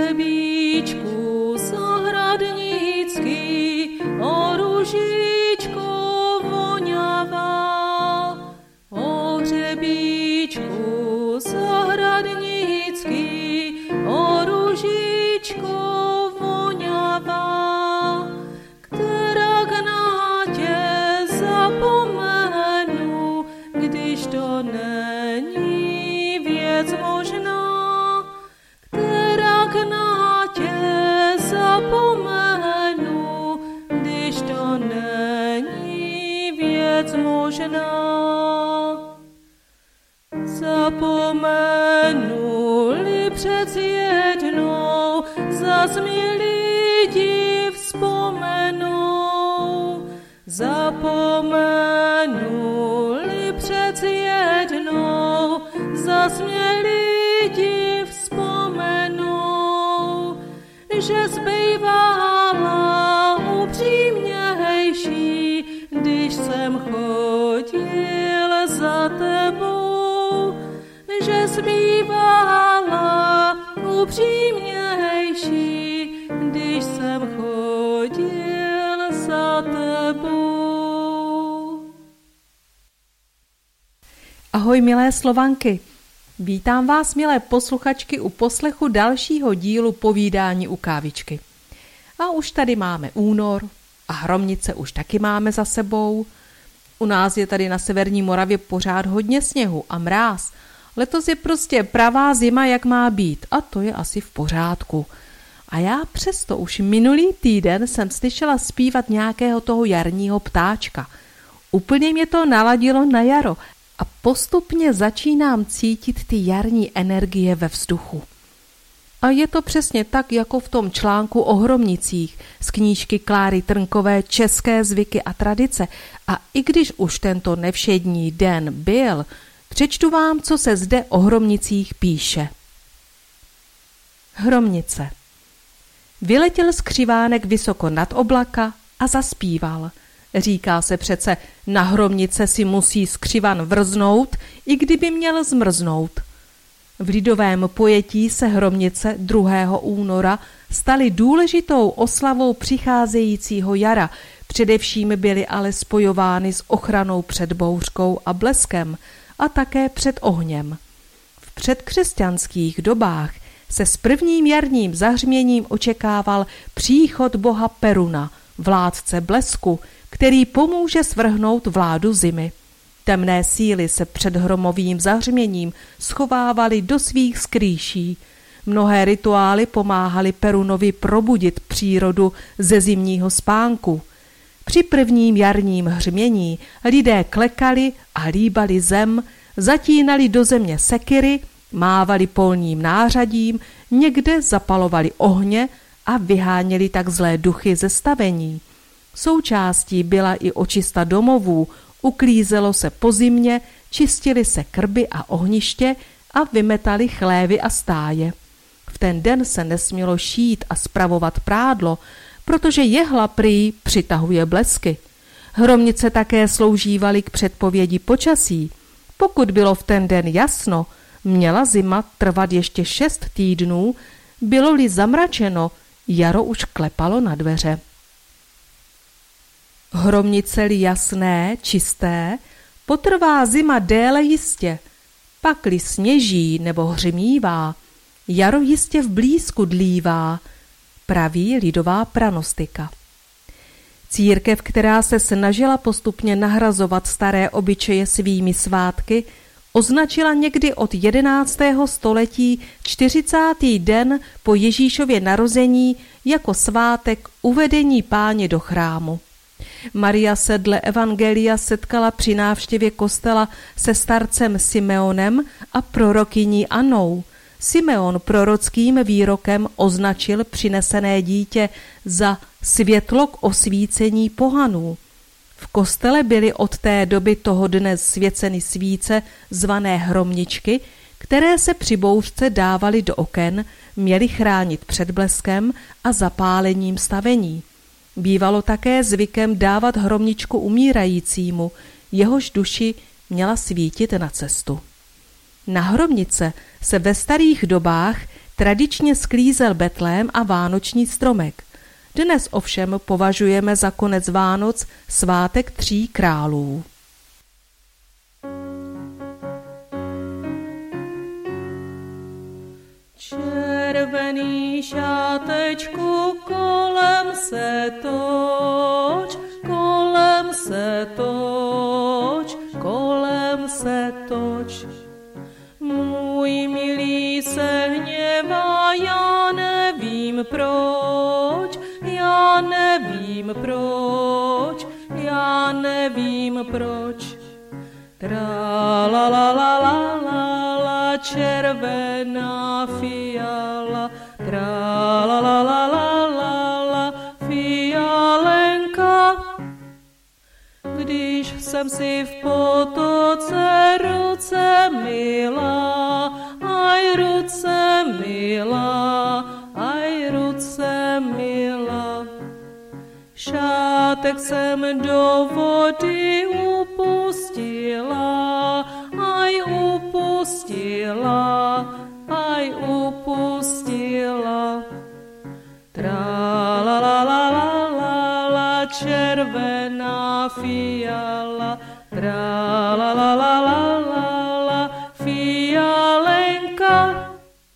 hřebíčku zahradnický, o růžičko voňavá, o hřebíčku zahradnický, o růžičko voňavá, která na tě zapomenu, když to není věc možná, která na tě zapomenu, když to není věc možná. Zapomenu-li přec jednou, zas mi lidi vzpomenou. Zapomenu-li přec jednou, zas mě lidi vzpomenou, že zbývala upřímnější, když jsem chodil za tebou, že zbývala upřímnější, když jsem chodil za tebou. Ahoj milé Slovanky, vítám vás milé posluchačky u poslechu dalšího dílu povídání u kávičky. A už tady máme únor a Hromnice už taky máme za sebou. U nás je tady na severní Moravě pořád hodně sněhu a mráz. Letos je prostě pravá zima, jak má být, a to je asi v pořádku. A já přesto už minulý týden jsem slyšela zpívat nějakého toho jarního ptáčka. Úplně mě to naladilo na jaro a postupně začínám cítit ty jarní energie ve vzduchu. A je to přesně tak, jako v tom článku o Hromnicích z knížky Kláry Trnkové České zvyky a tradice. A i když už tento nevšední den byl, přečtu vám, co se zde o Hromnicích píše. Hromnice. Vyletěl skřivánek vysoko nad oblaka a zaspíval. Říká se přece, na Hromnice si musí skřivan vrznout, i kdyby měl zmrznout. V lidovém pojetí se Hromnice 2. února staly důležitou oslavou přicházejícího jara, především byly ale spojovány s ochranou před bouřkou a bleskem a také před ohněm. V předkřesťanských dobách se s prvním jarním zahřměním očekával příchod boha Peruna, vládce blesku, který pomůže svrhnout vládu zimy. Temné síly se před hromovým zahřměním schovávaly do svých skrýší. Mnohé rituály pomáhaly Perunovi probudit přírodu ze zimního spánku. Při prvním jarním hřmění lidé klekali a líbali zem, zatínali do země sekyry, mávali polním nářadím, někde zapalovali ohně a vyháněli tak zlé duchy ze stavení. Součástí byla i očista domovů, uklízelo se po zimě, čistily se krby a ohniště a vymetali chlévy a stáje. V ten den se nesmělo šít a spravovat prádlo, protože jehla prý přitahuje blesky. Hromnice také sloužívaly k předpovědi počasí. Pokud bylo v ten den jasno, měla zima trvat ještě 6 týdnů, bylo-li zamračeno, jaro už klepalo na dveře. Hromnice-li jasné, čisté, potrvá zima déle jistě, pak-li sněží nebo hřmívá, jaro jistě v blízku dlívá, praví lidová pranostika. Církev, která se snažila postupně nahrazovat staré obyčeje svými svátky, označila někdy od 11. století 40. den po Ježíšově narození jako svátek uvedení Páně do chrámu. Maria se dle evangelia setkala při návštěvě kostela se starcem Simeonem a prorokyní Annou. Simeon prorockým výrokem označil přinesené dítě za světlo k osvícení pohanů. V kostele byly od té doby toho dne svěceny svíce zvané hromničky, které se při bouřce dávaly do oken, měly chránit před bleskem a zapálením stavení. Bývalo také zvykem dávat hromničku umírajícímu, jehož duši měla svítit na cestu. Na Hromnice se ve starých dobách tradičně sklízel betlém a vánoční stromek. Dnes ovšem považujeme za konec Vánoc svátek 3 králů. Červený šátečku, kolem se toč, kolem se toč, kolem se toč. Můj milý se hněvá, já nevím proč, já nevím proč, já nevím proč. Tra la la la la la la, červená fiala, tra la la la la la la, fialenka. Když jsem si v potoce ruce myla, aj ruce myla, aj ruce myla. Šátek jsem do vody upustila, aj upustila, aj upustila. Tra la la la la la la, červená fiala, tra la la la la la la, fialenka.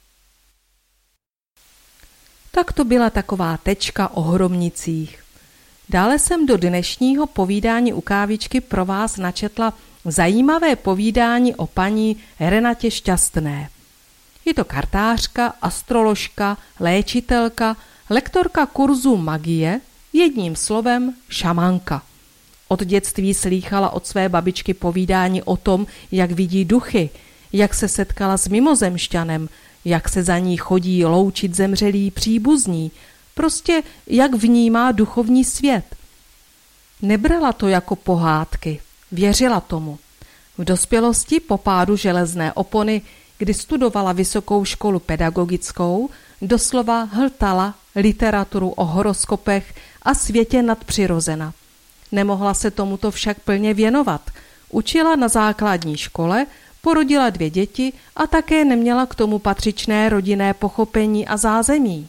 Tak to byla taková tečka o hromnicích. Dále jsem do dnešního povídání u kávičky pro vás načetla zajímavé povídání o paní Renatě Šťastné. Je to kartářka, astroložka, léčitelka, lektorka kurzu magie, jedním slovem šamanka. Od dětství slýchala od své babičky povídání o tom, jak vidí duchy, jak se setkala s mimozemšťanem, jak se za ní chodí loučit zemřelí příbuzní, prostě jak vnímá duchovní svět. Nebrala to jako pohádky, věřila tomu. V dospělosti po pádu železné opony, kdy studovala vysokou školu pedagogickou, doslova hltala literaturu o horoskopech a světě nadpřirozena. Nemohla se tomuto však plně věnovat. Učila na základní škole, porodila 2 děti a také neměla k tomu patřičné rodinné pochopení a zázemí.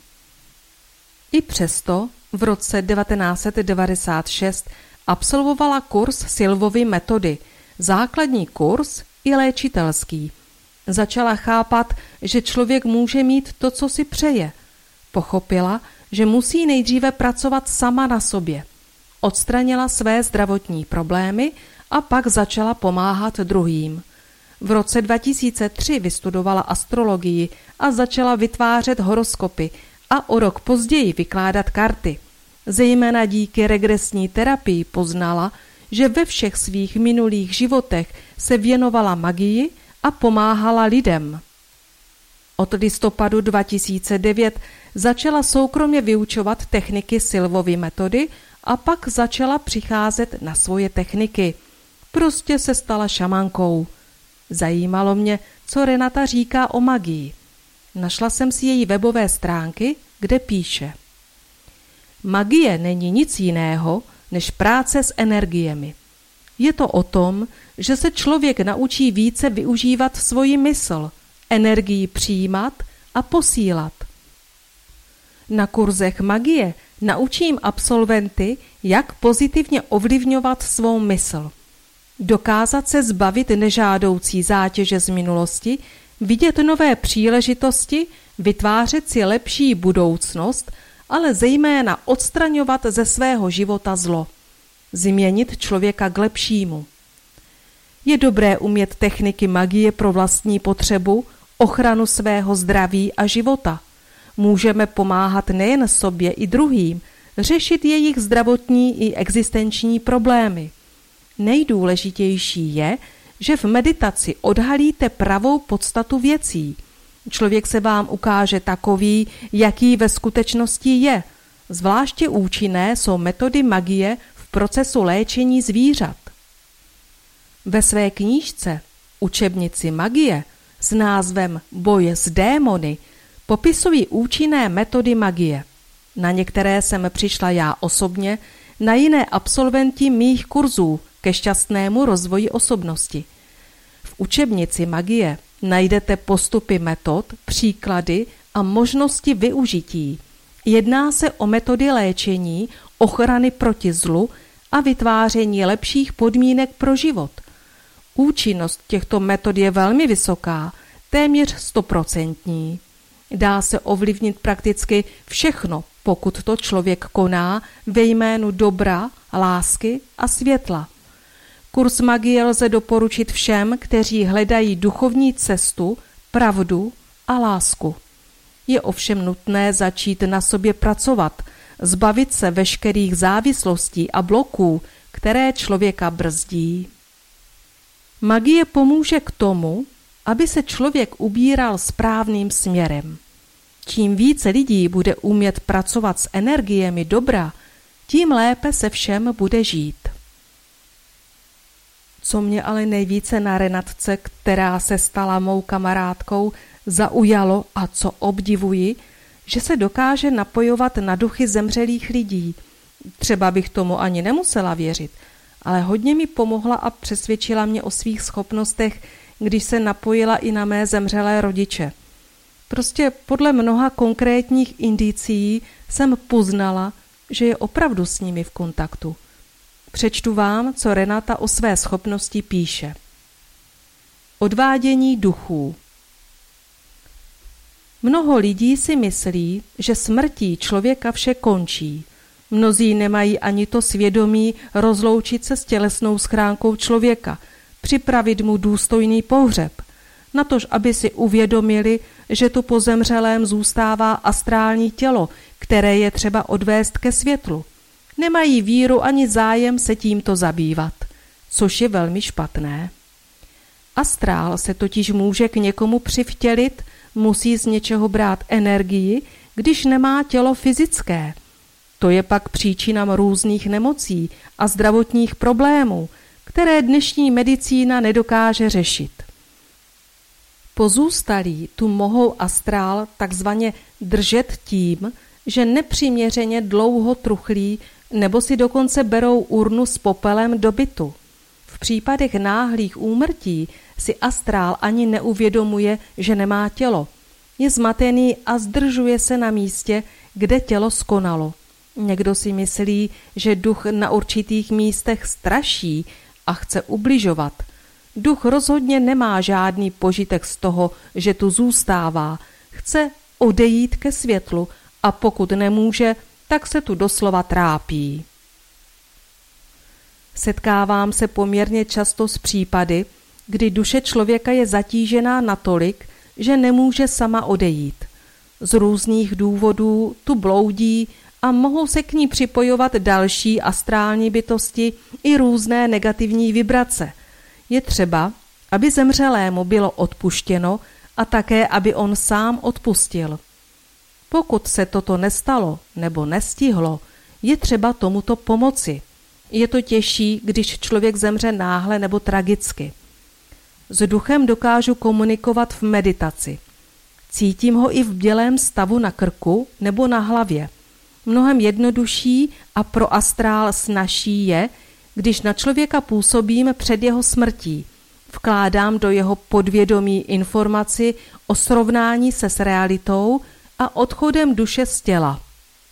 I přesto v roce 1996 absolvovala kurz Silvovy metody, základní kurz i léčitelský. Začala chápat, že člověk může mít to, co si přeje. Pochopila, že musí nejdříve pracovat sama na sobě. Odstranila své zdravotní problémy a pak začala pomáhat druhým. V roce 2003 vystudovala astrologii a začala vytvářet horoskopy a o rok později vykládat karty. Zejména díky regresní terapii poznala, že ve všech svých minulých životech se věnovala magii a pomáhala lidem. Od listopadu 2009 začala soukromě vyučovat techniky Silvovy metody a pak začala přicházet na svoje techniky. Prostě se stala šamankou. Zajímalo mě, co Renata říká o magii. Našla jsem si její webové stránky, kde píše: Magie není nic jiného, než práce s energiemi. Je to o tom, že se člověk naučí více využívat svoji mysl, energii přijímat a posílat. Na kurzech magie naučím absolventy, jak pozitivně ovlivňovat svou mysl. Dokázat se zbavit nežádoucí zátěže z minulosti, vidět nové příležitosti, vytvářet si lepší budoucnost, ale zejména odstraňovat ze svého života zlo. Změnit člověka k lepšímu. Je dobré umět techniky magie pro vlastní potřebu, ochranu svého zdraví a života. Můžeme pomáhat nejen sobě i druhým, řešit jejich zdravotní i existenční problémy. Nejdůležitější je, že v meditaci odhalíte pravou podstatu věcí. Člověk se vám ukáže takový, jaký ve skutečnosti je. Zvláště účinné jsou metody magie v procesu léčení zvířat. Ve své knížce Učebnici magie s názvem Boj s démony popisují účinné metody magie. Na některé jsem přišla já osobně, na jiné absolventi mých kurzů ke šťastnému rozvoji osobnosti. V Učebnici magie najdete postupy metod, příklady a a možnosti využití. Jedná se o metody léčení, ochrany proti zlu a vytváření lepších podmínek pro život. Účinnost těchto metod je velmi vysoká, téměř 100%. Dá se ovlivnit prakticky všechno, pokud to člověk koná ve jménu dobra, lásky a světla. Kurz magie lze doporučit všem, kteří hledají duchovní cestu, pravdu a lásku. Je ovšem nutné začít na sobě pracovat, zbavit se veškerých závislostí a bloků, které člověka brzdí. Magie pomůže k tomu, aby se člověk ubíral správným směrem. Čím více lidí bude umět pracovat s energiemi dobra, tím lépe se všem bude žít. Co mě ale nejvíce na Renatce, která se stala mou kamarádkou, zaujalo a co obdivuji, že se dokáže napojovat na duchy zemřelých lidí. Třeba bych tomu ani nemusela věřit, ale hodně mi pomohla a přesvědčila mě o svých schopnostech, když se napojila i na mé zemřelé rodiče. Prostě podle mnoha konkrétních indicií jsem poznala, že je opravdu s nimi v kontaktu. Přečtu vám, co Renata o své schopnosti píše. Odvádění duchů. Mnoho lidí si myslí, že smrtí člověka vše končí. Mnozí nemají ani to svědomí rozloučit se s tělesnou schránkou člověka, připravit mu důstojný pohřeb, natož aby si uvědomili, že tu po zemřelém zůstává astrální tělo, které je třeba odvést ke světlu. Nemají víru ani zájem se tímto zabývat, což je velmi špatné. Astrál se totiž může k někomu přivtělit, musí z něčeho brát energii, když nemá tělo fyzické. To je pak příčinám různých nemocí a zdravotních problémů, které dnešní medicína nedokáže řešit. Pozůstalí tu mohou astrál takzvaně držet tím, že nepřiměřeně dlouho truchlí nebo si dokonce berou urnu s popelem do bytu. V případech náhlých úmrtí si astrál ani neuvědomuje, že nemá tělo. Je zmatený a zdržuje se na místě, kde tělo skonalo. Někdo si myslí, že duch na určitých místech straší a chce ubližovat. Duch rozhodně nemá žádný požitek z toho, že tu zůstává. Chce odejít ke světlu a pokud nemůže, tak se tu doslova trápí. Setkávám se poměrně často s případy, kdy duše člověka je zatížená natolik, že nemůže sama odejít. Z různých důvodů tu bloudí a mohou se k ní připojovat další astrální bytosti i různé negativní vibrace. Je třeba, aby zemřelému bylo odpuštěno a také, aby on sám odpustil. Pokud se toto nestalo nebo nestihlo, je třeba tomuto pomoci. Je to těžší, když člověk zemře náhle nebo tragicky. S duchem dokážu komunikovat v meditaci. Cítím ho i v bdělém stavu na krku nebo na hlavě. Mnohem jednodušší a pro astrál snazší je, když na člověka působím před jeho smrtí. Vkládám do jeho podvědomí informaci o srovnání se s realitou a odchodem duše z těla.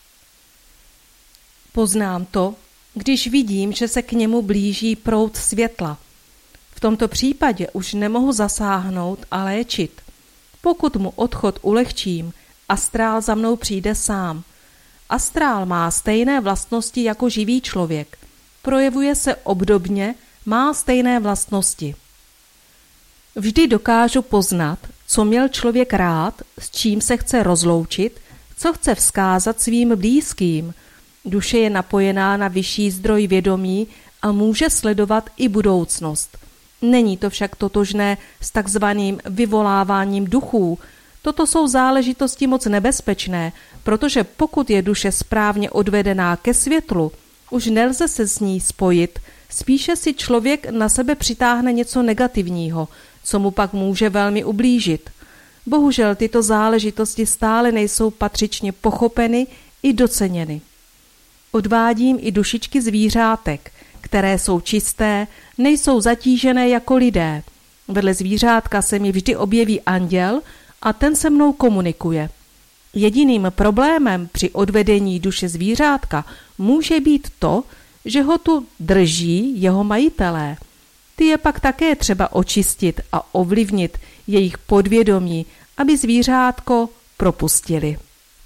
Poznám to, když vidím, že se k němu blíží proud světla. V tomto případě už nemohu zasáhnout a léčit. Pokud mu odchod ulehčím, astrál za mnou přijde sám. Astrál má stejné vlastnosti jako živý člověk. Projevuje se obdobně, má stejné vlastnosti. Vždy dokážu poznat, co měl člověk rád, s čím se chce rozloučit, co chce vzkázat svým blízkým. Duše je napojená na vyšší zdroj vědomí a může sledovat i budoucnost. Není to však totožné s takzvaným vyvoláváním duchů. Toto jsou záležitosti moc nebezpečné, protože pokud je duše správně odvedená ke světlu, už nelze se s ní spojit, spíše si člověk na sebe přitáhne něco negativního, co mu pak může velmi ublížit. Bohužel tyto záležitosti stále nejsou patřičně pochopeny i doceněny. Odvádím i dušičky zvířátek, které jsou čisté, nejsou zatížené jako lidé. Vedle zvířátka se mi vždy objeví anděl a ten se mnou komunikuje. Jediným problémem při odvedení duše zvířátka může být to, že ho tu drží jeho majitelé. Ty je pak také třeba očistit a ovlivnit jejich podvědomí, aby zvířátko propustili.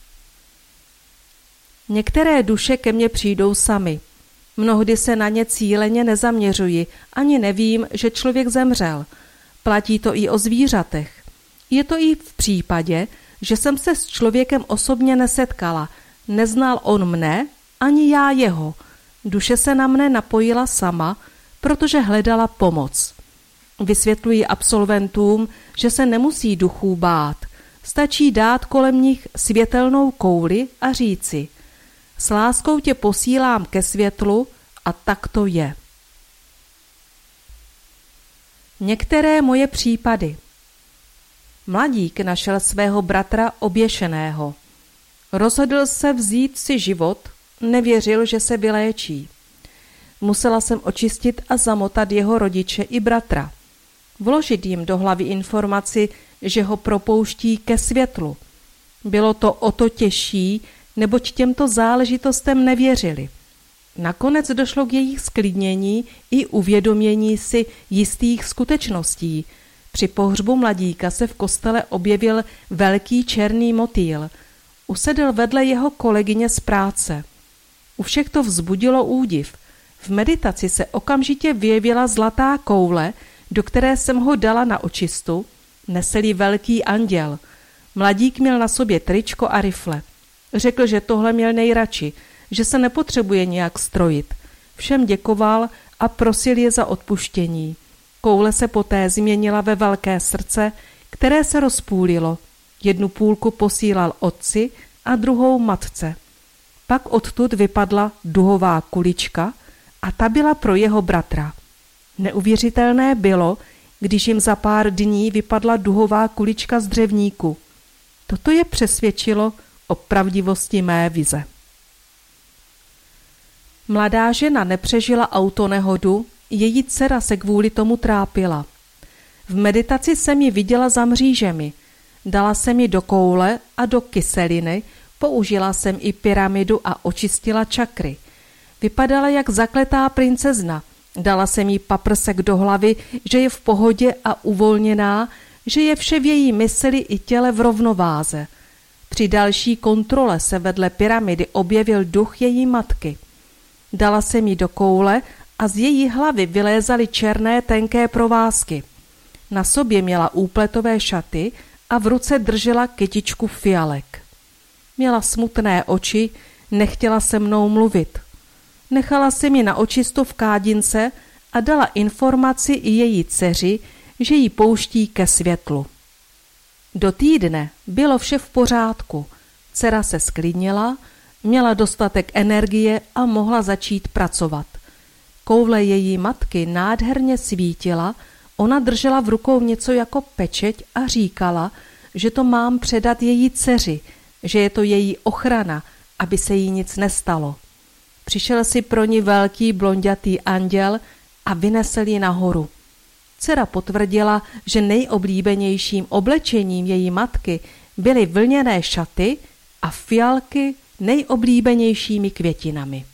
Některé duše ke mně přijdou sami. Mnohdy se na ně cíleně nezaměřuji, ani nevím, že člověk zemřel. Platí to i o zvířatech. Je to i v případě, že jsem se s člověkem osobně nesetkala. Neznal on mne, ani já jeho. Duše se na mne napojila sama, protože hledala pomoc. Vysvětluji absolventům, že se nemusí duchů bát. Stačí dát kolem nich světelnou kouli a říci: s láskou tě posílám ke světlu, a tak to je. Některé moje případy. Mladík našel svého bratra oběšeného. Rozhodl se vzít si život, nevěřil, že se vyléčí. Musela jsem očistit a zamotat jeho rodiče i bratra. Vložit jim do hlavy informaci, že ho propouští ke světlu. Bylo to o to těžší, neboť těmto záležitostem nevěřili. Nakonec došlo k jejich sklidnění i uvědomění si jistých skutečností. Při pohřbu mladíka se v kostele objevil velký černý motýl. Usedl vedle jeho kolegyně z práce. U všech to vzbudilo údiv. V meditaci se okamžitě vyjevila zlatá koule, do které jsem ho dala na očistu, nesl velký anděl. Mladík měl na sobě tričko a rifle. Řekl, že tohle měl nejradši, že se nepotřebuje nějak strojit. Všem děkoval a prosil je za odpuštění. Koule se poté změnila ve velké srdce, které se rozpůlilo. Jednu půlku posílal otci a druhou matce. Pak odtud vypadla duhová kulička a ta byla pro jeho bratra. Neuvěřitelné bylo, když jim za pár dní vypadla duhová kulička z dřevníku. Toto je přesvědčilo o pravdivosti mé vize. Mladá žena nepřežila autonehodu, její dcera se kvůli tomu trápila. V meditaci jsem ji viděla za mřížemi. Dala jsem ji do koule a do kyseliny, použila jsem i pyramidu a očistila čakry. Vypadala jak zakletá princezna. Dala jsem jí paprsek do hlavy, že je v pohodě a uvolněná, že je vše v její mysli i těle v rovnováze. Při další kontrole se vedle pyramidy objevil duch její matky. Dala jsem jí do koule a z její hlavy vylézaly černé tenké provázky. Na sobě měla úpletové šaty a v ruce držela kytičku fialek. Měla smutné oči, nechtěla se mnou mluvit. Nechala jsem ji na očistu v kádince a dala informaci i její dceři, že ji pouští ke světlu. Do týdne bylo vše v pořádku. Dcera se sklidnila, měla dostatek energie a mohla začít pracovat. Koule její matky nádherně svítila, ona držela v rukou něco jako pečeť a říkala, že to mám předat její dceři, že je to její ochrana, aby se jí nic nestalo. Přišel si pro ní velký blonďatý anděl a vynesl ji nahoru. Dcera potvrdila, že nejoblíbenějším oblečením její matky byly vlněné šaty a fialky nejoblíbenějšími květinami.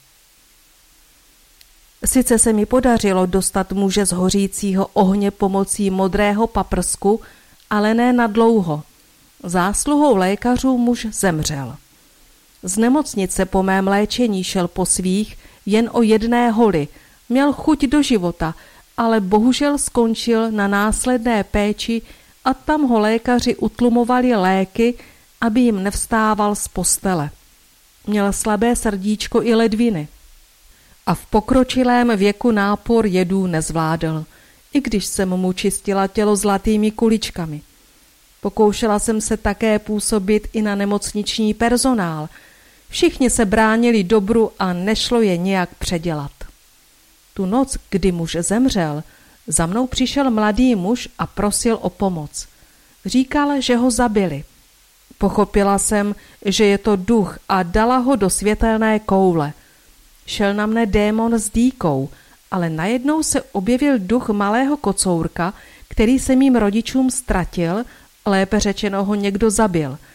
Sice se mi podařilo dostat muže z hořícího ohně pomocí modrého paprsku, ale ne na dlouho. Zásluhou lékařů muž zemřel. Z nemocnice po mém léčení šel po svých jen o jedné holi, měl chuť do života, ale bohužel skončil na následné péči a tam ho lékaři utlumovali léky, aby jim nevstával z postele. Měl slabé srdíčko i ledviny. A v pokročilém věku nápor jedů nezvládl, i když jsem mu čistila tělo zlatými kuličkami. Pokoušela jsem se také působit i na nemocniční personál. Všichni se bránili dobru a nešlo je nějak předělat. Tu noc, kdy muž zemřel, za mnou přišel mladý muž a prosil o pomoc. Říkal, že ho zabili. Pochopila jsem, že je to duch a dala ho do světelné koule. Šel na mne démon s dýkou, ale najednou se objevil duch malého kocourka, který se mým rodičům ztratil, lépe řečeno ho někdo zabil.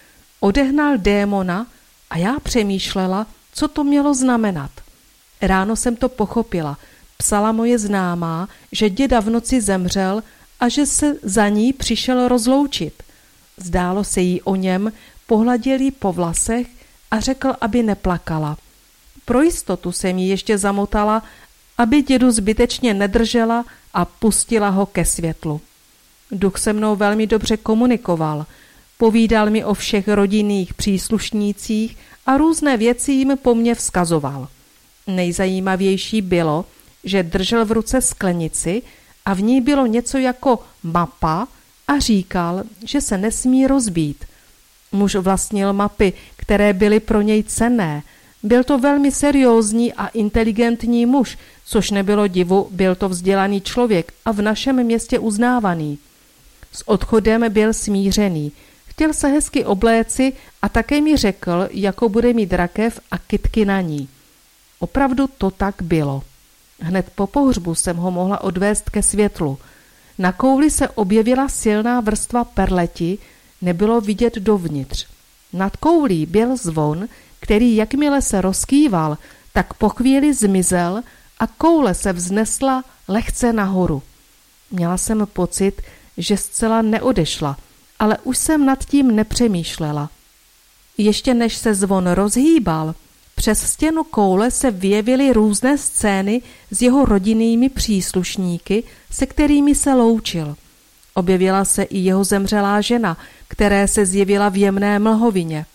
Odehnal démona a já přemýšlela, co to mělo znamenat. Ráno jsem to pochopila. Psala moje známá, že děda v noci zemřel a že se za ní přišel rozloučit. Zdálo se jí o něm, pohladil jí po vlasech a řekl, aby neplakala. Pro jistotu jsem ji ještě zamotala, aby dědu zbytečně nedržela a pustila ho ke světlu. Duch se mnou velmi dobře komunikoval. Povídal mi o všech rodinných příslušnících a různé věci jim po mně vzkazoval. Nejzajímavější bylo, že držel v ruce sklenici a v ní bylo něco jako mapa a říkal, že se nesmí rozbít. Muž vlastnil mapy, které byly pro něj cenné. Byl to velmi seriózní a inteligentní muž, což nebylo divu, byl to vzdělaný člověk a v našem městě uznávaný. S odchodem byl smířený. Chtěl se hezky obléci a také mi řekl, jakou bude mít rakev a kytky na ní. Opravdu to tak bylo. Hned po pohřbu jsem ho mohla odvést ke světlu. Na kouli se objevila silná vrstva perleti, nebylo vidět dovnitř. Nad koulí byl zvon, který jakmile se rozkýval, tak po chvíli zmizel a koule se vznesla lehce nahoru. Měla jsem pocit, že zcela neodešla, ale už jsem nad tím nepřemýšlela. Ještě než se zvon rozhýbal, přes stěnu koule se vyjevily různé scény s jeho rodinnými příslušníky, se kterými se loučil. Objevila se i jeho zemřelá žena, které se zjevila v jemné mlhovině.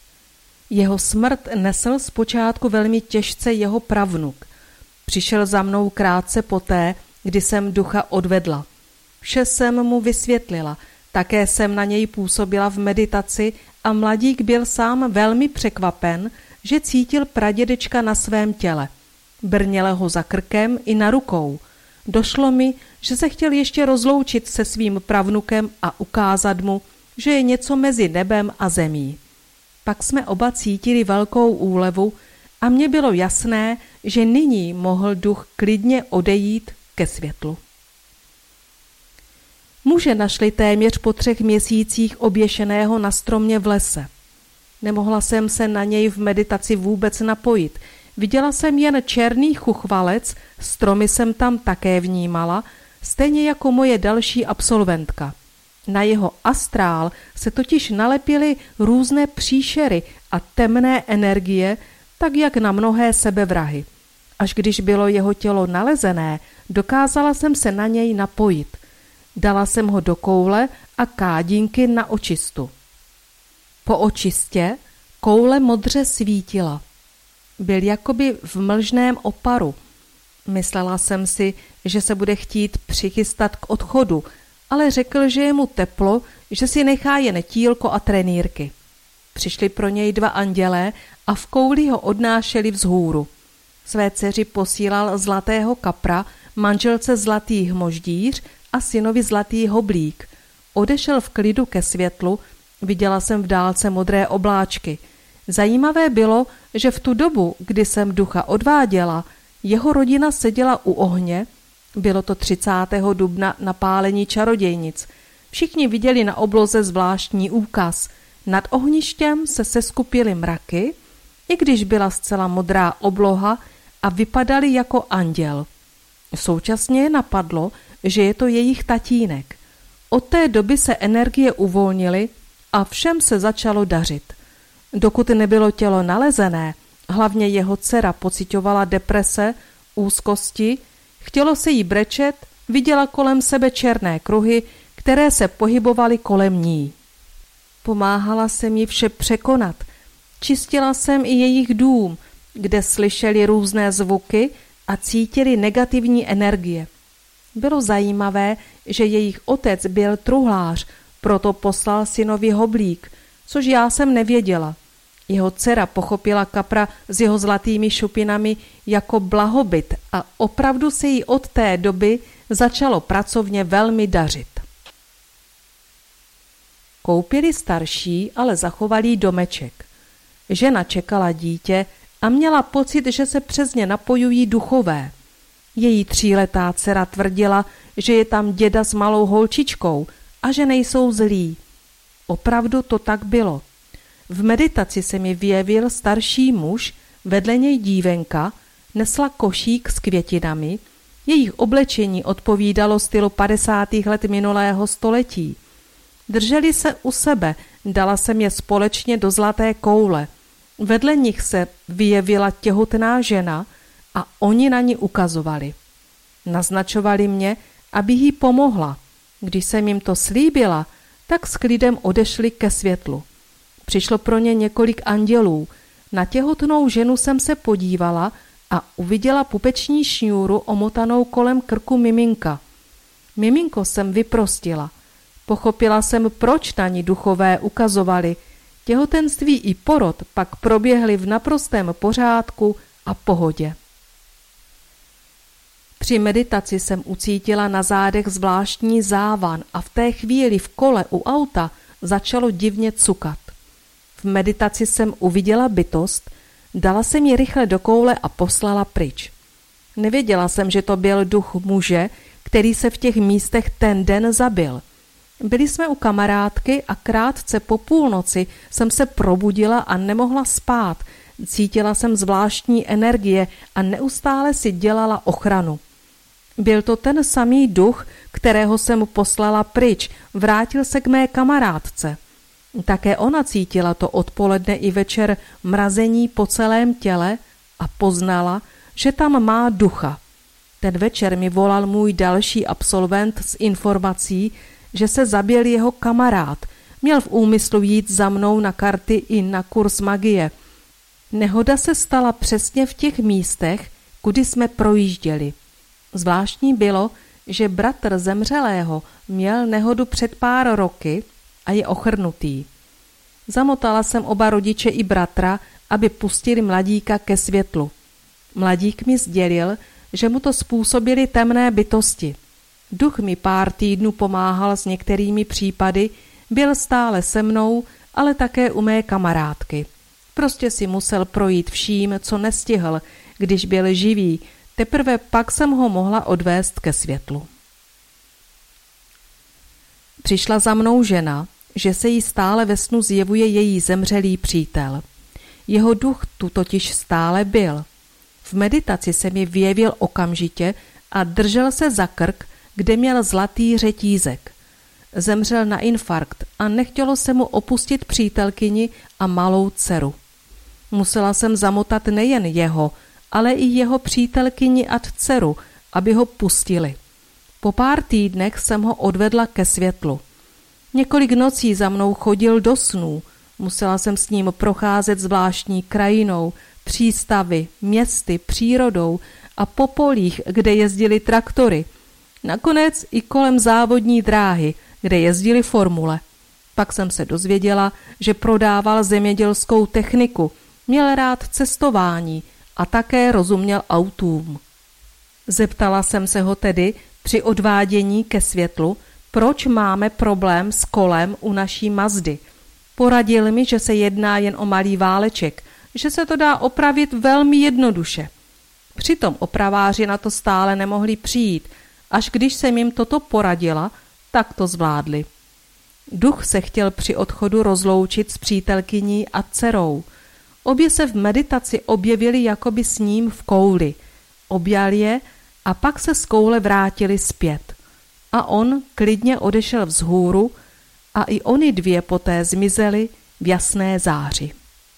Jeho smrt nesl zpočátku velmi těžce jeho pravnuk. Přišel za mnou krátce poté, kdy jsem ducha odvedla. Vše jsem mu vysvětlila, také jsem na něj působila v meditaci a mladík byl sám velmi překvapen, že cítil pradědečka na svém těle. Brněle ho za krkem i na rukou. Došlo mi, že se chtěl ještě rozloučit se svým pravnukem a ukázat mu, že je něco mezi nebem a zemí. Pak jsme oba cítili velkou úlevu a mně bylo jasné, že nyní mohl duch klidně odejít ke světlu. Muže našli téměř po 3 měsících oběšeného na stromě v lese. Nemohla jsem se na něj v meditaci vůbec napojit. Viděla jsem jen černý chuchvalec, stromy jsem tam také vnímala, stejně jako moje další absolventka. Na jeho astrál se totiž nalepily různé příšery a temné energie, tak jak na mnohé sebevrahy. Až když bylo jeho tělo nalezené, dokázala jsem se na něj napojit. Dala jsem ho do koule a kádinky na očistu. Po očistě koule modře svítila. Byl jakoby v mlžném oparu. Myslela jsem si, že se bude chtít přichystat k odchodu, ale řekl, že je mu teplo, že si nechá jen tílko a trenýrky. Přišli pro něj 2 andělé a v kouli ho odnášeli vzhůru. Své dceři posílal zlatého kapra, manželce zlatý hmoždíř a synovi zlatý hoblík. Odešel v klidu ke světlu, viděla jsem v dálce modré obláčky. Zajímavé bylo, že v tu dobu, kdy jsem ducha odváděla, jeho rodina seděla u ohně. Bylo to 30. dubna na pálení čarodějnic. Všichni viděli na obloze zvláštní úkaz. Nad ohništěm se seskupily mraky, i když byla zcela modrá obloha a vypadali jako anděl. Současně je napadlo, že je to jejich tatínek. Od té doby se energie uvolnily a všem se začalo dařit. Dokud nebylo tělo nalezené, hlavně jeho dcera pociťovala deprese, úzkosti, chtělo se jí brečet, viděla kolem sebe černé kruhy, které se pohybovaly kolem ní. Pomáhala jsem jí vše překonat. Čistila jsem i jejich dům, kde slyšeli různé zvuky a cítili negativní energie. Bylo zajímavé, že jejich otec byl truhlář, proto poslal synovi hoblík, což já jsem nevěděla. Jeho dcera pochopila kapra s jeho zlatými šupinami jako blahobyt a opravdu se jí od té doby začalo pracovně velmi dařit. Koupili starší, ale zachovalý domeček. Žena čekala dítě a měla pocit, že se přes ně napojují duchové. Její 3letá dcera tvrdila, že je tam děda s malou holčičkou a že nejsou zlí. Opravdu to tak bylo. V meditaci se mi vyjevil starší muž, vedle něj dívenka, nesla košík s květinami, jejich oblečení odpovídalo stylu 50. let minulého století. Drželi se u sebe, dala jsem je společně do zlaté koule. Vedle nich se vyjevila těhotná žena a oni na ní ukazovali. Naznačovali mě, aby jí pomohla. Když jsem jim to slíbila, tak s klidem odešli ke světlu. Přišlo pro ně několik andělů. Na těhotnou ženu jsem se podívala a uviděla pupeční šňůru omotanou kolem krku miminka. Miminko jsem vyprostila. Pochopila jsem, proč na ní duchové ukazovali. Těhotenství i porod pak proběhly v naprostém pořádku a pohodě. Při meditaci jsem ucítila na zádech zvláštní závan a v té chvíli v kole u auta začalo divně cukat. V meditaci jsem uviděla bytost, dala jsem ji rychle do koule a poslala pryč. Nevěděla jsem, že to byl duch muže, který se v těch místech ten den zabil. Byli jsme u kamarádky a krátce po půlnoci jsem se probudila a nemohla spát. Cítila jsem zvláštní energie a neustále si dělala ochranu. Byl to ten samý duch, kterého jsem poslala pryč, vrátil se k mé kamarádce. Také ona cítila to odpoledne i večer mrazení po celém těle a poznala, že tam má ducha. Ten večer mi volal můj další absolvent s informací, že se zabil jeho kamarád. Měl v úmyslu jít za mnou na karty i na kurz magie. Nehoda se stala přesně v těch místech, kudy jsme projížděli. Zvláštní bylo, že bratr zemřelého měl nehodu před pár roky a je ochrnutý. Zamotala jsem oba rodiče i bratra, aby pustili mladíka ke světlu. Mladík mi sdělil, že mu to způsobily temné bytosti. Duch mi pár týdnů pomáhal s některými případy, byl stále se mnou, ale také u mé kamarádky. Prostě si musel projít vším, co nestihl, když byl živý, teprve pak jsem ho mohla odvést ke světlu. Přišla za mnou žena, že se jí stále ve snu zjevuje její zemřelý přítel. Jeho duch tu totiž stále byl. V meditaci se mi vyjevil okamžitě a držel se za krk, kde měl zlatý řetízek. Zemřel na infarkt a nechtělo se mu opustit přítelkyni a malou dceru. Musela jsem zamotat nejen jeho, ale i jeho přítelkyni a dceru, aby ho pustili. Po pár týdnech jsem ho odvedla ke světlu. Několik nocí za mnou chodil do snů, musela jsem s ním procházet zvláštní krajinou, přístavy, městy, přírodou a po polích, kde jezdili traktory. Nakonec i kolem závodní dráhy, kde jezdili formule. Pak jsem se dozvěděla, že prodával zemědělskou techniku, měl rád cestování a také rozuměl autům. Zeptala jsem se ho tedy při odvádění ke světlu, proč máme problém s kolem u naší Mazdy. Poradil mi, že se jedná jen o malý váleček, že se to dá opravit velmi jednoduše. Přitom opraváři na to stále nemohli přijít, až když jsem jim toto poradila, tak to zvládli. Duch se chtěl při odchodu rozloučit s přítelkyní a dcerou. Obě se v meditaci objevily jakoby s ním v kouli. Objal je a pak se z koule vrátili zpět. A on klidně odešel vzhůru a i oni dvě poté zmizely v jasné záři.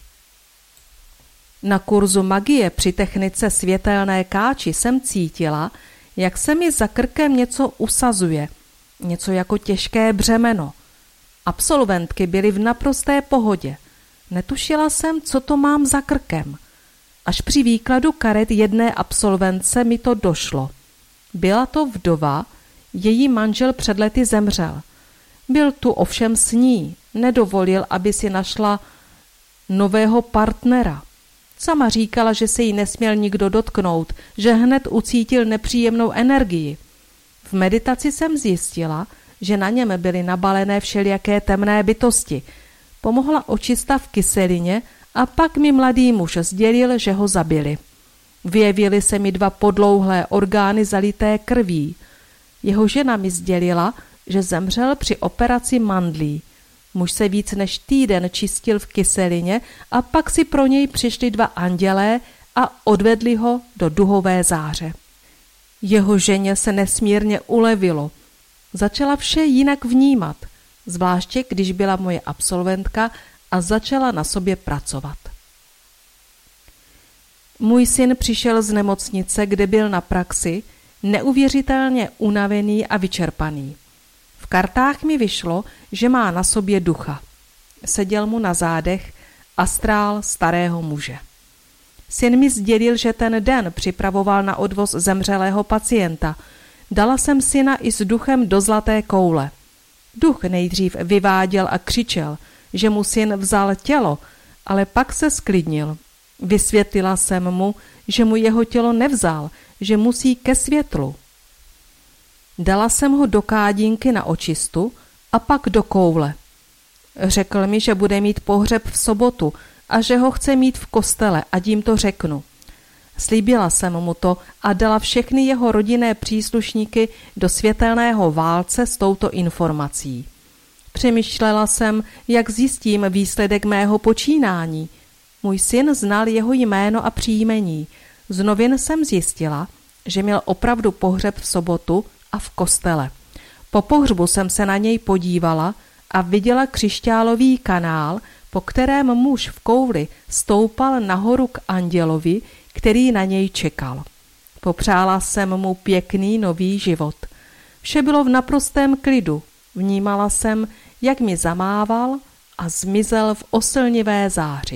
Na kurzu magie při technice světelné káči jsem cítila, jak se mi za krkem něco usazuje, něco jako těžké břemeno. Absolventky byly v naprosté pohodě. Netušila jsem, co to mám za krkem. Až při výkladu karet jedné absolventce mi to došlo. Byla to vdova, její manžel před lety zemřel. Byl tu ovšem s ní, nedovolil, aby si našla nového partnera. Sama říkala, že se jí nesměl nikdo dotknout, že hned ucítil nepříjemnou energii. V meditaci jsem zjistila, že na něm byly nabalené všelijaké temné bytosti. Pomohla očista v kyselině a pak mi mladý muž sdělil, že ho zabili. Vyjevily se mi 2 podlouhlé orgány zalité krví. Jeho žena mi sdělila, že zemřel při operaci mandlí. Muž se víc než týden čistil v kyselině a pak si pro něj přišli 2 andělé a odvedli ho do duhové záře. Jeho ženě se nesmírně ulevilo. Začala vše jinak vnímat, zvláště když byla moje absolventka a začala na sobě pracovat. Můj syn přišel z nemocnice, kde byl na praxi, neuvěřitelně unavený a vyčerpaný. V kartách mi vyšlo, že má na sobě ducha. Seděl mu na zádech astrál starého muže. Syn mi sdělil, že ten den připravoval na odvoz zemřelého pacienta. Dala jsem syna i s duchem do zlaté koule. Duch nejdřív vyváděl a křičel, že mu syn vzal tělo, ale pak se sklidnil. Vysvětlila jsem mu, že mu jeho tělo nevzal, že musí ke světlu. Dala jsem ho do kádinky na očistu a pak do koule. Řekl mi, že bude mít pohřeb v sobotu a že ho chce mít v kostele, ať jim to řeknu. Slíbila jsem mu to a dala všechny jeho rodinné příslušníky do světelného válce s touto informací. Přemýšlela jsem, jak zjistím výsledek mého počínání. Můj syn znal jeho jméno a příjmení. Z novin jsem zjistila, že měl opravdu pohřeb v sobotu a v kostele. Po pohřbu jsem se na něj podívala a viděla křišťálový kanál, po kterém muž v kouli stoupal nahoru k andělovi, který na něj čekal. Popřála jsem mu pěkný nový život. Vše bylo v naprostém klidu. Vnímala jsem, jak mi zamával a zmizel v oslnivé záři.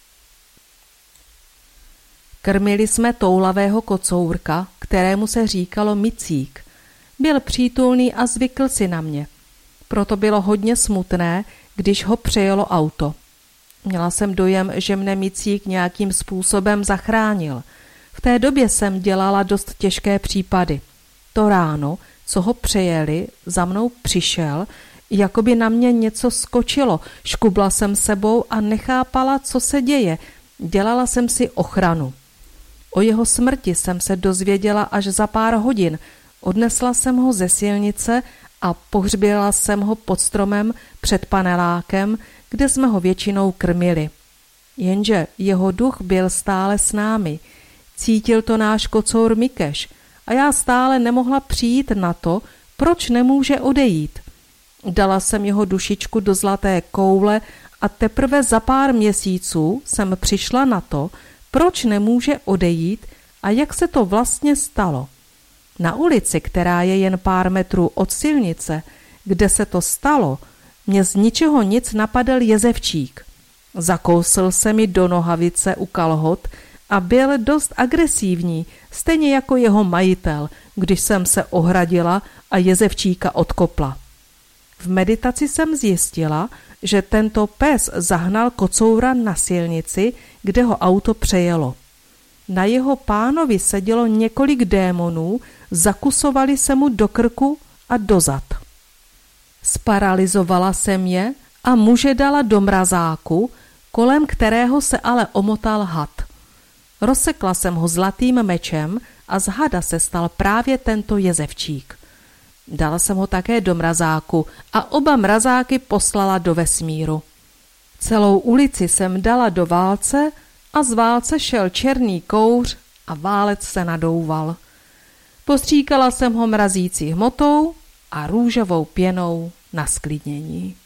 Krmili jsme toulavého kocourka, kterému se říkalo Micík. Byl přítulný a zvykl si na mě. Proto bylo hodně smutné, když ho přejelo auto. Měla jsem dojem, že mne Micík nějakým způsobem zachránil. V té době jsem dělala dost těžké případy. To ráno, co ho přejeli, za mnou přišel, jako by na mě něco skočilo. Škubla jsem sebou a nechápala, co se děje. Dělala jsem si ochranu. O jeho smrti jsem se dozvěděla až za pár hodin. Odnesla jsem ho ze silnice a pohřbila jsem ho pod stromem před panelákem, kde jsme ho většinou krmili. Jenže jeho duch byl stále s námi. Cítil to náš kocour Mikeš a já stále nemohla přijít na to, proč nemůže odejít. Dala jsem jeho dušičku do zlaté koule a teprve za pár měsíců jsem přišla na to, proč nemůže odejít a jak se to vlastně stalo. Na ulici, která je jen pár metrů od silnice, kde se to stalo, mě z ničeho nic napadl jezevčík. Zakousl se mi do nohavice u kalhot a byl dost agresivní, stejně jako jeho majitel, když jsem se ohradila a jezevčíka odkopla. V meditaci jsem zjistila, že tento pes zahnal kocoura na silnici, kde ho auto přejelo. Na jeho pánovi sedělo několik démonů, zakusovali se mu do krku a do zad. Sparalizovala jsem je a muže dala do mrazáku, kolem kterého se ale omotal had. Rozsekla jsem ho zlatým mečem a z hada se stal právě tento jezevčík. Dala jsem ho také do mrazáku a oba mrazáky poslala do vesmíru. Celou ulici jsem dala do válce a z válce šel černý kouř a válec se nadouval. Postříkala jsem ho mrazící hmotou a růžovou pěnou na sklidnění.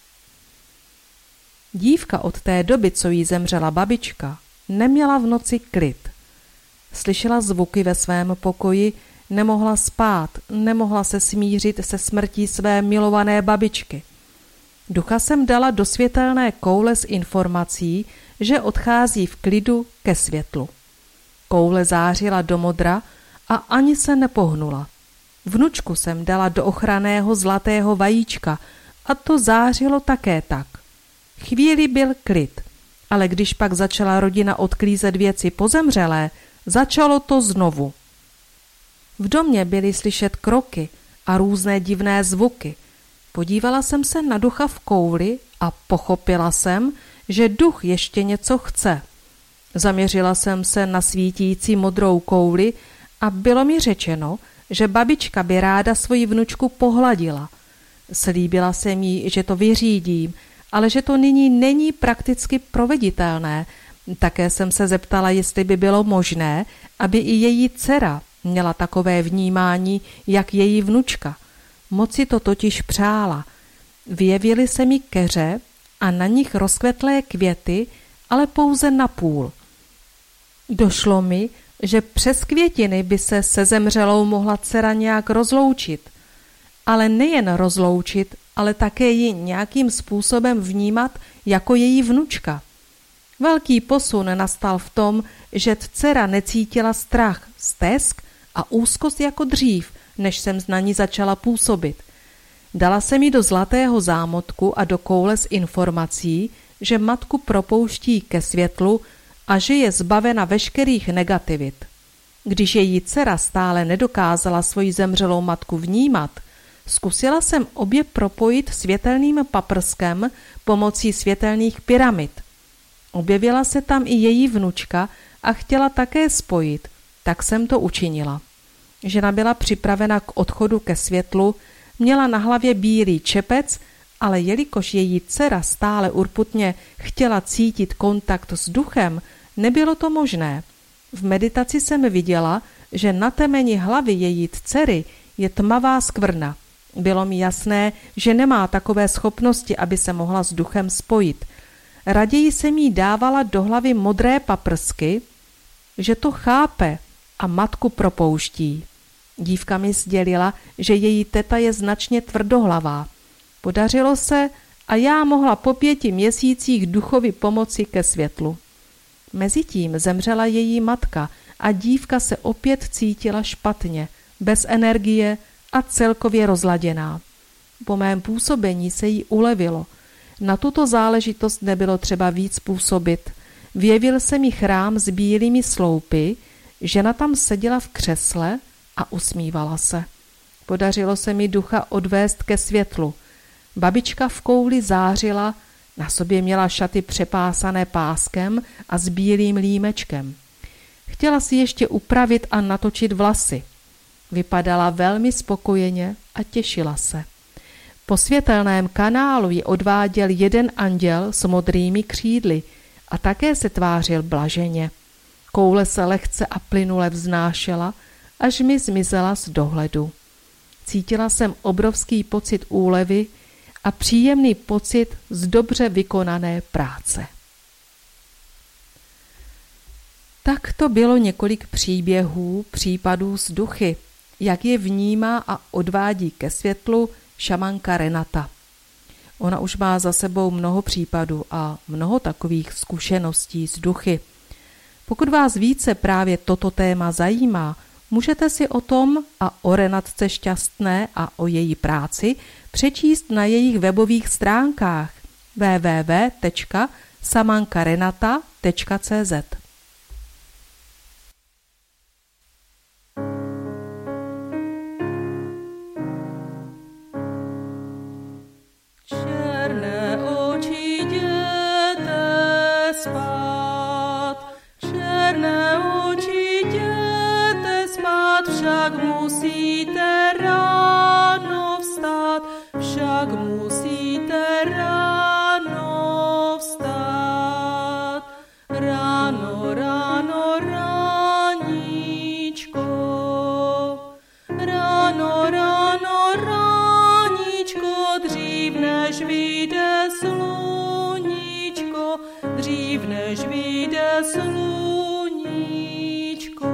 Dívka od té doby, co jí zemřela babička, neměla v noci klid. Slyšela zvuky ve svém pokoji, nemohla spát, nemohla se smířit se smrtí své milované babičky. Ducha jsem dala do světelné koule s informací, že odchází v klidu ke světlu. Koule zářila do modra a ani se nepohnula. Vnučku jsem dala do ochranného zlatého vajíčka a to zářilo také tak. Chvíli byl klid, ale když pak začala rodina odklízet věci po zemřelé, začalo to znovu. V domě byly slyšet kroky a různé divné zvuky. Podívala jsem se na ducha v kouli a pochopila jsem, že duch ještě něco chce. Zaměřila jsem se na svítící modrou kouli a bylo mi řečeno, že babička by ráda svoji vnučku pohladila. Slíbila jsem jí, že to vyřídím ale že to nyní není prakticky proveditelné. Také jsem se zeptala, jestli by bylo možné, aby i její dcera měla takové vnímání, jak její vnučka. Moc si to totiž přála. Vyjevily se mi keře a na nich rozkvetlé květy, ale pouze napůl. Došlo mi, že přes květiny by se zemřelou mohla dcera nějak rozloučit. Ale nejen rozloučit, ale také ji nějakým způsobem vnímat jako její vnučka. Velký posun nastal v tom, že dcera necítila strach, stesk a úzkost jako dřív, než jsem na ní začala působit. Dala se mi do zlatého zámotku a do koule s informací, že matku propouští ke světlu a že je zbavena veškerých negativit. Když její dcera stále nedokázala svoji zemřelou matku vnímat, zkusila jsem obě propojit světelným paprskem pomocí světelných pyramid. Objevila se tam i její vnučka a chtěla také spojit, tak jsem to učinila. Žena byla připravena k odchodu ke světlu, měla na hlavě bílý čepec, ale jelikož její dcera stále urputně chtěla cítit kontakt s duchem, nebylo to možné. V meditaci jsem viděla, že na temeni hlavy její dcery je tmavá skvrna. Bylo mi jasné, že nemá takové schopnosti, aby se mohla s duchem spojit. Raději jsem jí dávala do hlavy modré paprsky, že to chápe a matku propouští. Dívka mi sdělila, že její teta je značně tvrdohlavá. Podařilo se a já mohla po 5 měsících duchovi pomoci ke světlu. Mezitím zemřela její matka a dívka se opět cítila špatně, bez energie a celkově rozladěná. Po mém působení se jí ulevilo. Na tuto záležitost nebylo třeba víc působit. Vyjevil se mi chrám s bílými sloupy, žena tam seděla v křesle a usmívala se. Podařilo se mi ducha odvést ke světlu. Babička v kouli zářila, na sobě měla šaty přepásané páskem a s bílým límečkem. Chtěla si ještě upravit a natočit vlasy. Vypadala velmi spokojeně a těšila se. Po světelném kanálu ji odváděl jeden anděl s modrými křídly a také se tvářil blaženě. Koule se lehce a plynule vznášela, až mi zmizela z dohledu. Cítila jsem obrovský pocit úlevy a příjemný pocit z dobře vykonané práce. Tak to bylo několik případů s duchy, jak je vnímá a odvádí ke světlu šamanka Renata. Ona už má za sebou mnoho případů a mnoho takových zkušeností s duchy. Pokud vás více právě toto téma zajímá, můžete si o tom a o Renatce Šťastné a o její práci přečíst na jejich webových stránkách www.samankarenata.cz. Černé oči jděte spát, černé oči jděte spát, však musíte ráno vstát, však musíte ráno vstát. Ráno, ráno, ráníčko, ráno, ráno, ráníčko, dřív než vyjde sluníčko, dřív než vyjde sluníčko.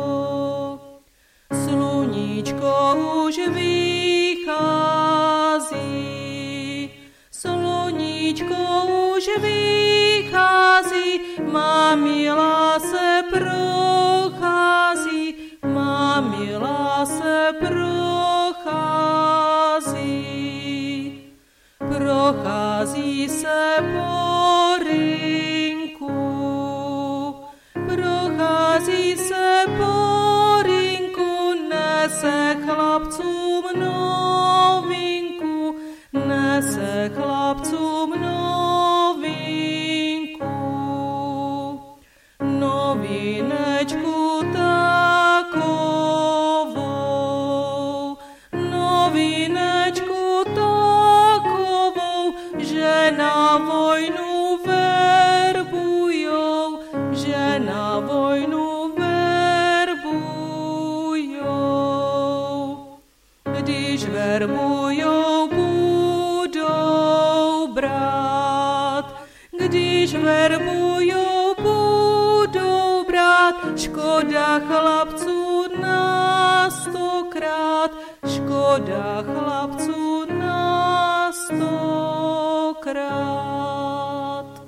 Sluníčko už vychází, sluníčko už vychází, má milá se prochází, má milá se prochází. Prochází se po rynku, prochází se po rynku, nese chlapcům novinku, nese chlapcům novinku. Novinečku takovou, novinečku takovou, že na verbujou, budou brát, škoda chlapců na 100krát, škoda chlapců na 100krát.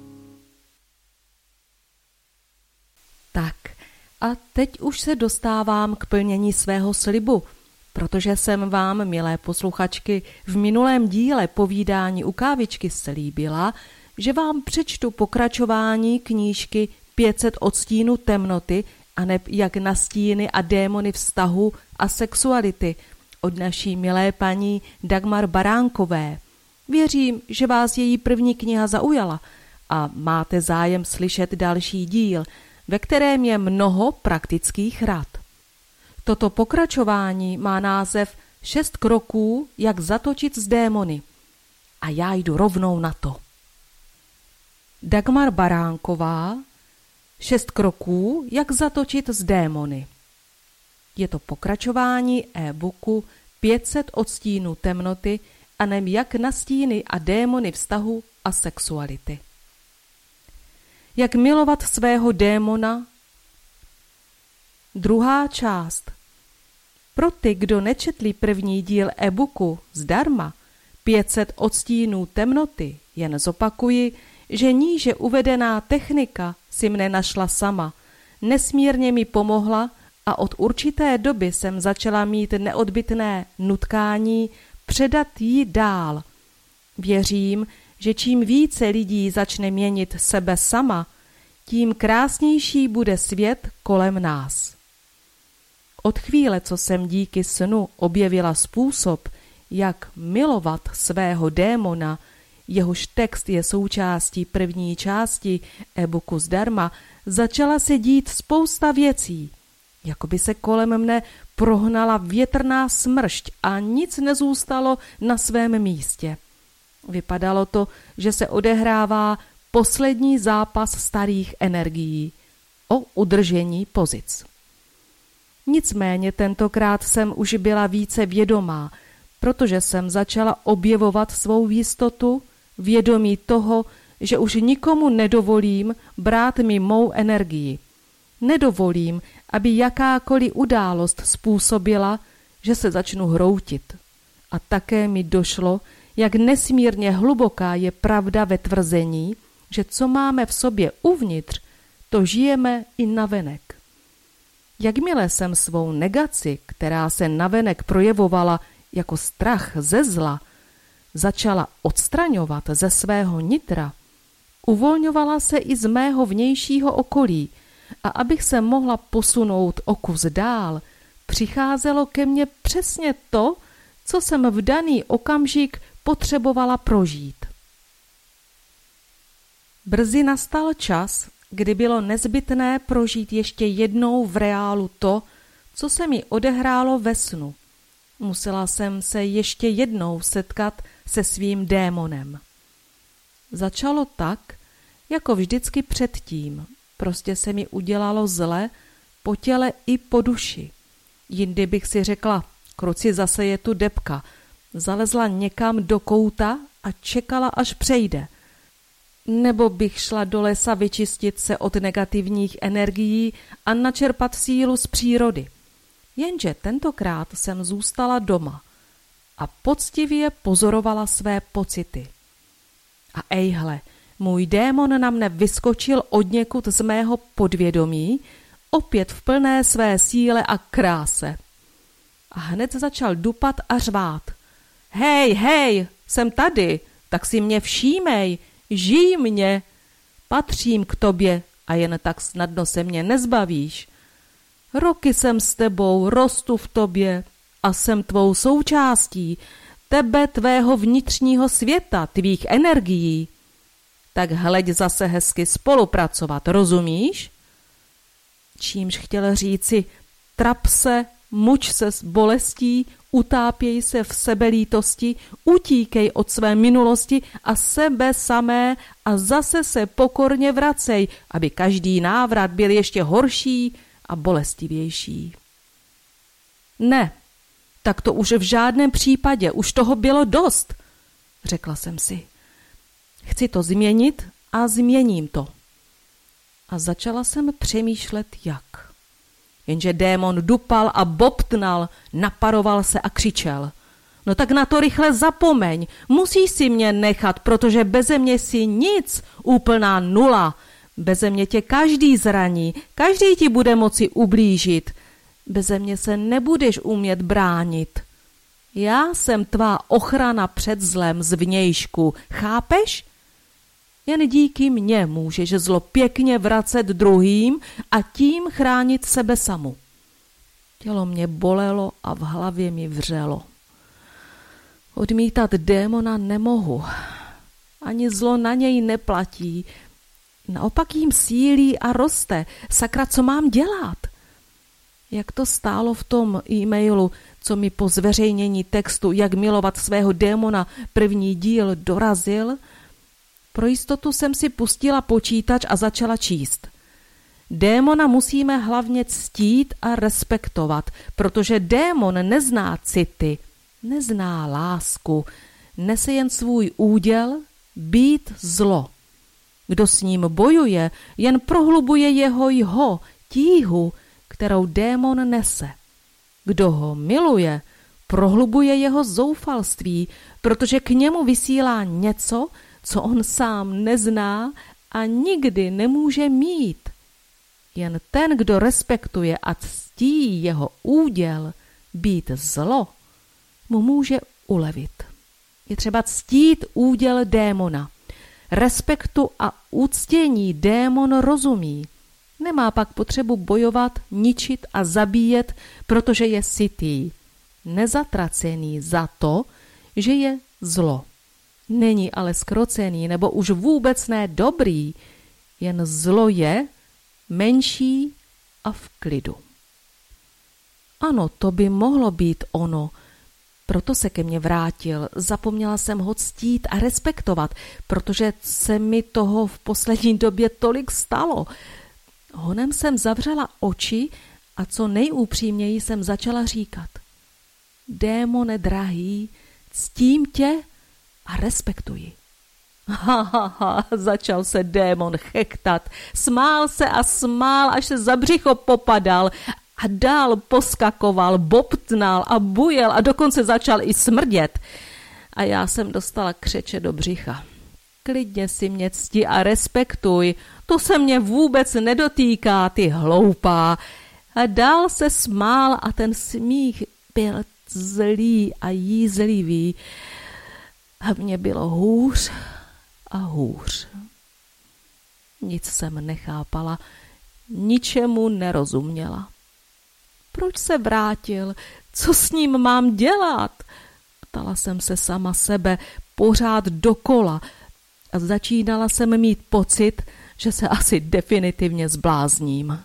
Tak a teď už se dostávám k plnění svého slibu, protože jsem vám, milé posluchačky, v minulém díle povídání u kávičky slíbila, že vám přečtu pokračování knížky 500 odstínů temnoty aneb jak na stíny a démony vztahu a sexuality od naší milé paní Dagmar Baránkové. Věřím, že vás její první kniha zaujala a máte zájem slyšet další díl, ve kterém je mnoho praktických rad. Toto pokračování má název 6 kroků, jak zatočit s démony. A já jdu rovnou na to. Dagmar Baránková, 6 kroků, jak zatočit s démony. Je to pokračování e-booku 500 odstínů temnoty a nem jak na stíny a démony vztahu a sexuality. Jak milovat svého démona? Druhá část. Pro ty, kdo nečetli první díl e-booku zdarma 500 odstínů temnoty, jen zopakuji, že níže uvedená technika si mne našla sama. Nesmírně mi pomohla a od určité doby jsem začala mít neodbytné nutkání předat ji dál. Věřím, že čím více lidí začne měnit sebe sama, tím krásnější bude svět kolem nás. Od chvíle, co jsem díky snu objevila způsob, jak milovat svého démona, jehož text je součástí první části e-booku zdarma, začala se dít spousta věcí. Jakoby se kolem mne prohnala větrná smršť a nic nezůstalo na svém místě. Vypadalo to, že se odehrává poslední zápas starých energií o udržení pozic. Nicméně tentokrát jsem už byla více vědomá, protože jsem začala objevovat svou jistotu, vědomí toho, že už nikomu nedovolím brát mi mou energii. Nedovolím, aby jakákoliv událost způsobila, že se začnu hroutit. A také mi došlo, jak nesmírně hluboká je pravda ve tvrzení, že co máme v sobě uvnitř, to žijeme i navenek. Jakmile jsem svou negaci, která se navenek projevovala jako strach ze zla, začala odstraňovat ze svého nitra, uvolňovala se i z mého vnějšího okolí a abych se mohla posunout o kus dál, přicházelo ke mně přesně to, co jsem v daný okamžik potřebovala prožít. Brzy nastal čas, kdy bylo nezbytné prožít ještě jednou v reálu to, co se mi odehrálo ve snu. Musela jsem se ještě jednou setkat se svým démonem. Začalo tak, jako vždycky předtím. Prostě se mi udělalo zle po těle i po duši. Jindy bych si řekla, kruci, zase je tu debka. Zalezla někam do kouta a čekala, až přejde. Nebo bych šla do lesa vyčistit se od negativních energií a načerpat sílu z přírody. Jenže tentokrát jsem zůstala doma a poctivě pozorovala své pocity. A ejhle, můj démon na mne vyskočil odněkud z mého podvědomí, opět v plné své síle a kráse. A hned začal dupat a řvát. Hej, hej, jsem tady, tak si mě všímej, žij mě, patřím k tobě a jen tak snadno se mě nezbavíš. Roky jsem s tebou, rostu v tobě a jsem tvou součástí, tebe, tvého vnitřního světa, tvých energií. Tak hleď zase hezky spolupracovat, rozumíš? Čímž chtěl říci, trap se, muč se s bolestí, utápěj se v sebelítosti, utíkej od své minulosti a sebe samé a zase se pokorně vracej, aby každý návrat byl ještě horší a bolestivější. Ne, tak to už v žádném případě, už toho bylo dost, řekla jsem si. Chci to změnit a změním to. A začala jsem přemýšlet jak. Jenže démon dupal a bobtnal, naparoval se a křičel. No tak na to rychle zapomeň, musíš si mě nechat, protože beze mě si nic, úplná nula. Beze mě tě každý zraní, každý ti bude moci ublížit. Beze mě se nebudeš umět bránit. Já jsem tvá ochrana před zlem zvnějšku, chápeš? Jen díky mně můžeš zlo pěkně vracet druhým a tím chránit sebe samu. Tělo mě bolelo a v hlavě mi vřelo. Odmítat démona nemohu. Ani zlo na něj neplatí. Naopak jim sílí a roste. Sakra, co mám dělat? Jak to stálo v tom e-mailu, co mi po zveřejnění textu Jak milovat svého démona první díl dorazil? Pro jistotu jsem si pustila počítač a začala číst. Démona musíme hlavně ctít a respektovat, protože démon nezná city, nezná lásku, nese jen svůj úděl být zlo. Kdo s ním bojuje, jen prohlubuje jeho tíhu, kterou démon nese. Kdo ho miluje, prohlubuje jeho zoufalství, protože k němu vysílá něco, co on sám nezná a nikdy nemůže mít. Jen ten, kdo respektuje a ctí jeho úděl, být zlo, mu může ulevit. Je třeba ctít úděl démona. Respektu a uctění démon rozumí. Nemá pak potřebu bojovat, ničit a zabíjet, protože je sytý. Nezatracený za to, že je zlo. Není ale zkrocený, nebo už vůbec ne dobrý, jen zlo je menší a v klidu. Ano, to by mohlo být ono, proto se ke mně vrátil. Zapomněla jsem ho ctít a respektovat, protože se mi toho v poslední době tolik stalo. Honem jsem zavřela oči a co nejupřímněji jsem začala říkat. Démone drahý, ctím tě a respektuji. Začal se démon chechtat, smál se a smál, až se za břicho popadal a dál poskakoval, bobtnal a bujel a dokonce začal i smrdět. A já jsem dostala křeče do břicha. Klidně si mě cti a respektuj, to se mě vůbec nedotýká, ty hloupá. A dál se smál a ten smích byl zlý a jízlivý. A mně bylo hůř a hůř. Nic jsem nechápala, ničemu nerozuměla. Proč se vrátil? Co s ním mám dělat? Ptala jsem se sama sebe pořád dokola a začínala jsem mít pocit, že se asi definitivně zblázním.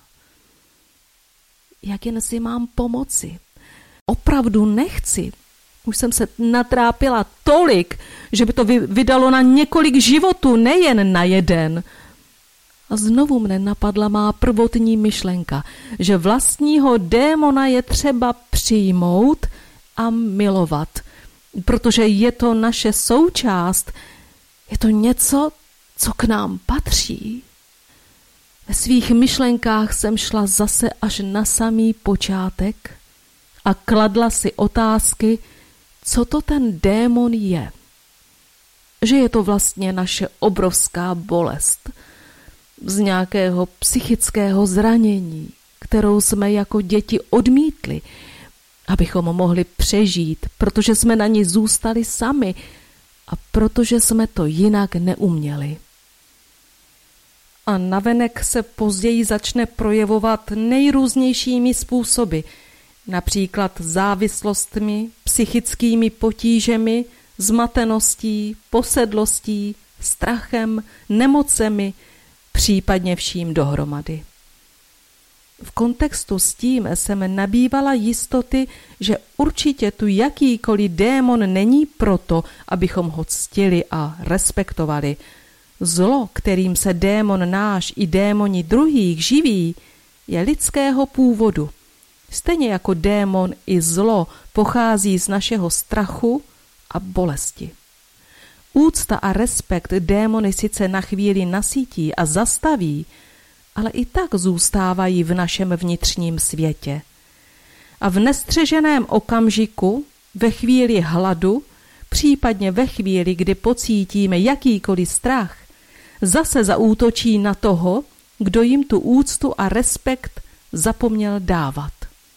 Jak jen si mám pomoci? Opravdu nechci. Už jsem se natrápila tolik, že by to vydalo na několik životů, nejen na jeden. A znovu mne napadla má prvotní myšlenka, že vlastního démona je třeba přijmout a milovat, protože je to naše součást, je to něco, co k nám patří. Ve svých myšlenkách jsem šla zase až na samý počátek a kladla si otázky, co to ten démon je. Že je to vlastně naše obrovská bolest z nějakého psychického zranění, kterou jsme jako děti odmítli, abychom mohli přežít, protože jsme na ní zůstali sami a protože jsme to jinak neuměli. A navenek se později začne projevovat nejrůznějšími způsoby, například závislostmi, psychickými potížemi, zmateností, posedlostí, strachem, nemocemi, případně vším dohromady. V kontextu s tím jsem nabývala jistoty, že určitě tu jakýkoliv démon není proto, abychom ho ctili a respektovali. Zlo, kterým se démon náš i démoni druhých živí, je lidského původu. Stejně jako démon i zlo pochází z našeho strachu a bolesti. Úcta a respekt démony sice na chvíli nasytí a zastaví, ale i tak zůstávají v našem vnitřním světě. A v nestřeženém okamžiku, ve chvíli hladu, případně ve chvíli, kdy pocítíme jakýkoliv strach, zase zaútočí na toho, kdo jim tu úctu a respekt zapomněl dávat.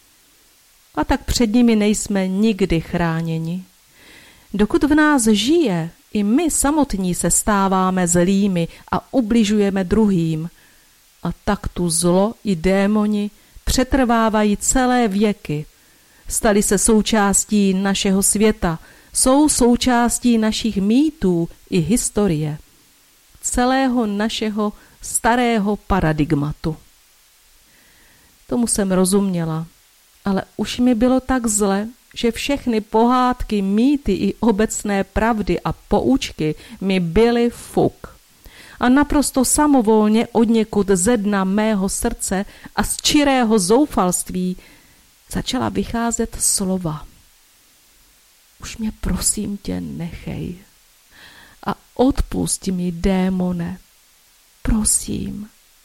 A tak před nimi nejsme nikdy chráněni. Dokud v nás žije, i my samotní se stáváme zlými a ubližujeme druhým. A tak tu zlo i démoni přetrvávají celé věky. Stali se součástí našeho světa, jsou součástí našich mýtů i historie. Celého našeho starého paradigmatu. Tomu jsem rozuměla, ale už mi bylo tak zle, že všechny pohádky, mýty i obecné pravdy a poučky mi byly fuk. A naprosto samovolně odněkud ze dna mého srdce a z čirého zoufalství začala vycházet slova. Už mě prosím tě nechej a odpusť mi, démone, prosím.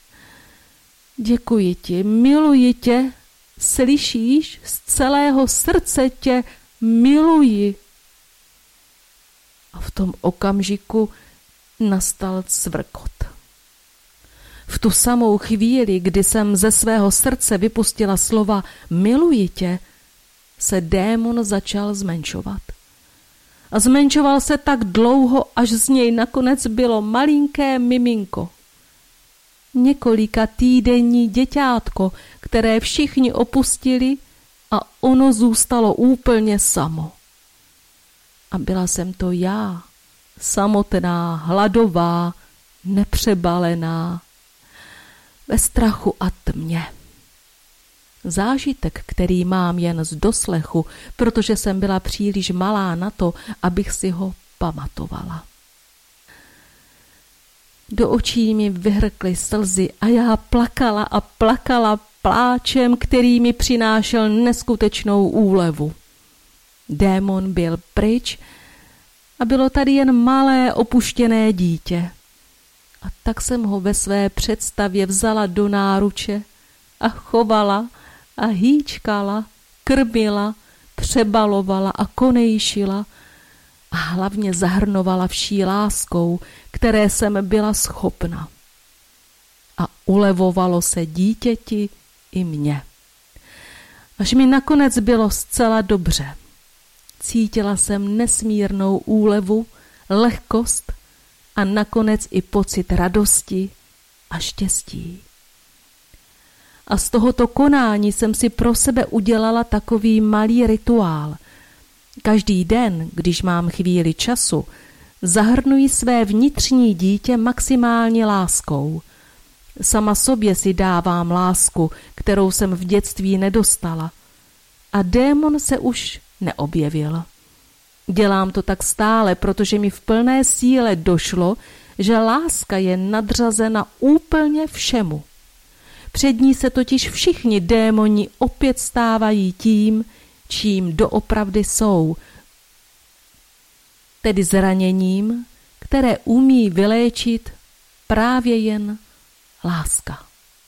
Děkuji ti, miluji tě, slyšíš, z celého srdce tě miluji. A v tom okamžiku nastal cvrkot. V tu samou chvíli, kdy jsem ze svého srdce vypustila slova miluji tě, se démon začal zmenšovat. A zmenšoval se tak dlouho, až z něj nakonec bylo malinké miminko. Několika týdenní děťátko, které všichni opustili a ono zůstalo úplně samo. A byla jsem to já, samotná, hladová, nepřebalená, ve strachu a tmě. Zážitek, který mám jen z doslechu, protože jsem byla příliš malá na to, abych si ho pamatovala. Do očí mi vyhrkly slzy a já plakala a plakala pláčem, který mi přinášel neskutečnou úlevu. Démon byl pryč a bylo tady jen malé opuštěné dítě. A tak jsem ho ve své představě vzala do náruče a chovala a hýčkala, krmila, přebalovala a konejšila a hlavně zahrnovala vší láskou, které jsem byla schopna. A ulevovalo se dítěti i mně. Až mi nakonec bylo zcela dobře. Cítila jsem nesmírnou úlevu, lehkost a nakonec i pocit radosti a štěstí. A z tohoto konání jsem si pro sebe udělala takový malý rituál. Každý den, když mám chvíli času, zahrnuji své vnitřní dítě maximální láskou. Sama sobě si dávám lásku, kterou jsem v dětství nedostala. A démon se už neobjevil. Dělám to tak stále, protože mi v plné síle došlo, že láska je nadřazena úplně všemu. Před ní se totiž všichni démoni opět stávají tím, čím doopravdy jsou, tedy zraněním, které umí vyléčit právě jen láska.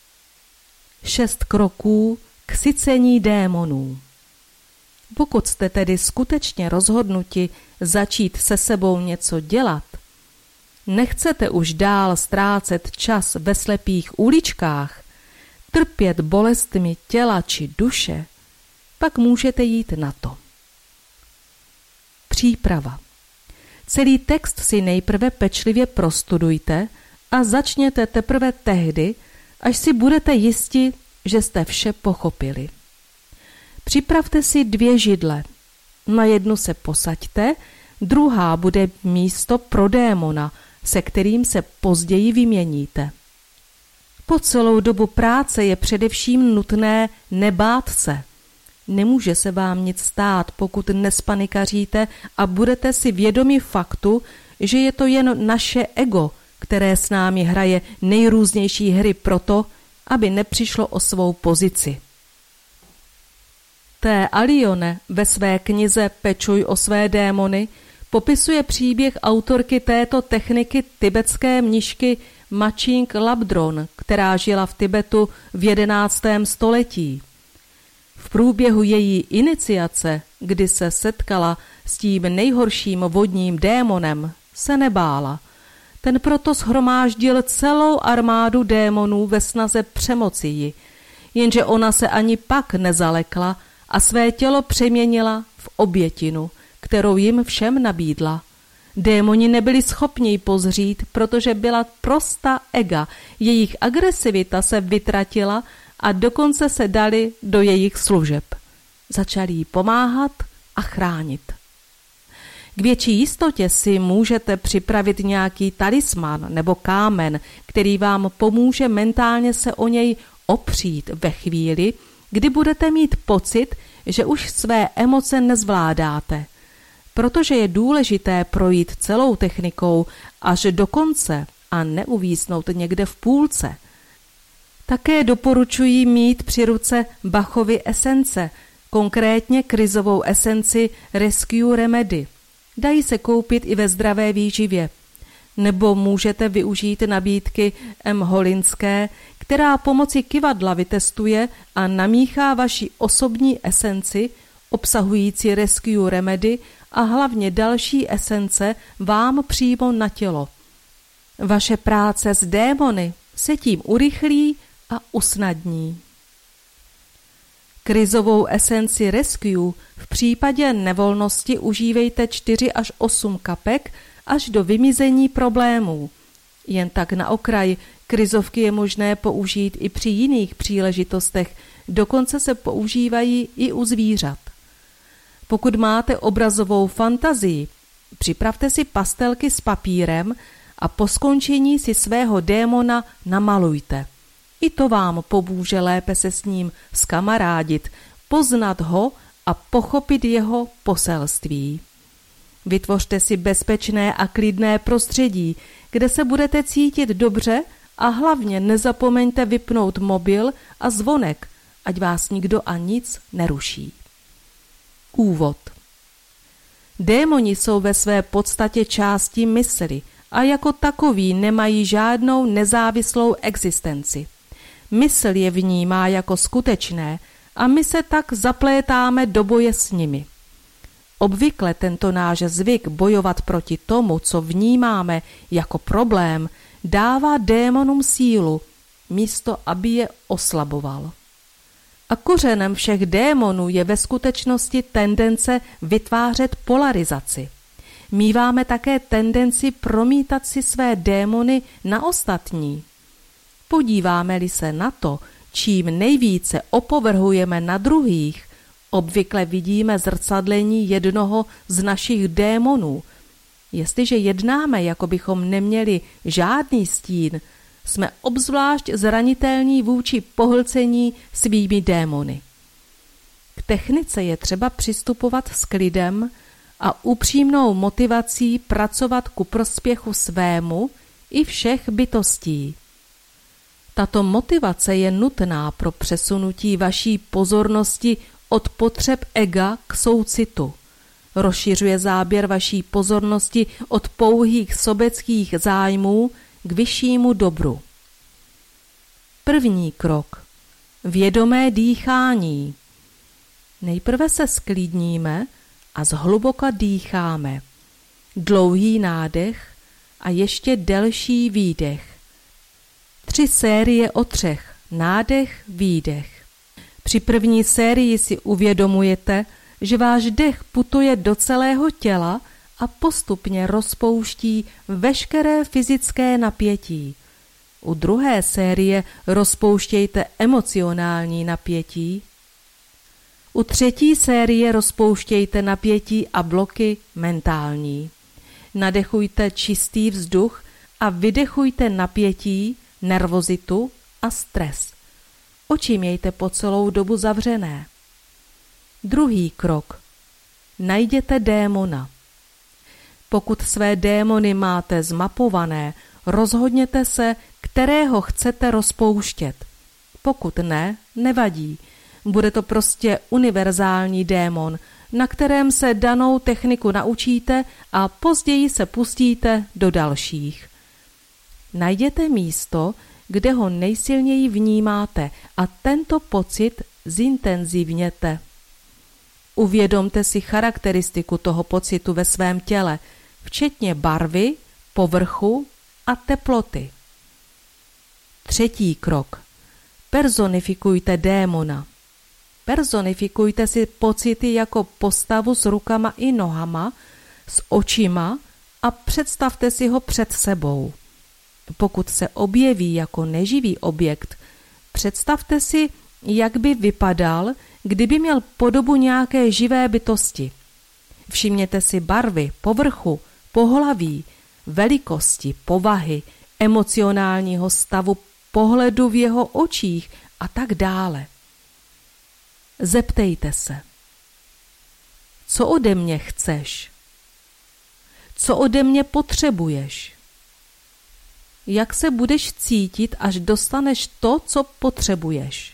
6 kroků k sycení démonů. Pokud jste tedy skutečně rozhodnuti začít se sebou něco dělat, nechcete už dál ztrácet čas ve slepých uličkách, trpět bolestmi těla či duše, pak můžete jít na to. Příprava. Celý text si nejprve pečlivě prostudujte a začněte teprve tehdy, až si budete jisti, že jste vše pochopili. Připravte si 2 židle. Na jednu se posaďte, druhá bude místo pro démona, se kterým se později vyměníte. Po celou dobu práce je především nutné nebát se. Nemůže se vám nic stát, pokud nespanikaříte a budete si vědomi faktu, že je to jen naše ego, které s námi hraje nejrůznější hry proto, aby nepřišlo o svou pozici. T. Alione ve své knize Pečuj o své démony popisuje příběh autorky této techniky tibetské mnišky Maching Labdron, která žila v Tibetu v 11. století. V průběhu její iniciace, kdy se setkala s tím nejhorším vodním démonem, se nebála. Ten proto shromáždil celou armádu démonů ve snaze přemoci ji, jenže ona se ani pak nezalekla a své tělo přeměnila v obětinu, kterou jim všem nabídla. Démoni nebyli schopni ji pozřít, protože byla prostá ega, jejich agresivita se vytratila a dokonce se dali do jejich služeb. Začali jí pomáhat a chránit. K větší jistotě si můžete připravit nějaký talisman nebo kámen, který vám pomůže mentálně se o něj opřít ve chvíli, kdy budete mít pocit, že už své emoce nezvládáte. Protože je důležité projít celou technikou až do konce a neuvíznout někde v půlce. Také doporučuji mít při ruce Bachovy esence, konkrétně krizovou esenci Rescue Remedy. Dají se koupit i ve zdravé výživě. Nebo můžete využít nabídky M. Holinské, která pomocí kyvadla vytestuje a namíchá vaši osobní esenci, obsahující Rescue Remedy a hlavně další esence vám přímo na tělo. Vaše práce s démony se tím urychlí a usnadní. Krizovou esenci Rescue v případě nevolnosti užívejte 4 až 8 kapek až do vymizení problémů. Jen tak na okraj, krizovky je možné použít i při jiných příležitostech, dokonce se používají i u zvířat. Pokud máte obrazovou fantazii, připravte si pastelky s papírem a po skončení si svého démona namalujte. I to vám pomůže lépe se s ním zkamarádit, poznat ho a pochopit jeho poselství. Vytvořte si bezpečné a klidné prostředí, kde se budete cítit dobře a hlavně nezapomeňte vypnout mobil a zvonek, ať vás nikdo a nic neruší. Úvod. Démoni jsou ve své podstatě části mysli a jako takoví nemají žádnou nezávislou existenci. Mysl je vnímá jako skutečné a my se tak zaplétáme do boje s nimi. Obvykle tento náš zvyk bojovat proti tomu, co vnímáme jako problém, dává démonům sílu, místo aby je oslaboval. A kořenem všech démonů je ve skutečnosti tendence vytvářet polarizaci. Míváme také tendenci promítat si své démony na ostatní. Podíváme-li se na to, čím nejvíce opovrhujeme na druhých, obvykle vidíme zrcadlení jednoho z našich démonů. Jestliže jednáme, jako bychom neměli žádný stín, jsme obzvlášť zranitelní vůči pohlcení svými démony. K technice je třeba přistupovat s klidem a upřímnou motivací pracovat ku prospěchu svému i všech bytostí. Tato motivace je nutná pro přesunutí vaší pozornosti od potřeb ega k soucitu. Rozšiřuje záběr vaší pozornosti od pouhých sobeckých zájmů k vyššímu dobru. První krok. Vědomé dýchání. Nejprve se sklidníme a zhluboka dýcháme. Dlouhý nádech a ještě delší výdech. 3 série o 3. Nádech, výdech. Při první sérii si uvědomujete, že váš dech putuje do celého těla a postupně rozpouští veškeré fyzické napětí. U druhé série rozpouštějte emocionální napětí. U třetí série rozpouštějte napětí a bloky mentální. Nadechujte čistý vzduch a vydechujte napětí, nervozitu a stres. Oči mějte po celou dobu zavřené. Druhý krok. Najděte démona. Pokud své démony máte zmapované, rozhodněte se, kterého chcete rozpouštět. Pokud ne, nevadí. Bude to prostě univerzální démon, na kterém se danou techniku naučíte a později se pustíte do dalších. Najděte místo, kde ho nejsilněji vnímáte a tento pocit zintenzivněte. Uvědomte si charakteristiku toho pocitu ve svém těle, včetně barvy, povrchu a teploty. 3. krok. Personifikujte démona. Personifikujte si pocity jako postavu s rukama i nohama, s očima a představte si ho před sebou. Pokud se objeví jako neživý objekt, představte si, jak by vypadal, kdyby měl podobu nějaké živé bytosti. Všimněte si barvy, povrchu, pohlaví, velikosti, povahy, emocionálního stavu, pohledu v jeho očích a tak dále. Zeptejte se. Co ode mě chceš? Co ode mě potřebuješ? Jak se budeš cítit, až dostaneš to, co potřebuješ?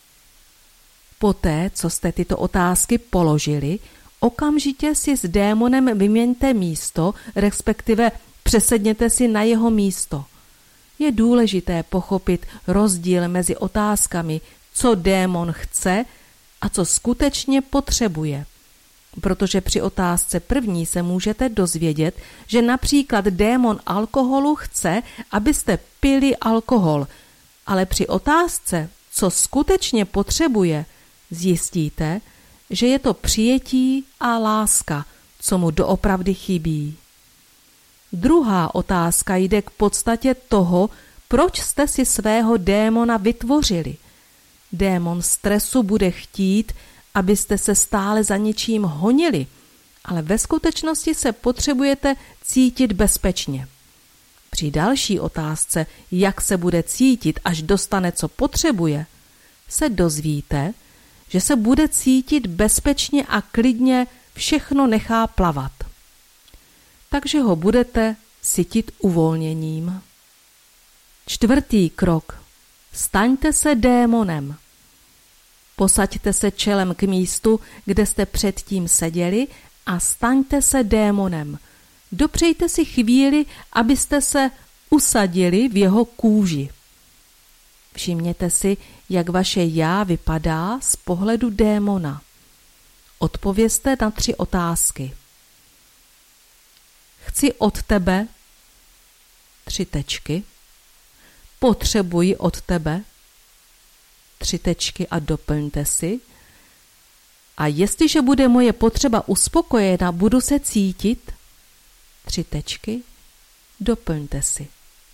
Poté, co jste tyto otázky položili, okamžitě si s démonem vyměňte místo, respektive přesedněte si na jeho místo. Je důležité pochopit rozdíl mezi otázkami, co démon chce a co skutečně potřebuje. Protože při otázce první se můžete dozvědět, že například démon alkoholu chce, abyste pili alkohol, ale při otázce, co skutečně potřebuje, zjistíte, že je to přijetí a láska, co mu doopravdy chybí. Druhá otázka jde k podstatě toho, proč jste si svého démona vytvořili. Démon stresu bude chtít, abyste se stále za něčím honili, ale ve skutečnosti se potřebujete cítit bezpečně. Při další otázce, jak se bude cítit, až dostane, co potřebuje, se dozvíte, že se bude cítit bezpečně a klidně, všechno nechá plavat. Takže ho budete sytit uvolněním. 4. krok. Staňte se démonem. Posaďte se čelem k místu, kde jste předtím seděli a staňte se démonem. Dopřejte si chvíli, abyste se usadili v jeho kůži. Všimněte si, jak vaše já vypadá z pohledu démona. Odpovězte na 3 otázky. Chci od tebe 3 tečky. Potřebuji od tebe 3 tečky a doplňte si. A jestliže bude moje potřeba uspokojena, budu se cítit 3 tečky, doplňte si.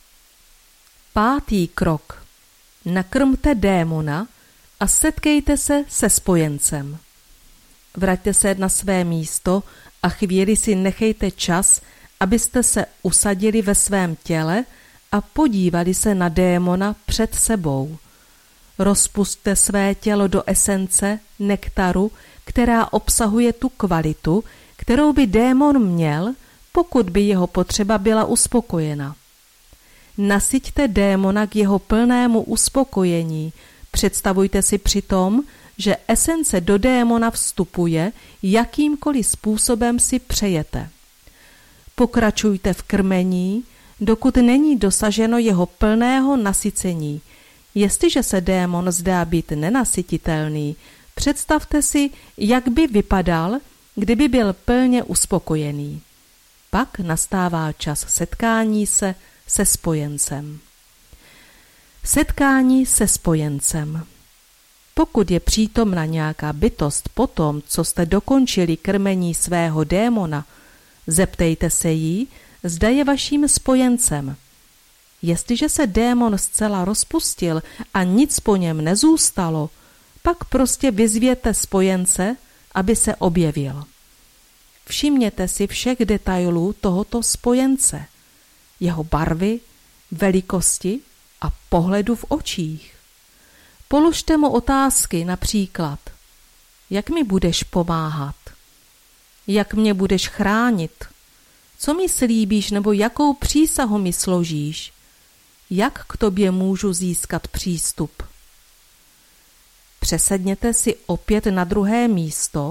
5. krok. Nakrmte démona a setkejte se se spojencem. Vraťte se na své místo a chvíli si nechejte čas, abyste se usadili ve svém těle a podívali se na démona před sebou. Rozpusťte své tělo do esence, nektaru, která obsahuje tu kvalitu, kterou by démon měl, pokud by jeho potřeba byla uspokojena. Nasyťte démona k jeho plnému uspokojení. Představujte si přitom, že esence do démona vstupuje, jakýmkoliv způsobem si přejete. Pokračujte v krmení, dokud není dosaženo jeho plného nasycení. Jestliže se démon zdá být nenasytitelný, představte si, jak by vypadal, kdyby byl plně uspokojený. Pak nastává čas setkání se spojencem. Setkání se spojencem. Pokud je přítomna nějaká bytost po tom, co jste dokončili krmení svého démona, zeptejte se jí, zda je vaším spojencem. Jestliže se démon zcela rozpustil a nic po něm nezůstalo, pak prostě vyzvěte spojence, aby se objevil. Všimněte si všech detailů tohoto spojence, jeho barvy, velikosti a pohledu v očích. Položte mu otázky, například: jak mi budeš pomáhat? Jak mě budeš chránit? Co mi slíbíš nebo jakou přísahu mi složíš? Jak k tobě můžu získat přístup? Přesedněte si opět na druhé místo,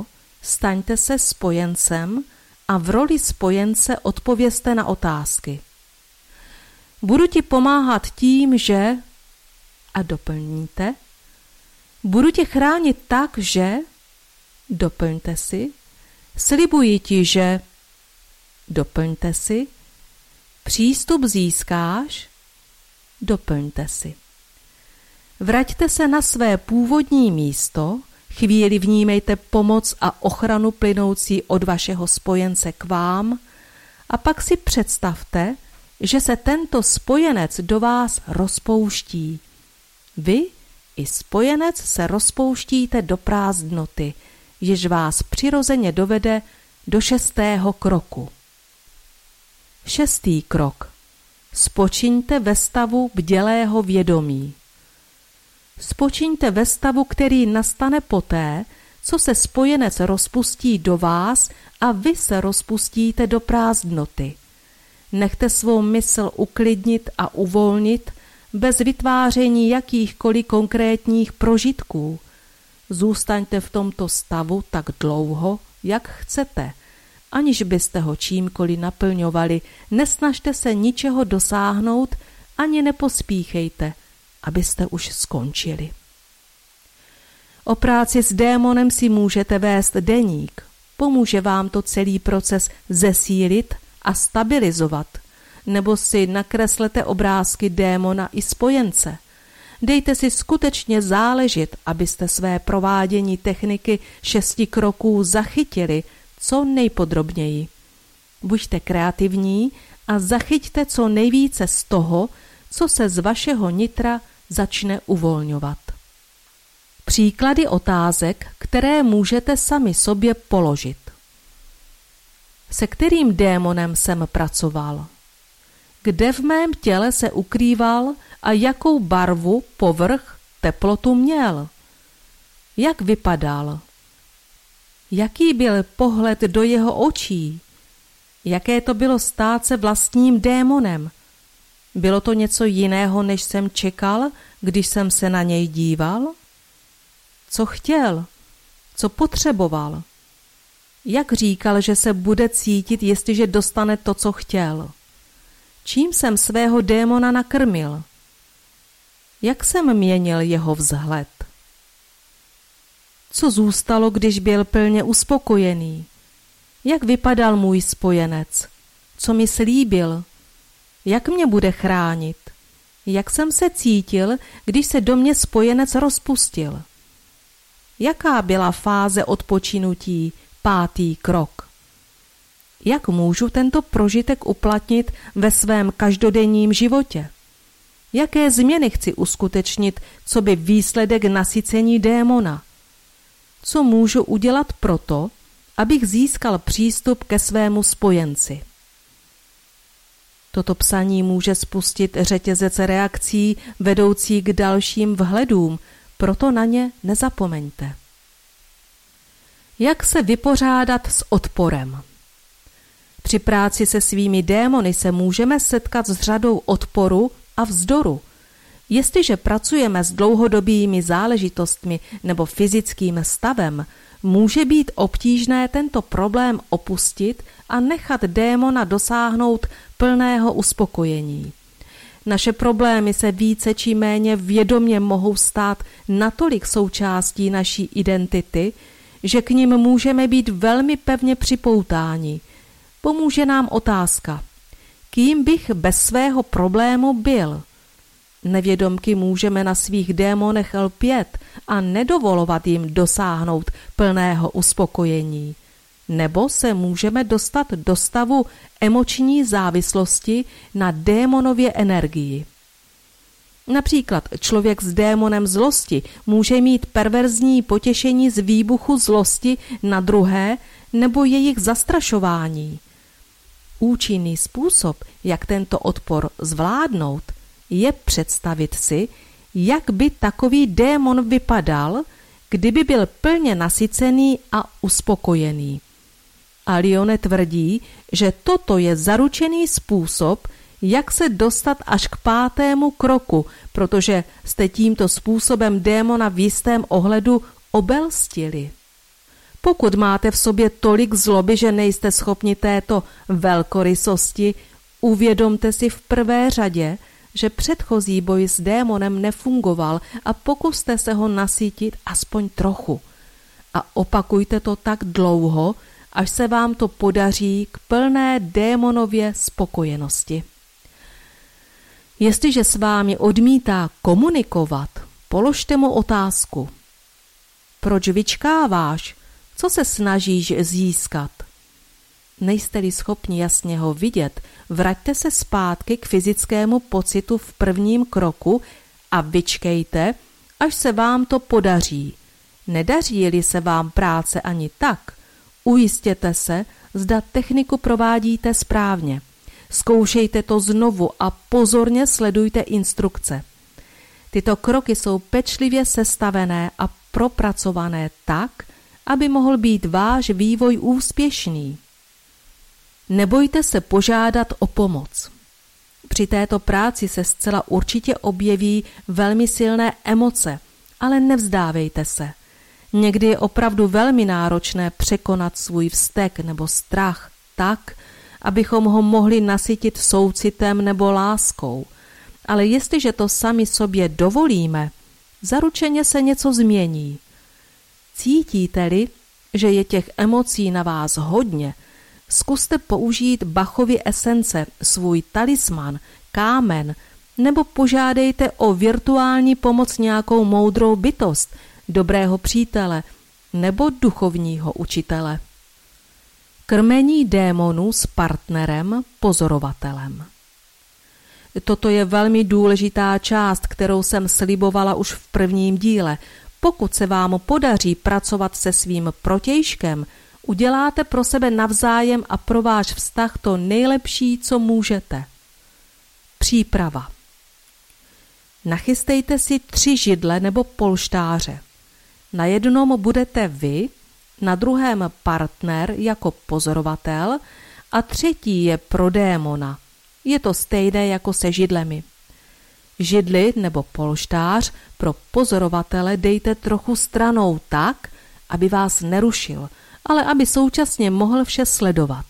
Staňte se spojencem a v roli spojence odpovězte na otázky. Budu ti pomáhat tím, že... A doplníte. Budu tě chránit tak, že... Doplňte si. Slibuji ti, že... Doplňte si. Přístup získáš. Doplňte si. Vraťte se na své původní místo, chvíli vnímejte pomoc a ochranu plynoucí od vašeho spojence k vám a pak si představte, že se tento spojenec do vás rozpouští. Vy i spojenec se rozpouštíte do prázdnoty, jež vás přirozeně dovede do 6. kroku. 6. krok. Spočiňte ve stavu bdělého vědomí. Spočiňte ve stavu, který nastane poté, co se spojenec rozpustí do vás a vy se rozpustíte do prázdnoty. Nechte svou mysl uklidnit a uvolnit bez vytváření jakýchkoliv konkrétních prožitků. Zůstaňte v tomto stavu tak dlouho, jak chcete, aniž byste ho čímkoliv naplňovali. Nesnažte se ničeho dosáhnout, ani nepospíchejte, abyste už skončili. O práci s démonem si můžete vést deník. Pomůže vám to celý proces zesílit a stabilizovat. Nebo si nakreslete obrázky démona i spojence. Dejte si skutečně záležet, abyste své provádění techniky 6 kroků zachytili co nejpodrobněji. Buďte kreativní a zachyťte co nejvíce z toho, co se z vašeho nitra začne uvolňovat. Příklady otázek, které můžete sami sobě položit. Se kterým démonem jsem pracoval? Kde v mém těle se ukrýval a jakou barvu, povrch, teplotu měl? Jak vypadal? Jaký byl pohled do jeho očí? Jaké to bylo stát se vlastním démonem? Bylo to něco jiného, než jsem čekal, když jsem se na něj díval? Co chtěl? Co potřeboval? Jak říkal, že se bude cítit, jestliže dostane to, co chtěl? Čím jsem svého démona nakrmil? Jak jsem měnil jeho vzhled? Co zůstalo, když byl plně uspokojený? Jak vypadal můj spojenec? Co mi slíbil? Jak mě bude chránit? Jak jsem se cítil, když se do mě spojenec rozpustil? Jaká byla fáze odpočinutí, 5. krok? Jak můžu tento prožitek uplatnit ve svém každodenním životě? Jaké změny chci uskutečnit, co by výsledek nasycení démona? Co můžu udělat proto, abych získal přístup ke svému spojenci? Toto psaní může spustit řetězec reakcí vedoucí k dalším vhledům, proto na ně nezapomeňte. Jak se vypořádat s odporem? Při práci se svými démony se můžeme setkat s řadou odporu a vzdoru. Jestliže pracujeme s dlouhodobými záležitostmi nebo fyzickým stavem, může být obtížné tento problém opustit a nechat démona dosáhnout plného uspokojení. Naše problémy se více či méně vědomě mohou stát natolik součástí naší identity, že k nim můžeme být velmi pevně připoutáni. Pomůže nám otázka, kým bych bez svého problému byl? Nevědomky můžeme na svých démonech lpět a nedovolovat jim dosáhnout plného uspokojení. Nebo se můžeme dostat do stavu emoční závislosti na démonově energii. Například člověk s démonem zlosti může mít perverzní potěšení z výbuchu zlosti na druhé nebo jejich zastrašování. Účinný způsob, jak tento odpor zvládnout, je představit si, jak by takový démon vypadal, kdyby byl plně nasycený a uspokojený. A Lione tvrdí, že toto je zaručený způsob, jak se dostat až k 5. kroku, protože jste tímto způsobem démona v jistém ohledu obelstili. Pokud máte v sobě tolik zloby, že nejste schopni této velkorysosti, uvědomte si v prvé řadě, že předchozí boj s démonem nefungoval a pokuste se ho nasytit aspoň trochu. A opakujte to tak dlouho, až se vám to podaří k plné démonově spokojenosti. Jestliže s vámi odmítá komunikovat, položte mu otázku. Proč vyčkáváš? Co se snažíš získat? Nejste-li schopni jasně ho vidět, vraťte se zpátky k fyzickému pocitu v prvním kroku a vyčkejte, až se vám to podaří. Nedaří-li se vám práce ani tak, ujistěte se, zda techniku provádíte správně. Zkoušejte to znovu a pozorně sledujte instrukce. Tyto kroky jsou pečlivě sestavené a propracované tak, aby mohl být váš vývoj úspěšný. Nebojte se požádat o pomoc. Při této práci se zcela určitě objeví velmi silné emoce, ale nevzdávejte se. Někdy je opravdu velmi náročné překonat svůj vztek nebo strach tak, abychom ho mohli nasytit soucitem nebo láskou. Ale jestliže to sami sobě dovolíme, zaručeně se něco změní. Cítíte-li, že je těch emocí na vás hodně, zkuste použít Bachovy esence, svůj talisman, kámen, nebo požádejte o virtuální pomoc nějakou moudrou bytost, dobrého přítele nebo duchovního učitele. Krmení démonů s partnerem, pozorovatelem. Toto je velmi důležitá část, kterou jsem slibovala už v prvním díle. Pokud se vám podaří pracovat se svým protějškem, uděláte pro sebe navzájem a pro váš vztah to nejlepší, co můžete. Příprava. Nachystejte si 3 židle nebo polštáře. Na jednom budete vy, na druhém partner jako pozorovatel a třetí je pro démona. Je to stejné jako se židlemi. Židli nebo polštář pro pozorovatele dejte trochu stranou tak, aby vás nerušil, ale aby současně mohl vše sledovat.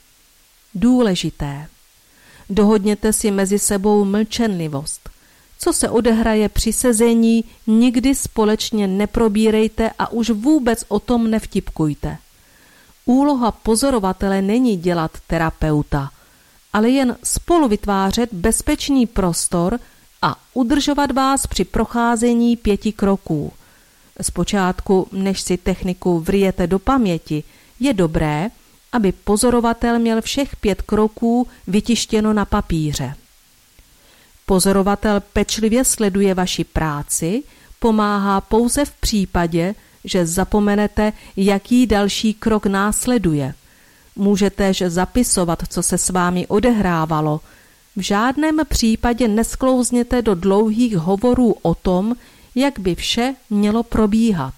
Důležité. Dohodněte si mezi sebou mlčenlivost. Co se odehraje při sezení, nikdy společně neprobírejte a už vůbec o tom nevtipkujte. Úloha pozorovatele není dělat terapeuta, ale jen spolu vytvářet bezpečný prostor a udržovat vás při procházení 5 kroků. Zpočátku, než si techniku vryjete do paměti, je dobré, aby pozorovatel měl všech 5 kroků vytištěno na papíře. Pozorovatel pečlivě sleduje vaši práci, pomáhá pouze v případě, že zapomenete, jaký další krok následuje. Můžetež zapisovat, co se s vámi odehrávalo. V žádném případě nesklouzněte do dlouhých hovorů o tom, jak by vše mělo probíhat.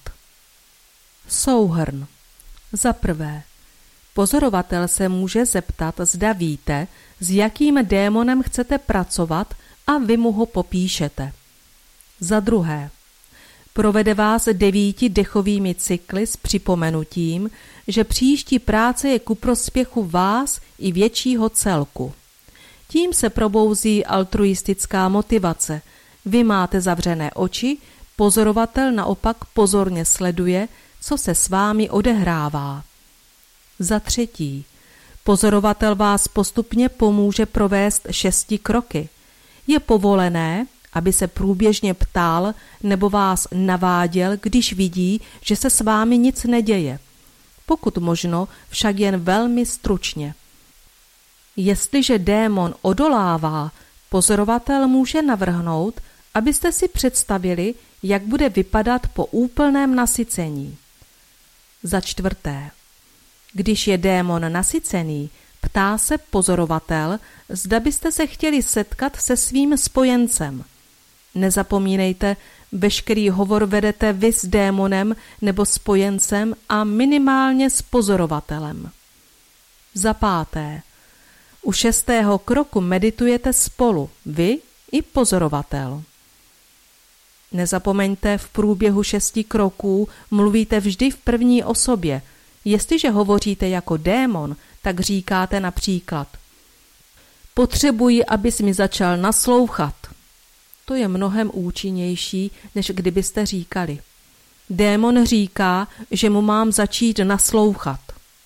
Souhrn. Za prvé, pozorovatel se může zeptat, zda víte, s jakým démonem chcete pracovat a vy mu ho popíšete. Za druhé, provede vás 9 dechovými cykly s připomenutím, že příští práce je ku prospěchu vás i většího celku. Tím se probouzí altruistická motivace. Vy máte zavřené oči, pozorovatel naopak pozorně sleduje, co se s vámi odehrává. Za třetí, pozorovatel vás postupně pomůže provést 6 kroky. Je povolené, aby se průběžně ptal nebo vás naváděl, když vidí, že se s vámi nic neděje. Pokud možno, však jen velmi stručně. Jestliže démon odolává, pozorovatel může navrhnout, abyste si představili, jak bude vypadat po úplném nasycení. Za čtvrté, když je démon nasycený, ptá se pozorovatel, zda byste se chtěli setkat se svým spojencem. Nezapomínejte, veškerý hovor vedete vy s démonem nebo spojencem a minimálně s pozorovatelem. Za páté, u 6. kroku meditujete spolu, vy i pozorovatel. Nezapomeňte, v průběhu 6 kroků mluvíte vždy v první osobě. Jestliže hovoříte jako démon, tak říkáte například: potřebuji, abys mi začal naslouchat. To je mnohem účinnější, než kdybyste říkali. Démon říká, že mu mám začít naslouchat.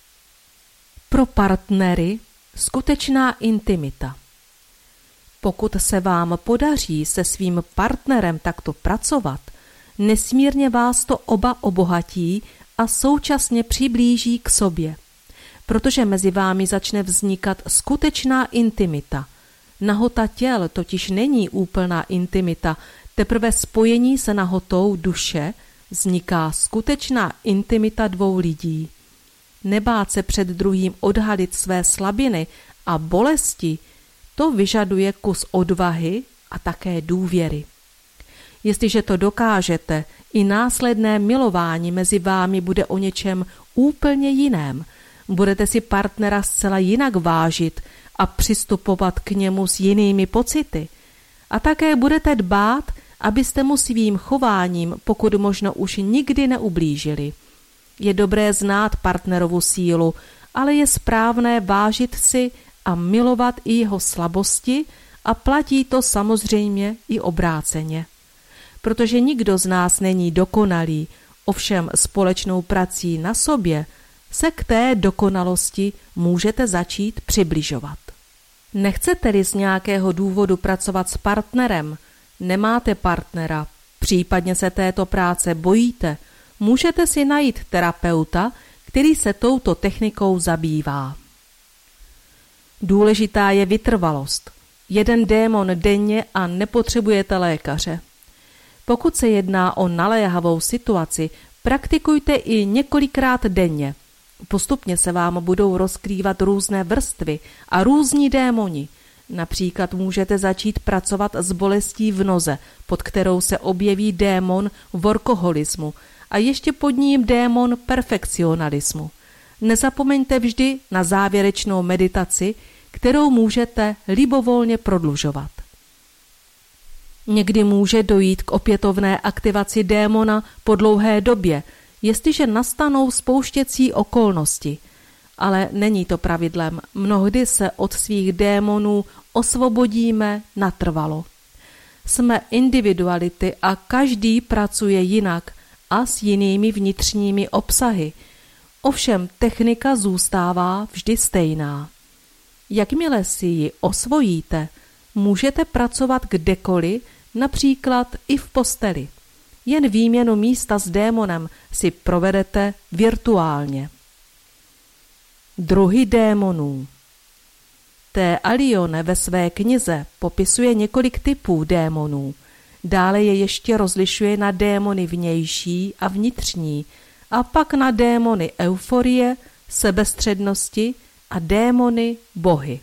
Pro partnery skutečná intimita. Pokud se vám podaří se svým partnerem takto pracovat, nesmírně vás to oba obohatí a současně přiblíží k sobě, protože mezi vámi začne vznikat skutečná intimita. Nahota těl totiž není úplná intimita, teprve spojení se nahotou duše vzniká skutečná intimita 2 lidí. Nebát se před druhým odhalit své slabiny a bolesti, to vyžaduje kus odvahy a také důvěry. Jestliže to dokážete, i následné milování mezi vámi bude o něčem úplně jiném. Budete si partnera zcela jinak vážit a přistupovat k němu s jinými pocity. A také budete dbát, abyste mu svým chováním pokud možno už nikdy neublížili. Je dobré znát partnerovu sílu, ale je správné vážit si a milovat i jeho slabosti a platí to samozřejmě i obráceně. Protože nikdo z nás není dokonalý, ovšem společnou prací na sobě se k té dokonalosti můžete začít přibližovat. Nechcete-li z nějakého důvodu pracovat s partnerem, nemáte partnera, případně se této práce bojíte, můžete si najít terapeuta, který se touto technikou zabývá. Důležitá je vytrvalost. 1 démon denně a nepotřebujete lékaře. Pokud se jedná o naléhavou situaci, praktikujte i několikrát denně. Postupně se vám budou rozkrývat různé vrstvy a různí démoni. Například můžete začít pracovat s bolestí v noze, pod kterou se objeví démon workoholismu a ještě pod ním démon perfekcionalismu. Nezapomeňte vždy na závěrečnou meditaci, kterou můžete libovolně prodlužovat. Někdy může dojít k opětovné aktivaci démona po dlouhé době, jestliže nastanou spouštěcí okolnosti. Ale není to pravidlem, mnohdy se od svých démonů osvobodíme natrvalo. Jsme individuality a každý pracuje jinak a s jinými vnitřními obsahy. Ovšem technika zůstává vždy stejná. Jakmile si ji osvojíte, můžete pracovat kdekoliv, například i v posteli. Jen výměnu místa s démonem si provedete virtuálně. Druhy démonů. T. Alione ve své knize popisuje několik typů démonů. Dále je ještě rozlišuje na démony vnější a vnitřní a pak na démony euforie, sebestřednosti a démony bohy.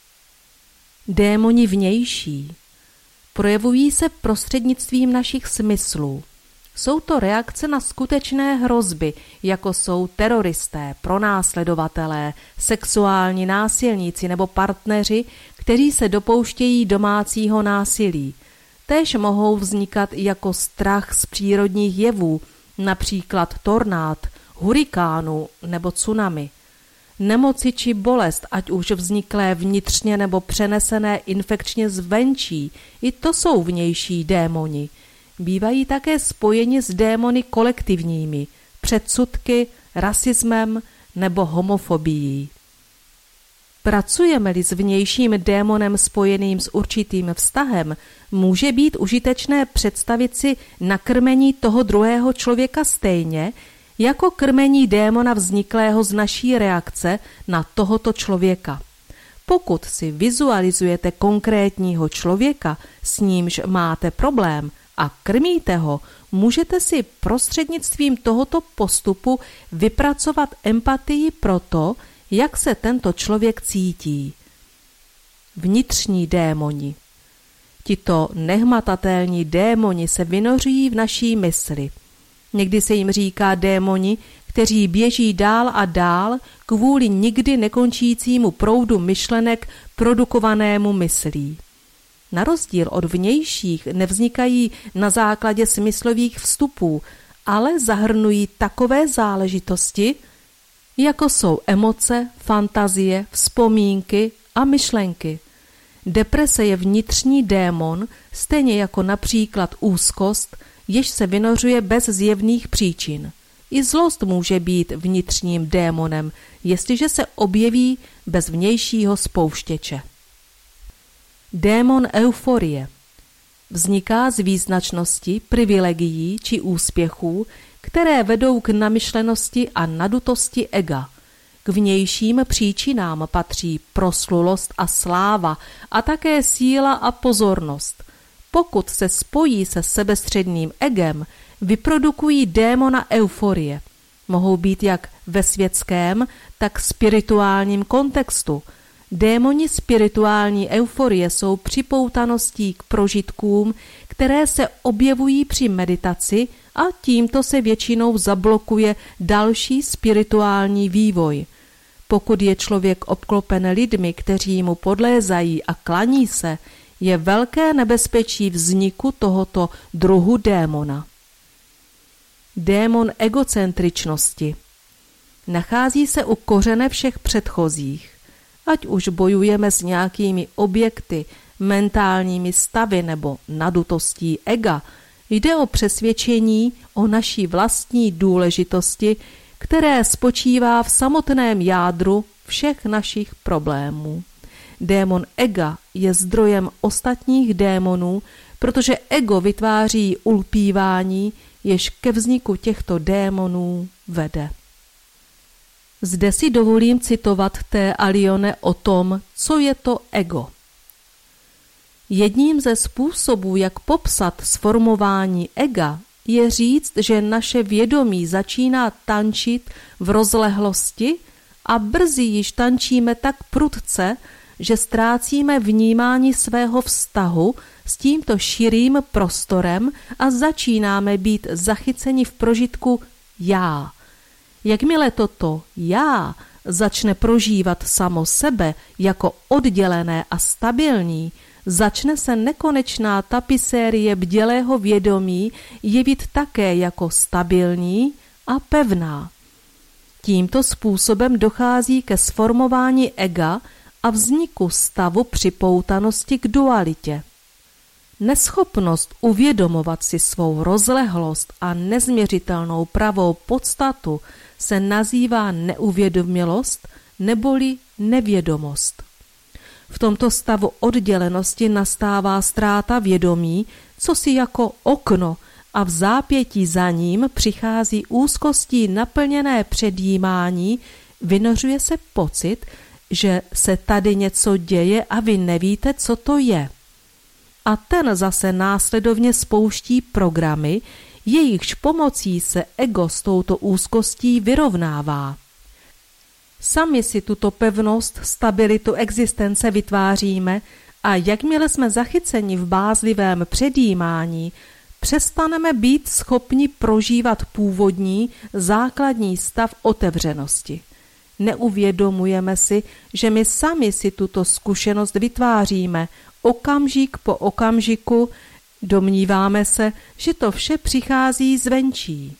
Démoni vnější projevují se prostřednictvím našich smyslů. Jsou to reakce na skutečné hrozby, jako jsou teroristé, pronásledovatelé, sexuální násilníci nebo partneři, kteří se dopouštějí domácího násilí. Též mohou vznikat jako strach z přírodních jevů, například tornád, hurikánu nebo tsunami. Nemoci či bolest, ať už vzniklé vnitřně nebo přenesené infekčně zvenčí, i to jsou vnější démoni. Bývají také spojeni s démony kolektivními, předsudky, rasismem nebo homofobií. Pracujeme-li s vnějším démonem spojeným s určitým vztahem, může být užitečné představit si nakrmení toho druhého člověka stejně, jako krmení démona vzniklého z naší reakce na tohoto člověka. Pokud si vizualizujete konkrétního člověka, s nímž máte problém a krmíte ho, můžete si prostřednictvím tohoto postupu vypracovat empatii pro to, jak se tento člověk cítí. Vnitřní démoni. Tito nehmatatelní démoni se vynořují v naší mysli. Někdy se jim říká démoni, kteří běží dál a dál kvůli nikdy nekončícímu proudu myšlenek produkovanému myslí. Na rozdíl od vnějších nevznikají na základě smyslových vstupů, ale zahrnují takové záležitosti, jako jsou emoce, fantazie, vzpomínky a myšlenky. Deprese je vnitřní démon, stejně jako například úzkost, jež se vynořuje bez zjevných příčin. I zlost může být vnitřním démonem, jestliže se objeví bez vnějšího spouštěče. Démon euforie vzniká z význačnosti, privilegií či úspěchů, které vedou k namyšlenosti a nadutosti ega. K vnějším příčinám patří proslulost a sláva a také síla a pozornost. Pokud se spojí se sebestředným egem, vyprodukují démona euforie. Mohou být jak ve světském, tak spirituálním kontextu. Démoni spirituální euforie jsou připoutaností k prožitkům, které se objevují při meditaci a tímto se většinou zablokuje další spirituální vývoj. Pokud je člověk obklopen lidmi, kteří mu podlézají a klaní se, je velké nebezpečí vzniku tohoto druhu démona. Démon egocentričnosti nachází se u kořene všech předchozích. Ať už bojujeme s nějakými objekty, mentálními stavy nebo nadutostí ega, jde o přesvědčení o naší vlastní důležitosti, které spočívá v samotném jádru všech našich problémů. Démon ega je zdrojem ostatních démonů, protože ego vytváří ulpívání, jež ke vzniku těchto démonů vede. Zde si dovolím citovat T. Alione o tom, co je to ego. Jedním ze způsobů, jak popsat sformování ega, je říct, že naše vědomí začíná tančit v rozlehlosti a brzy již tančíme tak prudce, že ztrácíme vnímání svého vztahu s tímto širým prostorem a začínáme být zachyceni v prožitku já. Jakmile toto já začne prožívat samo sebe jako oddělené a stabilní, začne se nekonečná tapisérie bdělého vědomí jevit také jako stabilní a pevná. Tímto způsobem dochází ke sformování ega a vzniku stavu připoutanosti k dualitě. Neschopnost uvědomovat si svou rozlehlost a nezměřitelnou pravou podstatu se nazývá neuvědomělost neboli nevědomost. V tomto stavu oddělenosti nastává ztráta vědomí, cosi jako okno, a v zápětí za ním přichází úzkostí naplněné předjímání, vynořuje se pocit, že se tady něco děje a vy nevíte, co to je. A ten zase následovně spouští programy, jejichž pomocí se ego s touto úzkostí vyrovnává. Sami si tuto pevnost, stabilitu existence vytváříme a jakmile jsme zachyceni v bázlivém předjímání, přestaneme být schopni prožívat původní, základní stav otevřenosti. Neuvědomujeme si, že my sami si tuto zkušenost vytváříme okamžik po okamžiku, domníváme se, že to vše přichází zvenčí.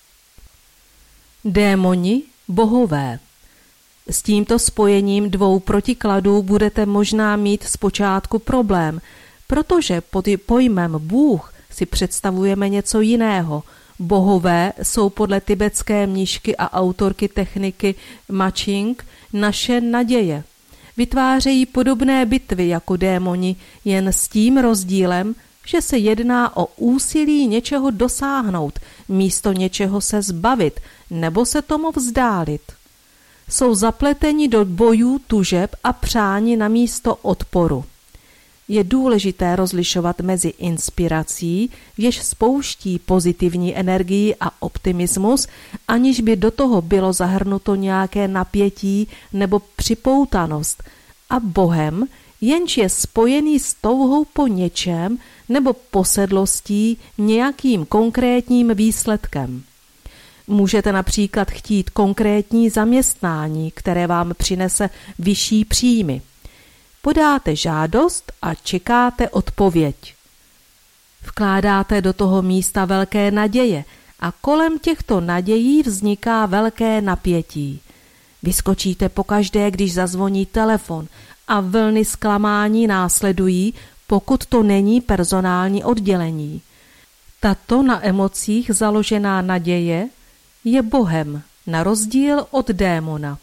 Démoni, bohové. S tímto spojením dvou protikladů budete možná mít zpočátku problém, protože pod pojmem Bůh si představujeme něco jiného. Bohové jsou podle tibetské mnišky a autorky techniky Matching naše naděje. Vytvářejí podobné bitvy jako démoni, jen s tím rozdílem, že se jedná o úsilí něčeho dosáhnout, místo něčeho se zbavit nebo se tomu vzdálit. Jsou zapleteni do bojů, tužeb a přání na místo odporu. Je důležité rozlišovat mezi inspirací, jež spouští pozitivní energii a optimismus, aniž by do toho bylo zahrnuto nějaké napětí nebo připoutanost, a Bohem, jenž je spojený s touhou po něčem nebo posedlostí nějakým konkrétním výsledkem. Můžete například chtít konkrétní zaměstnání, které vám přinese vyšší příjmy. Podáte žádost a čekáte odpověď. Vkládáte do toho místa velké naděje a kolem těchto nadějí vzniká velké napětí. Vyskočíte pokaždé, když zazvoní telefon a vlny zklamání následují, pokud to není personální oddělení. Tato na emocích založená naděje je Bohem, na rozdíl od démona.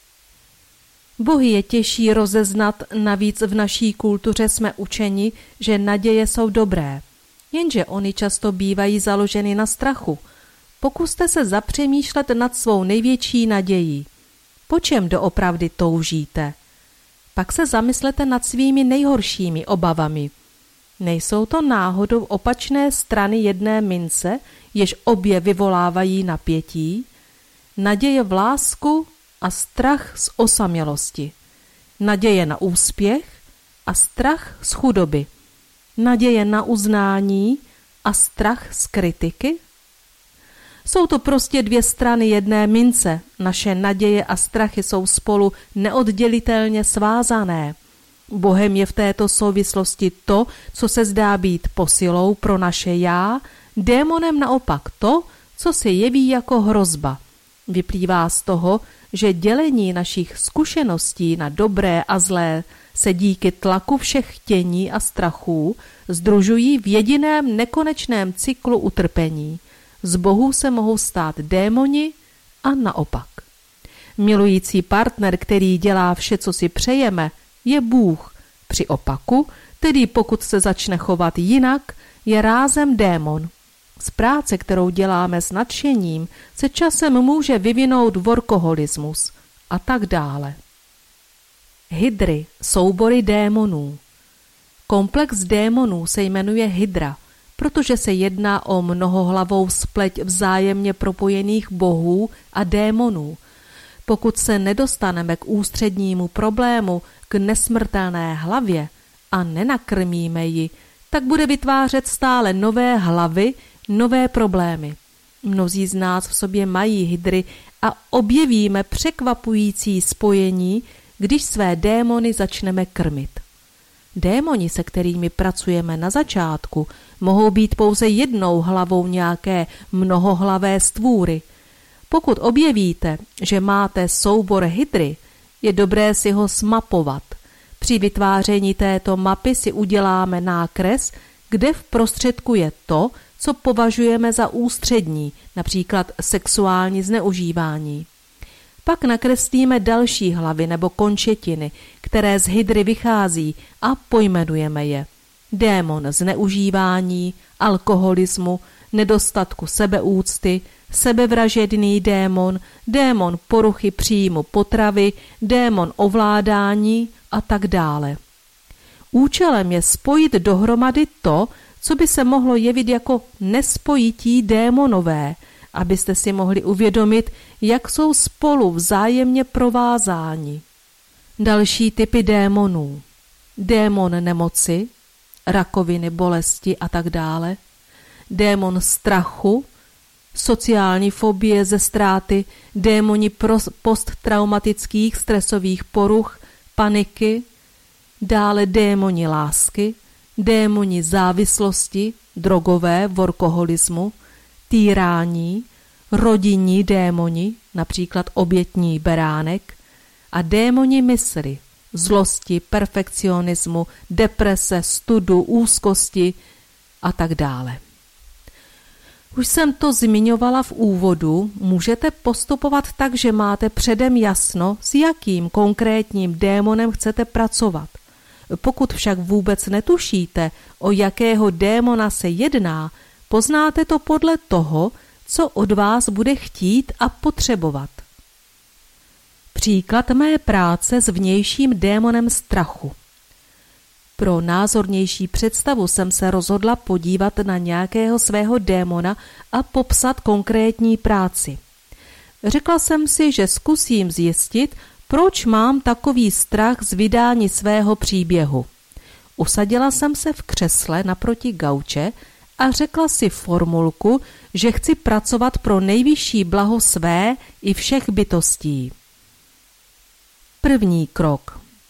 Bohy je těžší rozeznat, navíc v naší kultuře jsme učeni, že naděje jsou dobré, jenže oni často bývají založeny na strachu. Pokuste se zapřemýšlet nad svou největší nadějí. Po čem doopravdy toužíte? Pak se zamyslete nad svými nejhoršími obavami. Nejsou to náhodou opačné strany jedné mince, jež obě vyvolávají napětí? Naděje v lásku a strach z osamělosti. Naděje na úspěch a strach z chudoby. Naděje na uznání a strach z kritiky? Jsou to prostě dvě strany jedné mince. Naše naděje a strachy jsou spolu neoddělitelně svázané. Bohem je v této souvislosti to, co se zdá být posilou pro naše já, démonem naopak to, co se jeví jako hrozba. Vyplývá z toho, že dělení našich zkušeností na dobré a zlé se díky tlaku všech chtění a strachů sdružují v jediném nekonečném cyklu utrpení. Z bohů se mohou stát démoni a naopak. Milující partner, který dělá vše, co si přejeme, je Bůh. Při opaku, tedy pokud se začne chovat jinak, je rázem démon. Z práce, kterou děláme s nadšením, se časem může vyvinout workoholismus a tak dále. Hydry, soubory démonů. Komplex démonů se jmenuje hydra, protože se jedná o mnohohlavou spleť vzájemně propojených bohů a démonů. Pokud se nedostaneme k ústřednímu problému, k nesmrtelné hlavě a nenakrmíme ji, tak bude vytvářet stále nové hlavy, nové problémy. Mnozí z nás v sobě mají hydry a objevíme překvapující spojení, když své démony začneme krmit. Démoni, se kterými pracujeme na začátku, mohou být pouze jednou hlavou nějaké mnohohlavé stvůry. Pokud objevíte, že máte soubor hydry, je dobré si ho smapovat. Při vytváření této mapy si uděláme nákres, kde v prostředku je to, co považujeme za ústřední, například sexuální zneužívání. Pak nakreslíme další hlavy nebo končetiny, které z hydry vychází a pojmenujeme je. Démon zneužívání, alkoholismu, nedostatku sebeúcty, sebevražedný démon, démon poruchy příjmu potravy, démon ovládání a tak dále. Účelem je spojit dohromady to, co by se mohlo jevit jako nespojití démonové, abyste si mohli uvědomit, jak jsou spolu vzájemně provázáni. Další typy démonů. Démon nemoci, rakoviny, bolesti a tak dále. Démon strachu, sociální fobie ze ztráty, démoni posttraumatických stresových poruch, paniky, dále démoni lásky, démoni závislosti, drogové, workoholismu, týrání, rodinní démoni, například obětní beránek, a démoni mysli, zlosti, perfekcionismu, deprese, studu, úzkosti a tak dále. Už jsem to zmiňovala v úvodu, můžete postupovat tak, že máte předem jasno, s jakým konkrétním démonem chcete pracovat. Pokud však vůbec netušíte, o jakého démona se jedná, poznáte to podle toho, co od vás bude chtít a potřebovat. Příklad mé práce s vnějším démonem strachu. Pro názornější představu jsem se rozhodla podívat na nějakého svého démona a popsat konkrétní práci. Řekla jsem si, že zkusím zjistit, proč mám takový strach z vydání svého příběhu. Usadila jsem se v křesle naproti gauče a řekla si formulku, že chci pracovat pro nejvyšší blaho své i všech bytostí. První krok.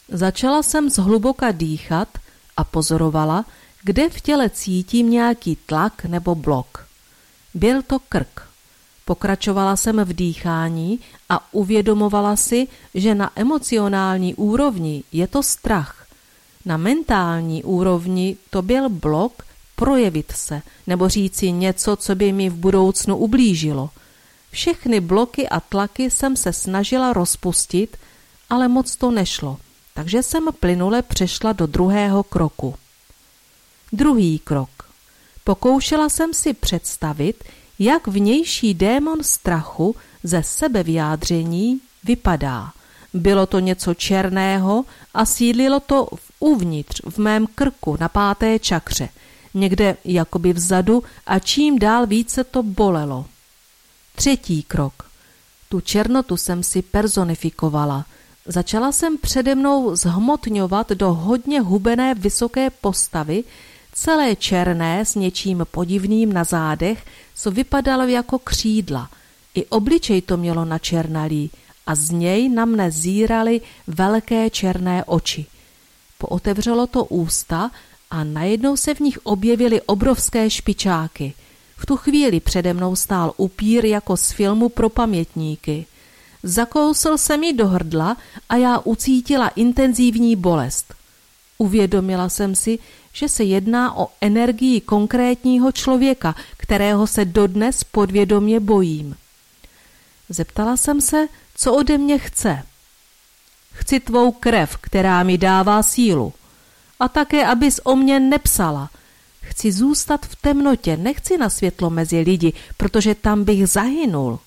Začala jsem zhluboka dýchat a pozorovala, kde v těle cítím nějaký tlak nebo blok. Byl to krk. Pokračovala jsem v dýchání a uvědomovala si, že na emocionální úrovni je to strach. Na mentální úrovni to byl blok projevit se nebo říci něco, co by mi v budoucnu ublížilo. Všechny bloky a tlaky jsem se snažila rozpustit, ale moc to nešlo, takže jsem plynule přešla do druhého kroku. Druhý krok. Pokoušela jsem si představit, jak vnější démon strachu ze sebevyjádření vypadá. Bylo to něco černého a sídlilo to uvnitř, v mém krku, na 5. čakře, někde jakoby vzadu a čím dál více to bolelo. Třetí krok. Tu černotu jsem si personifikovala. Začala jsem přede mnou zhmotňovat do hodně hubené vysoké postavy, celé černé s něčím podivným na zádech, co vypadalo jako křídla. I obličej to mělo načernalý a z něj na mne zíraly velké černé oči. Pootevřelo to ústa a najednou se v nich objevily obrovské špičáky. V tu chvíli přede mnou stál upír jako z filmu pro pamětníky. Zakousl se mi do hrdla a já ucítila intenzivní bolest. Uvědomila jsem si, že se jedná o energii konkrétního člověka, kterého se dodnes podvědomě bojím. Zeptala jsem se, co ode mě chce. Chci tvou krev, která mi dává sílu. A také, abys o mě nepsala. Chci zůstat v temnotě, nechci na světlo mezi lidi, protože tam bych zahynul.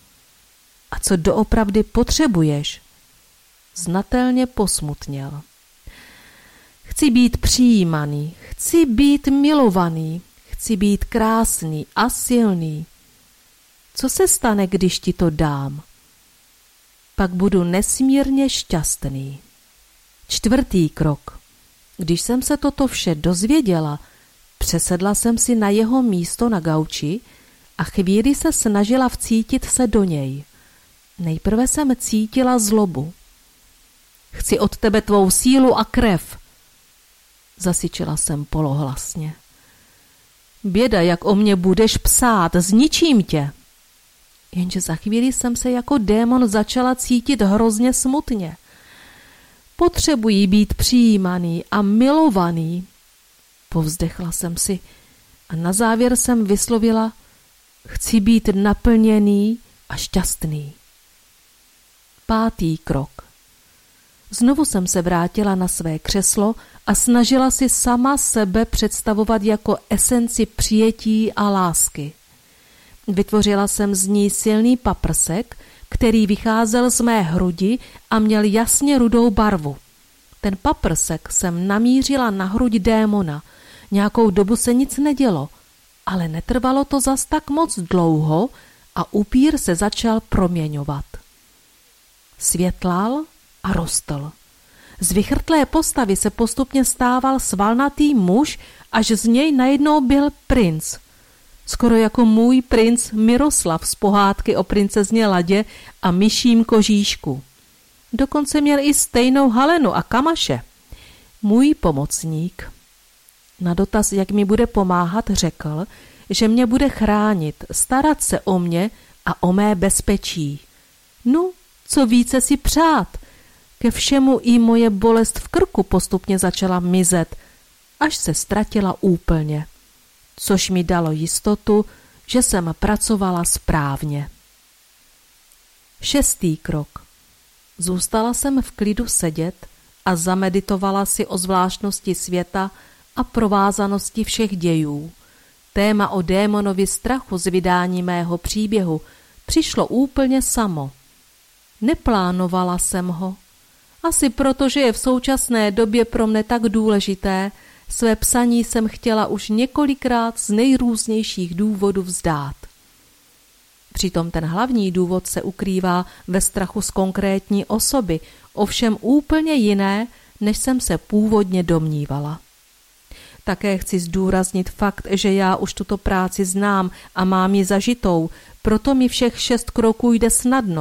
A co doopravdy potřebuješ? Znatelně posmutněl. Chci být přijímaný, chci být milovaný, chci být krásný a silný. Co se stane, když ti to dám? Pak budu nesmírně šťastný. Čtvrtý krok. Když jsem se toto vše dozvěděla, přesedla jsem si na jeho místo na gauči a chvíli se snažila vcítit se do něj. Nejprve jsem cítila zlobu. Chci od tebe tvou sílu a krev. Zasyčela jsem polohlasně. Běda, jak o mě budeš psát, zničím tě. Jenže za chvíli jsem se jako démon začala cítit hrozně smutně. Potřebuji být přijímaný a milovaný. Povzdechla jsem si a na závěr jsem vyslovila: chci být naplněný a šťastný. 5. krok. Znovu jsem se vrátila na své křeslo a snažila si sama sebe představovat jako esenci přijetí a lásky. Vytvořila jsem z ní silný paprsek, který vycházel z mé hrudi a měl jasně rudou barvu. Ten paprsek jsem namířila na hruď démona. Nějakou dobu se nic nedělo, ale netrvalo to zas tak moc dlouho a upír se začal proměňovat. Světlal a rostl. Z vychrtlé postavy se postupně stával svalnatý muž, až z něj najednou byl princ. Skoro jako můj princ Miroslav z pohádky o princezně Ladě a myším kožíšku. Dokonce měl i stejnou halenu a kamaše. Můj pomocník. Na dotaz, jak mi bude pomáhat, řekl, že mě bude chránit, starat se o mě a o mé bezpečí. No, co více si přát? Ke všemu i moje bolest v krku postupně začala mizet, až se ztratila úplně. Což mi dalo jistotu, že jsem pracovala správně. 6. krok. Zůstala jsem v klidu sedět a zameditovala si o zvláštnosti světa a provázanosti všech dějů. Téma o démonovi strachu z vydání mého příběhu přišlo úplně samo. Neplánovala jsem ho. Asi proto, že je v současné době pro mne tak důležité, své psaní jsem chtěla už několikrát z nejrůznějších důvodů vzdát. Přitom ten hlavní důvod se ukrývá ve strachu z konkrétní osoby, ovšem úplně jiné, než jsem se původně domnívala. Také chci zdůraznit fakt, že já už tuto práci znám a mám ji zažitou, proto mi všech 6 kroků jde snadno.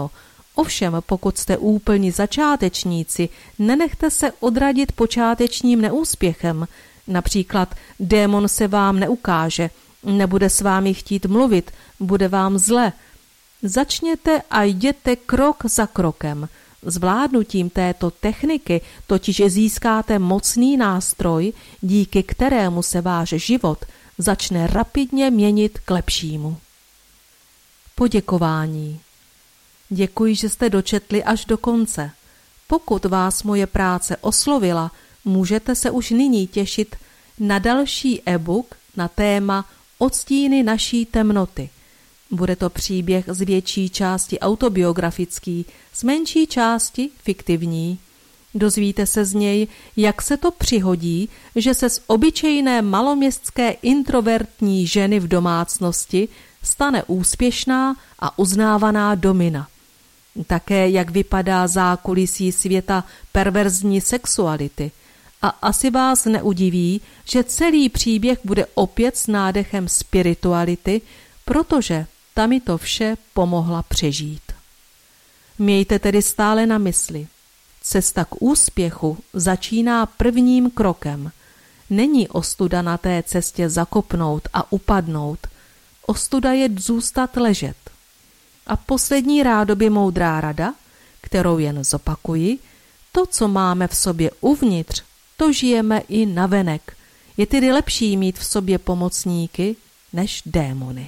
Ovšem, pokud jste úplní začátečníci, nenechte se odradit počátečním neúspěchem. Například démon se vám neukáže, nebude s vámi chtít mluvit, bude vám zle. Začněte a jděte krok za krokem. Zvládnutím této techniky totiž získáte mocný nástroj, díky kterému se váš život začne rapidně měnit k lepšímu. Poděkování. Děkuji, že jste dočetli až do konce. Pokud vás moje práce oslovila, můžete se už nyní těšit na další e-book na téma Odstíny naší temnoty. Bude to příběh z větší části autobiografický, z menší části fiktivní. Dozvíte se z něj, jak se to přihodí, že se z obyčejné maloměstské introvertní ženy v domácnosti stane úspěšná a uznávaná domina. Také jak vypadá zákulisí světa perverzní sexuality. A asi vás neudiví, že celý příběh bude opět s nádechem spirituality, protože ta mi to vše pomohla přežít. Mějte tedy stále na mysli. Cesta k úspěchu začíná prvním krokem. Není ostuda na té cestě zakopnout a upadnout. Ostuda je zůstat ležet. A poslední rádoby moudrá rada, kterou jen zopakuji, to, co máme v sobě uvnitř, to žijeme i navenek. Je tedy lepší mít v sobě pomocníky než démony.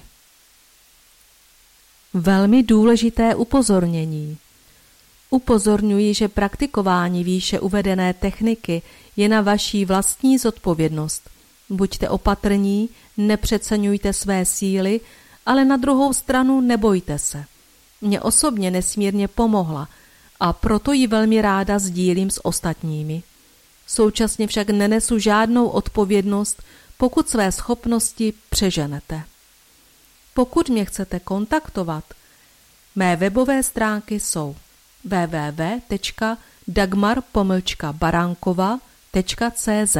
Velmi důležité upozornění. Upozorňuji, že praktikování výše uvedené techniky je na vaší vlastní zodpovědnost. Buďte opatrní, nepřeceňujte své síly, ale na druhou stranu nebojte se. Mně osobně nesmírně pomohla a proto ji velmi ráda sdílím s ostatními. Současně však nenesu žádnou odpovědnost, pokud své schopnosti přeženete. Pokud mě chcete kontaktovat, mé webové stránky jsou www.dagmar-barankova.cz.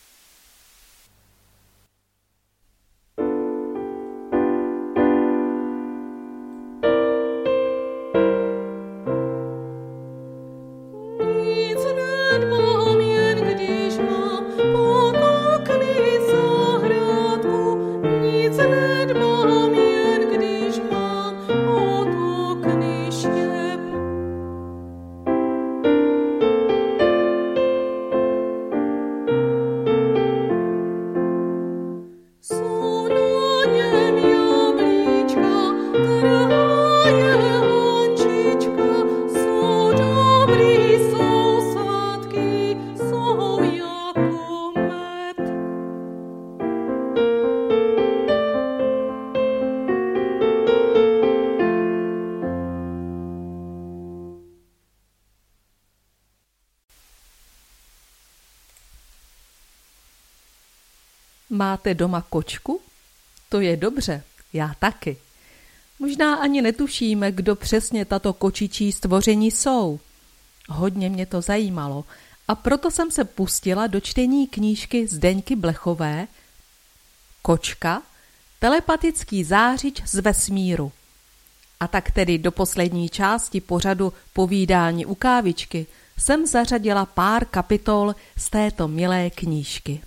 Máte doma kočku? To je dobře, já taky. Možná ani netušíme, kdo přesně tato kočičí stvoření jsou. Hodně mě to zajímalo a proto jsem se pustila do čtení knížky Zdeňky Blechové Kočka, telepatický zářič z vesmíru. A tak tedy do poslední části pořadu Povídání u kávičky jsem zařadila pár kapitol z této milé knížky.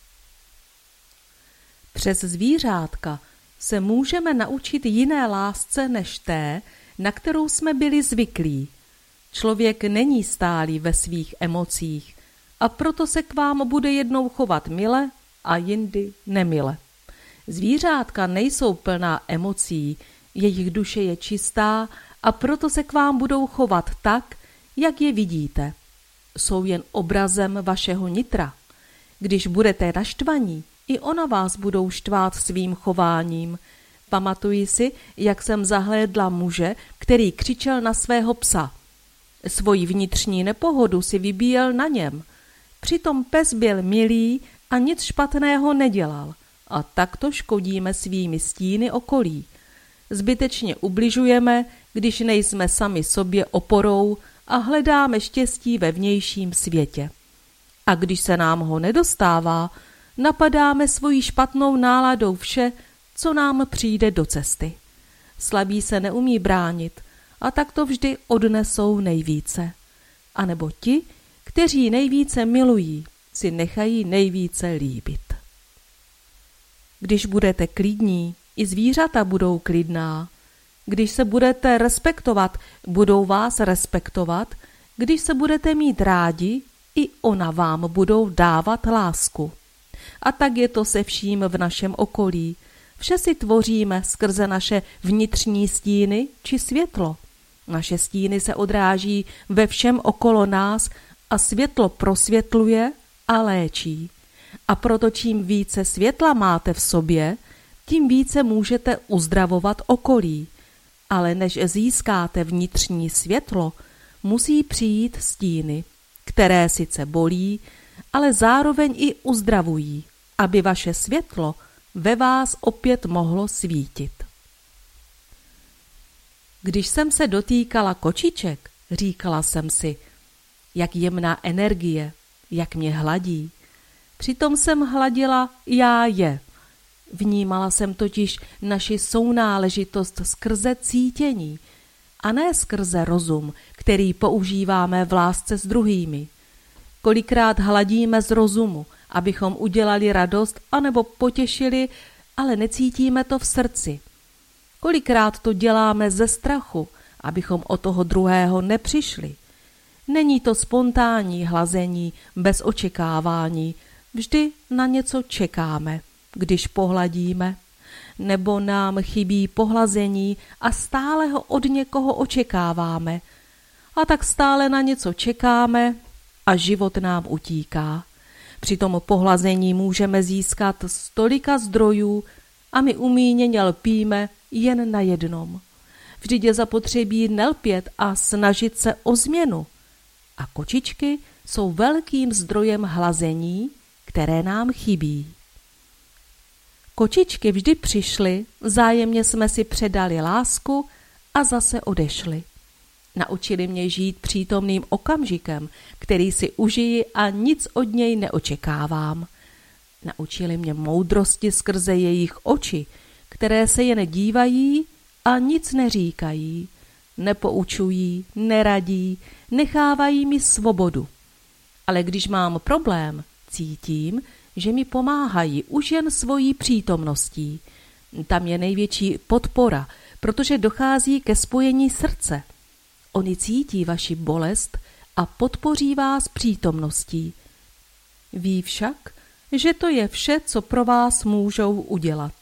Přes zvířátka se můžeme naučit jiné lásce než té, na kterou jsme byli zvyklí. Člověk není stálý ve svých emocích a proto se k vám bude jednou chovat mile a jindy nemile. Zvířátka nejsou plná emocí, jejich duše je čistá a proto se k vám budou chovat tak, jak je vidíte. Jsou jen obrazem vašeho nitra. Když budete naštvaní, i ona vás budou štvát svým chováním. Pamatuji si, jak jsem zahlédla muže, který křičel na svého psa. Svoji vnitřní nepohodu si vybíjel na něm. Přitom pes byl milý a nic špatného nedělal. A takto škodíme svými stíny okolí. Zbytečně ubližujeme, když nejsme sami sobě oporou a hledáme štěstí ve vnějším světě. A když se nám ho nedostává, napadáme svojí špatnou náladou vše, co nám přijde do cesty. Slabý se neumí bránit a tak to vždy odnesou nejvíce. A nebo ti, kteří nejvíce milují, si nechají nejvíce líbit. Když budete klidní, i zvířata budou klidná. Když se budete respektovat, budou vás respektovat. Když se budete mít rádi, i ona vám budou dávat lásku. A tak je to se vším v našem okolí. Vše si tvoříme skrze naše vnitřní stíny či světlo. Naše stíny se odráží ve všem okolo nás a světlo prosvětluje a léčí. A proto čím více světla máte v sobě, tím více můžete uzdravovat okolí. Ale než získáte vnitřní světlo, musí přijít stíny, které sice bolí, ale zároveň i uzdravují, aby vaše světlo ve vás opět mohlo svítit. Když jsem se dotýkala kočiček, říkala jsem si, jak jemná energie, jak mě hladí. Přitom jsem hladila já je. Vnímala jsem totiž naši sounáležitost skrze cítění a ne skrze rozum, který používáme v lásce s druhými. Kolikrát hladíme z rozumu, abychom udělali radost anebo potěšili, ale necítíme to v srdci. Kolikrát to děláme ze strachu, abychom o toho druhého nepřišli. Není to spontánní hlazení bez očekávání, vždy na něco čekáme, když pohladíme, nebo nám chybí pohlazení a stále ho od někoho očekáváme. A tak stále na něco čekáme a život nám utíká. Při tom pohlazení můžeme získat z tolika zdrojů a my umíněně lpíme jen na jednom. Vždyť je zapotřebí nelpět a snažit se o změnu. A kočičky jsou velkým zdrojem hlazení, které nám chybí. Kočičky vždy přišly, vzájemně jsme si předali lásku a zase odešly. Naučili mě žít přítomným okamžikem, který si užiji a nic od něj neočekávám. Naučili mě moudrosti skrze jejich oči, které se jen dívají a nic neříkají, nepoučují, neradí, nechávají mi svobodu. Ale když mám problém, cítím, že mi pomáhají už jen svojí přítomností. Tam je největší podpora, protože dochází ke spojení srdce. Oni cítí vaši bolest a podpoří vás přítomností. Ví však, že to je vše, co pro vás můžou udělat.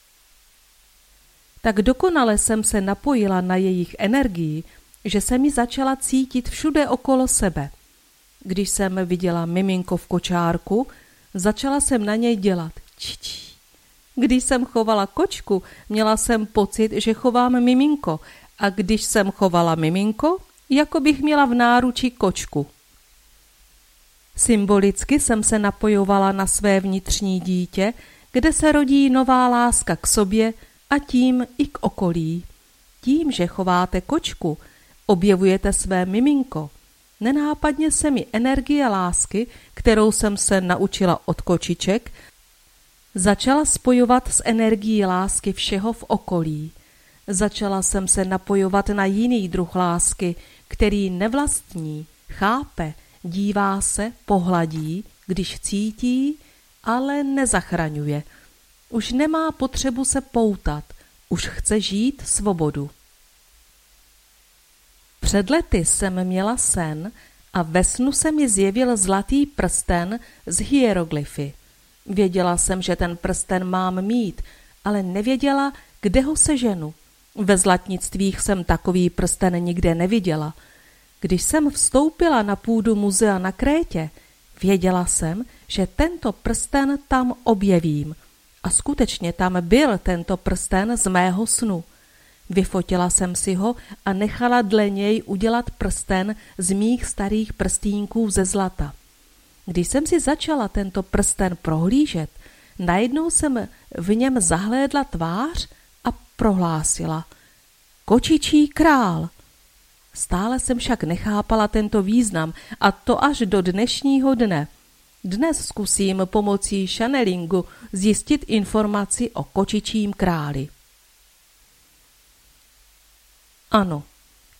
Tak dokonale jsem se napojila na jejich energii, že se mi začala cítit všude okolo sebe. Když jsem viděla miminko v kočárku, začala jsem na něj dělat čičí. Když jsem chovala kočku, měla jsem pocit, že chovám miminko, a když jsem chovala miminko, jako bych měla v náruči kočku. Symbolicky jsem se napojovala na své vnitřní dítě, kde se rodí nová láska k sobě a tím i k okolí. Tím, že chováte kočku, objevujete své miminko. Nenápadně se mi energie lásky, kterou jsem se naučila od kočiček, začala spojovat s energií lásky všeho v okolí. Začala jsem se napojovat na jiný druh lásky, který nevlastní, chápe, dívá se, pohladí, když cítí, ale nezachraňuje. Už nemá potřebu se poutat, už chce žít svobodu. Před lety jsem měla sen a ve snu se mi zjevil zlatý prsten z hieroglyfy. Věděla jsem, že ten prsten mám mít, ale nevěděla, kde ho seženu. Ve zlatnictvích jsem takový prsten nikde neviděla. Když jsem vstoupila na půdu muzea na Krétě, věděla jsem, že tento prsten tam objevím. A skutečně tam byl tento prsten z mého snu. Vyfotila jsem si ho a nechala dle něj udělat prsten z mých starých prstínků ze zlata. Když jsem si začala tento prsten prohlížet, najednou jsem v něm zahlédla tvář a prohlásila: Kočičí král. Stále jsem však nechápala tento význam, a to až do dnešního dne. Dnes zkusím pomocí channelingu zjistit informaci o kočičím králi. Ano,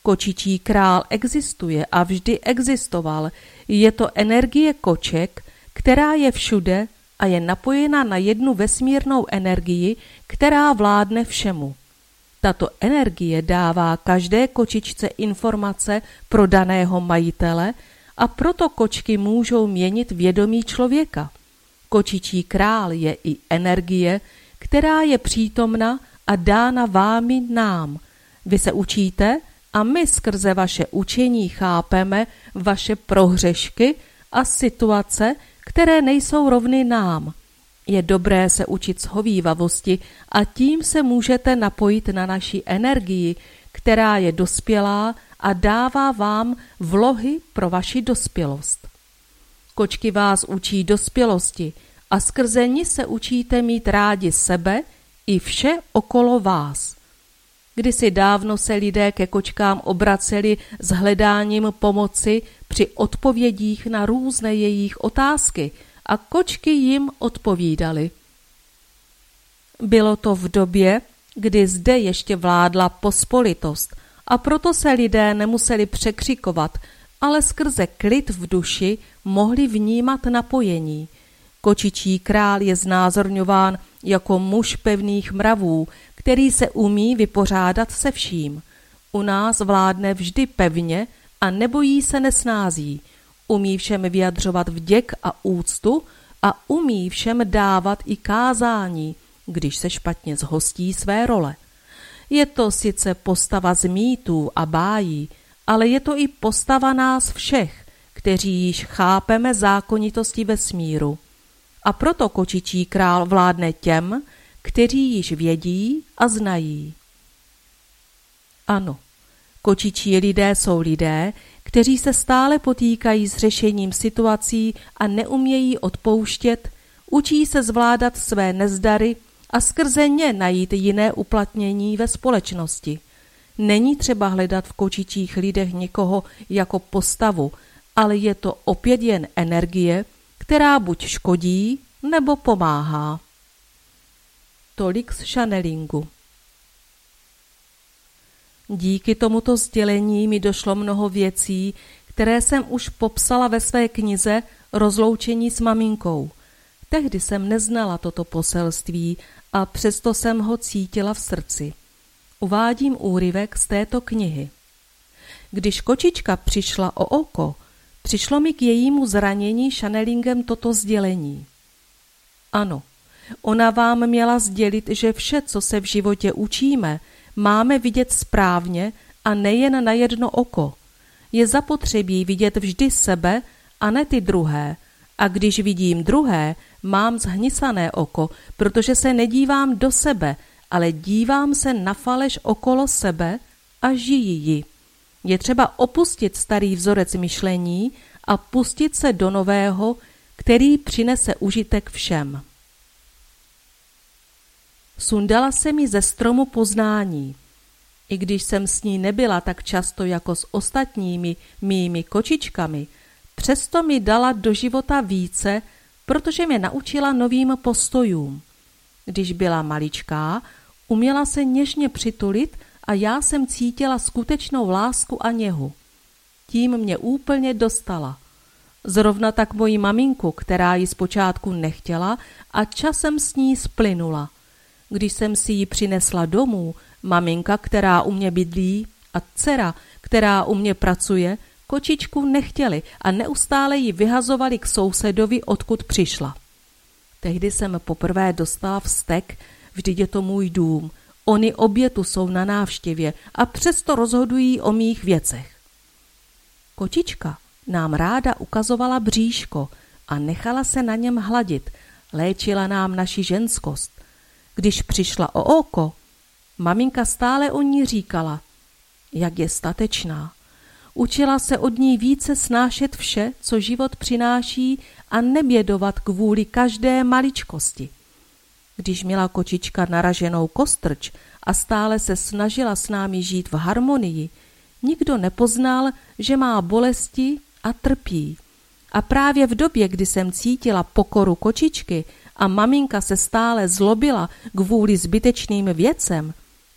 Kočičí král existuje a vždy existoval. Je to energie koček, která je všude a je napojena na jednu vesmírnou energii, která vládne všemu. Tato energie dává každé kočičce informace pro daného majitele a proto kočky můžou měnit vědomí člověka. Kočičí král je i energie, která je přítomna a dána vámi nám. Vy se učíte a my skrze vaše učení chápeme vaše prohřešky a situace, které nejsou rovny nám. Je dobré se učit shovívavosti a tím se můžete napojit na naši energii, která je dospělá a dává vám vlohy pro vaši dospělost. Kočky vás učí dospělosti a skrze ní se učíte mít rádi sebe i vše okolo vás. Kdysi dávno se lidé ke kočkám obraceli s hledáním pomoci při odpovědích na různé jejich otázky a kočky jim odpovídaly. Bylo to v době, kdy zde ještě vládla pospolitost a proto se lidé nemuseli překřikovat, ale skrze klid v duši mohli vnímat napojení. Kočičí král je znázorňován jako muž pevných mravů, který se umí vypořádat se vším. U nás vládne vždy pevně a nebojí se nesnází. Umí všem vyjadřovat vděk a úctu a umí všem dávat i kázání, když se špatně zhostí své role. Je to sice postava z mýtů a bájí, ale je to i postava nás všech, kteří již chápeme zákonitosti vesmíru. A proto kočičí král vládne těm, kteří již vědí a znají. Ano, kočičí lidé jsou lidé, kteří se stále potýkají s řešením situací a neumějí odpouštět, učí se zvládat své nezdary a skrze ně najít jiné uplatnění ve společnosti. Není třeba hledat v kočičích lidech někoho jako postavu, ale je to opět jen energie, která buď škodí, nebo pomáhá. Tolik z channelingu. Díky tomuto sdělení mi došlo mnoho věcí, které jsem už popsala ve své knize Rozloučení s maminkou. Tehdy jsem neznala toto poselství a přesto jsem ho cítila v srdci. Uvádím úryvek z této knihy. Když kočička přišla o oko, přišlo mi k jejímu zranění channelingem toto sdělení. Ano, ona vám měla sdělit, že vše, co se v životě učíme, máme vidět správně a nejen na jedno oko. Je zapotřebí vidět vždy sebe a ne ty druhé. A když vidím druhé, mám zhnisané oko, protože se nedívám do sebe, ale dívám se na faleš okolo sebe a žiji ji. Je třeba opustit starý vzorec myšlení a pustit se do nového, který přinese užitek všem. Sundala se mi ze stromu poznání. I když jsem s ní nebyla tak často jako s ostatními mými kočičkami, přesto mi dala do života více, protože mě naučila novým postojům. Když byla maličká, uměla se něžně přitulit a já jsem cítila skutečnou lásku a něhu. Tím mě úplně dostala. Zrovna tak moji maminku, která ji zpočátku nechtěla a časem s ní splynula. Když jsem si ji přinesla domů, maminka, která u mě bydlí, a dcera, která u mě pracuje, kočičku nechtěli a neustále ji vyhazovali k sousedovi, odkud přišla. Tehdy jsem poprvé dostala vztek, vždyť je to můj dům. Oni obě tu jsou na návštěvě a přesto rozhodují o mých věcech. Kočička nám ráda ukazovala bříško a nechala se na něm hladit, léčila nám naši ženskost. Když přišla o oko, maminka stále o ní říkala, jak je statečná. Učila se od ní více snášet vše, co život přináší a nebědovat kvůli každé maličkosti. Když měla kočička naraženou kostrč a stále se snažila s námi žít v harmonii, nikdo nepoznal, že má bolesti a trpí. A právě v době, kdy jsem cítila pokoru kočičky a maminka se stále zlobila kvůli zbytečným věcem,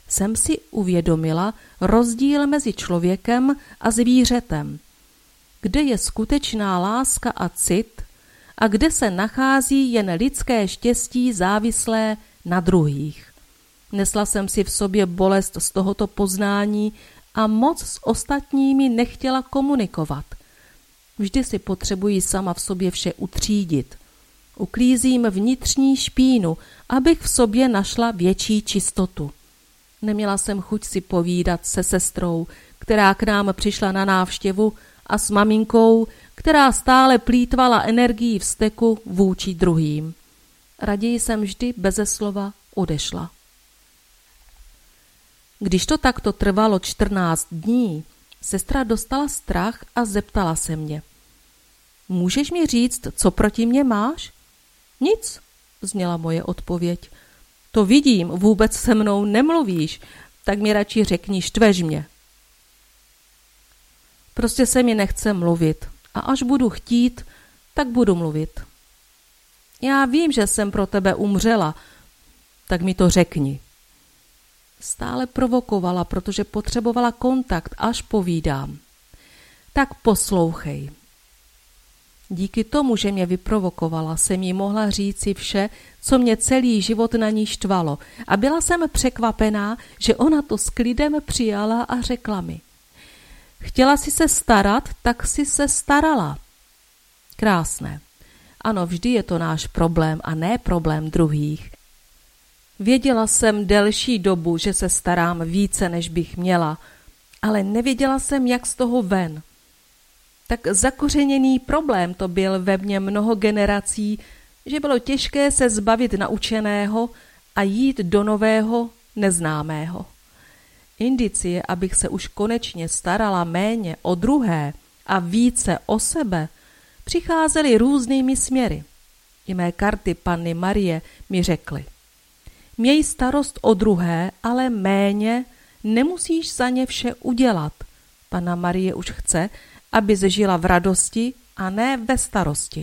jsem si uvědomila rozdíl mezi člověkem a zvířetem. Kde je skutečná láska a cit a kde se nachází jen lidské štěstí závislé na druhých. Nesla jsem si v sobě bolest z tohoto poznání a moc s ostatními nechtěla komunikovat. Vždy si potřebuji sama v sobě vše utřídit. Uklízím vnitřní špínu, abych v sobě našla větší čistotu. Neměla jsem chuť si povídat se sestrou, která k nám přišla na návštěvu, a s maminkou, která stále plýtvala energií vzteku vůči druhým. Raději jsem vždy beze slova odešla. Když to takto trvalo 14 dní, sestra dostala strach a zeptala se mě. Můžeš mi říct, co proti mně máš? Nic, zněla moje odpověď. To vidím, vůbec se mnou nemluvíš, tak mi radši řekni, štveš mě. Prostě se mi nechce mluvit a až budu chtít, tak budu mluvit. Já vím, že jsem pro tebe umřela, tak mi to řekni. Stále provokovala, protože potřebovala kontakt, až povídám. Tak poslouchej. Díky tomu, že mě vyprovokovala, jsem jí mohla říci vše, co mě celý život na ní štvalo, a byla jsem překvapená, že ona to s klidem přijala a řekla mi. Chtěla si se starat, tak si se starala. Krásné. Ano, vždy je to náš problém a ne problém druhých. Věděla jsem delší dobu, že se starám více, než bych měla, ale nevěděla jsem, jak z toho ven. Tak zakořeněný problém to byl ve mně mnoho generací, že bylo těžké se zbavit naučeného a jít do nového, neznámého. Indicie, abych se už konečně starala méně o druhé a více o sebe, přicházely různými směry. I mé karty Panny Marie mi řekly. Měj starost o druhé, ale méně, nemusíš za ně vše udělat. Panna Marie už chce, aby žila v radosti a ne ve starosti.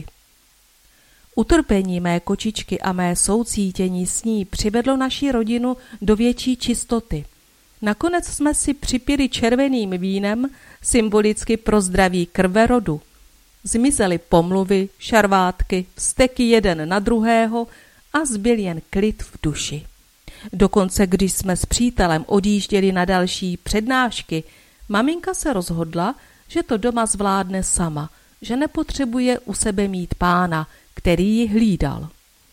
Utrpení mé kočičky a mé soucítění s ní přivedlo naši rodinu do větší čistoty. Nakonec jsme si připili červeným vínem, symbolicky pro zdraví krve rodu. Zmizely pomluvy, šarvátky, vzteky jeden na druhého a zbyl jen klid v duši. Dokonce, když jsme s přítelem odjížděli na další přednášky, maminka se rozhodla, že to doma zvládne sama, že nepotřebuje u sebe mít pána, který ji hlídal.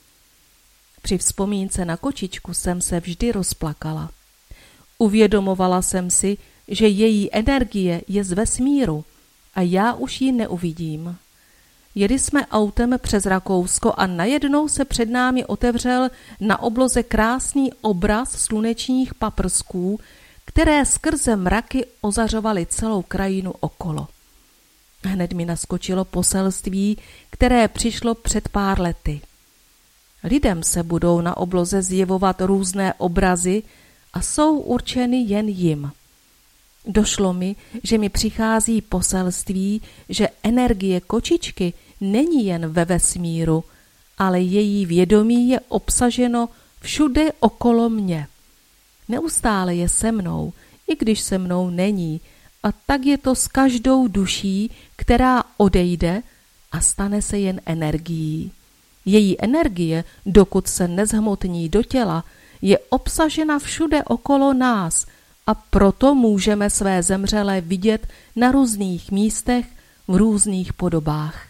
Při vzpomínce na kočičku jsem se vždy rozplakala. Uvědomovala jsem si, že její energie je z vesmíru a já už ji neuvidím. Jeli jsme autem přes Rakousko a najednou se před námi otevřel na obloze krásný obraz slunečních paprsků, které skrze mraky ozařovaly celou krajinu okolo. Hned mi naskočilo poselství, které přišlo před pár lety. Lidem se budou na obloze zjevovat různé obrazy a jsou určeny jen jim. Došlo mi, že mi přichází poselství, že energie kočičky není jen ve vesmíru, ale její vědomí je obsaženo všude okolo mě. Neustále je se mnou, i když se mnou není, a tak je to s každou duší, která odejde a stane se jen energií. Její energie, dokud se nezhmotní do těla, je obsažena všude okolo nás a proto můžeme své zemřelé vidět na různých místech v různých podobách.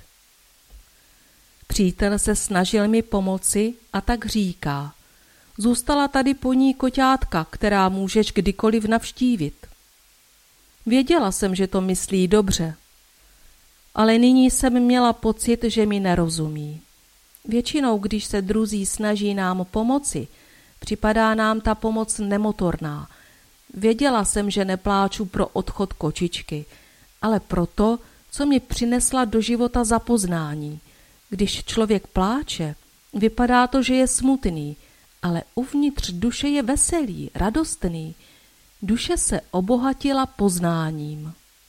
Přítel se snažil mi pomoci a tak říká: zůstala tady po ní koťátka, která můžeš kdykoliv navštívit. Věděla jsem, že to myslí dobře, ale nyní jsem měla pocit, že mi nerozumí. Většinou, když se druzí snaží nám pomoci, připadá nám ta pomoc nemotorná. Věděla jsem, že nepláču pro odchod kočičky, ale proto, co mi přinesla do života za poznání. Když člověk pláče, vypadá to, že je smutný, ale uvnitř duše je veselý, radostný. Duše se obohatila poznáním.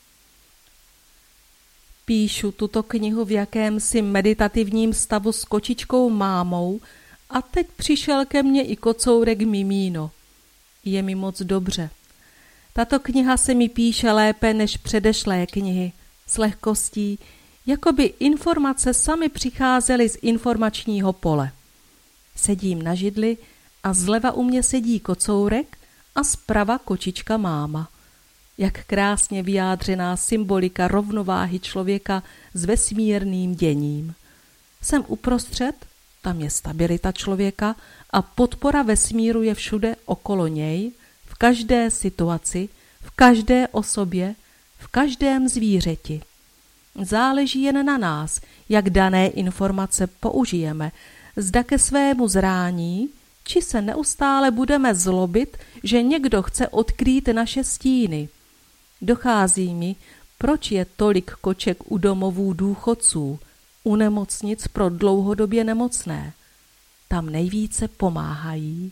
Píšu tuto knihu v jakémsi meditativním stavu s kočičkou mámou a teď přišel ke mně i kocourek Mimíno. Je mi moc dobře. Tato kniha se mi píše lépe než předešlé knihy, s lehkostí, jako by informace samy přicházely z informačního pole. Sedím na židli a zleva u mě sedí kocourek a zprava kočička máma. Jak krásně vyjádřená symbolika rovnováhy člověka s vesmírným děním. Jsem uprostřed, tam je stabilita člověka a podpora vesmíru je všude okolo něj, v každé situaci, v každé osobě, v každém zvířeti. Záleží jen na nás, jak dané informace použijeme, zda ke svému zrání, či se neustále budeme zlobit, že někdo chce odkrýt naše stíny. Dochází mi, proč je tolik koček u domovů důchodců, u nemocnic pro dlouhodobě nemocné. Tam nejvíce pomáhají.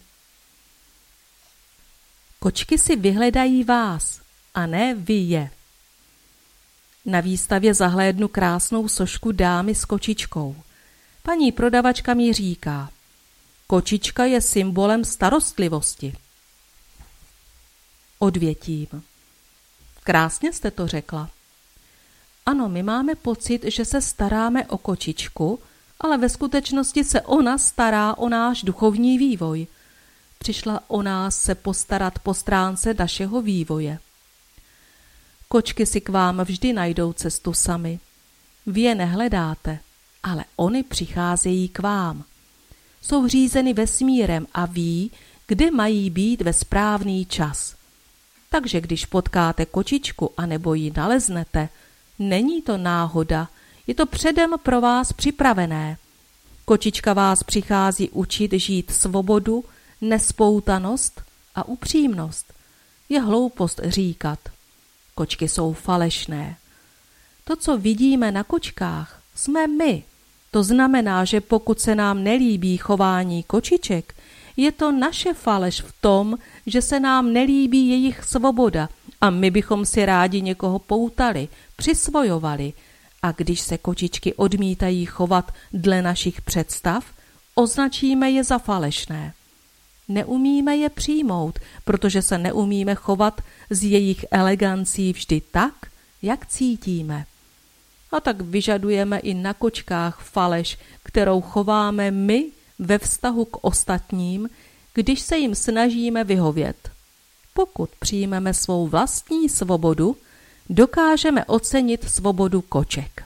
Kočky si vyhledají vás, a ne vy je. Na výstavě zahlédnu krásnou sošku dámy s kočičkou. Paní prodavačka mi říká, kočička je symbolem starostlivosti. Odvětím. Krásně jste to řekla. Ano, my máme pocit, že se staráme o kočičku, ale ve skutečnosti se ona stará o náš duchovní vývoj. Přišla o nás se postarat po stránce našeho vývoje. Kočky si k vám vždy najdou cestu sami. Vy je nehledáte, ale oni přicházejí k vám. Jsou řízeny vesmírem a ví, kde mají být ve správný čas. Takže když potkáte kočičku anebo ji naleznete, není to náhoda, je to předem pro vás připravené. Kočička vás přichází učit žít svobodu, nespoutanost a upřímnost. Je hloupost říkat. Kočky jsou falešné. To, co vidíme na kočkách, jsme my. To znamená, že pokud se nám nelíbí chování kočiček, je to naše faleš v tom, že se nám nelíbí jejich svoboda a my bychom si rádi někoho poutali, přisvojovali. A když se kočičky odmítají chovat dle našich představ, označíme je za falešné. Neumíme je přijmout, protože se neumíme chovat s jejich elegancí vždy tak, jak cítíme. A tak vyžadujeme i na kočkách faleš, kterou chováme my ve vztahu k ostatním, když se jim snažíme vyhovět. Pokud přijmeme svou vlastní svobodu, dokážeme ocenit svobodu koček.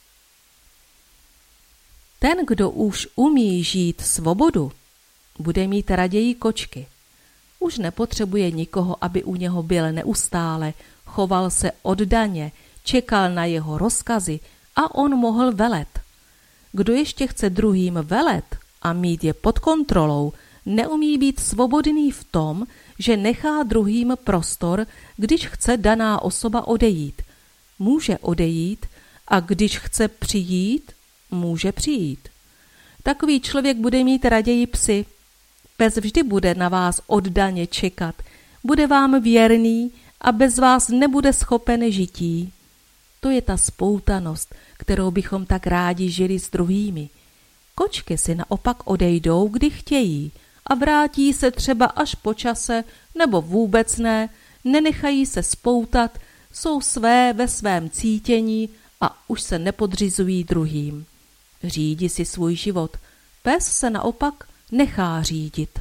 Ten, kdo už umí žít svobodu, bude mít raději kočky. Už nepotřebuje nikoho, aby u něho byl neustále, choval se oddaně, čekal na jeho rozkazy a on mohl velet. Kdo ještě chce druhým velet a mít je pod kontrolou, neumí být svobodný v tom, že nechá druhým prostor, když chce daná osoba odejít. Může odejít a když chce přijít, může přijít. Takový člověk bude mít raději psy. Pes vždy bude na vás oddaně čekat, bude vám věrný a bez vás nebude schopen žití. To je ta spoutanost, kterou bychom tak rádi žili s druhými. Kočky si naopak odejdou, kdy chtějí a vrátí se třeba až po čase nebo vůbec ne, nenechají se spoutat, jsou své ve svém cítění a už se nepodřizují druhým. Řídí si svůj život. Pes se naopak nechá řídit.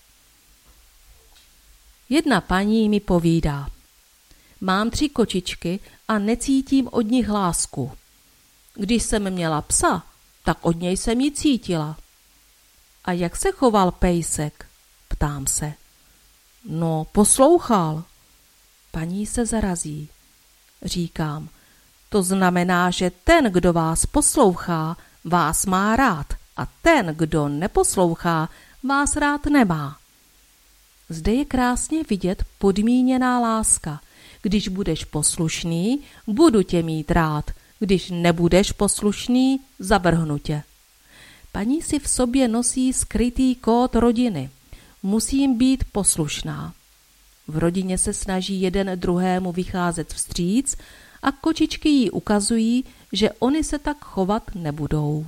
Jedna paní mi povídá. Mám 3 kočičky a necítím od nich lásku. Když jsem měla psa, tak od něj jsem ji cítila. A jak se choval pejsek? Ptám se. No, poslouchal. Paní se zarazí. Říkám, to znamená, že ten, kdo vás poslouchá, vás má rád a ten, kdo neposlouchá, vás rád nemá. Zde je krásně vidět podmíněná láska. Když budeš poslušný, budu tě mít rád. Když nebudeš poslušný, zavrhnu tě. Paní si v sobě nosí skrytý kód rodiny. Musím být poslušná. V rodině se snaží jeden druhému vycházet vstříc a kočičky jí ukazují, že oni se tak chovat nebudou.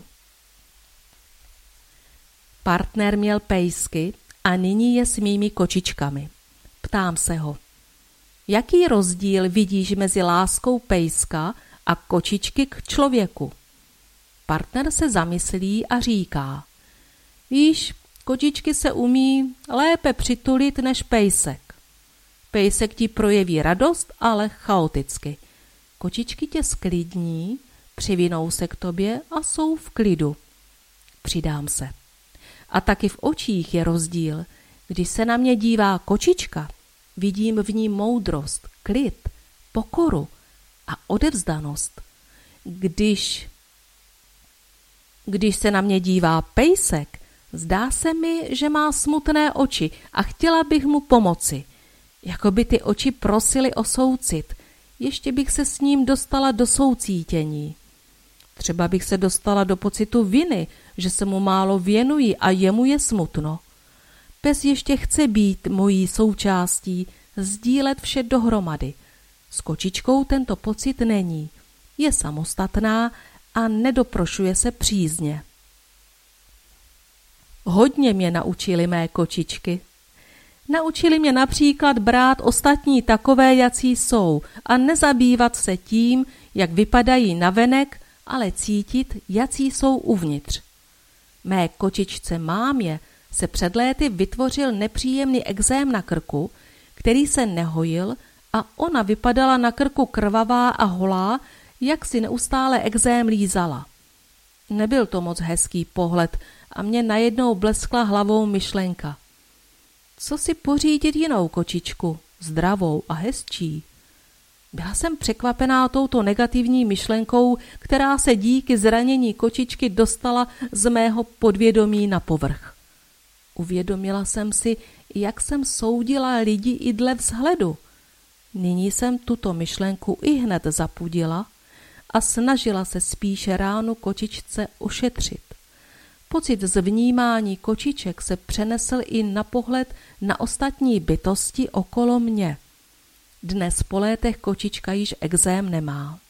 Partner měl pejsky a nyní je s mými kočičkami. Ptám se ho. Jaký rozdíl vidíš mezi láskou pejska a kočičky k člověku? Partner se zamyslí a říká. Víš, kočičky se umí lépe přitulit než pejsek. Pejsek ti projeví radost, ale chaoticky. Kočičky tě sklidní, přivinou se k tobě a jsou v klidu. Přidám se. A taky v očích je rozdíl. Když se na mě dívá kočička, vidím v ní moudrost, klid, pokoru a odevzdanost. Když se na mě dívá pejsek, zdá se mi, že má smutné oči a chtěla bych mu pomoci. Jako by ty oči prosily o soucit. Ještě bych se s ním dostala do soucítění. Třeba bych se dostala do pocitu viny, že se mu málo věnuji a jemu je smutno. Pes ještě chce být mojí součástí, sdílet vše dohromady. S kočičkou tento pocit není. Je samostatná a nedoprošuje se přízně. Hodně mě naučily mé kočičky. Naučili mě například brát ostatní takové, jací jsou a nezabývat se tím, jak vypadají navenek, ale cítit, jací jsou uvnitř. Mé kočičce mámě se před léty vytvořil nepříjemný ekzém na krku, který se nehojil a ona vypadala na krku krvavá a holá, jak si neustále ekzém lízala. Nebyl to moc hezký pohled a mě najednou bleskla hlavou myšlenka. Co si pořídit jinou kočičku, zdravou a hezčí? Byla jsem překvapená touto negativní myšlenkou, která se díky zranění kočičky dostala z mého podvědomí na povrch. Uvědomila jsem si, jak jsem soudila lidi i dle vzhledu. Nyní jsem tuto myšlenku ihned zapudila a snažila se spíše ránu kočičce ošetřit. Pocit z vnímání kočiček se přenesl i na pohled na ostatní bytosti okolo mě. Dnes po létech kočička již ekzém nemá.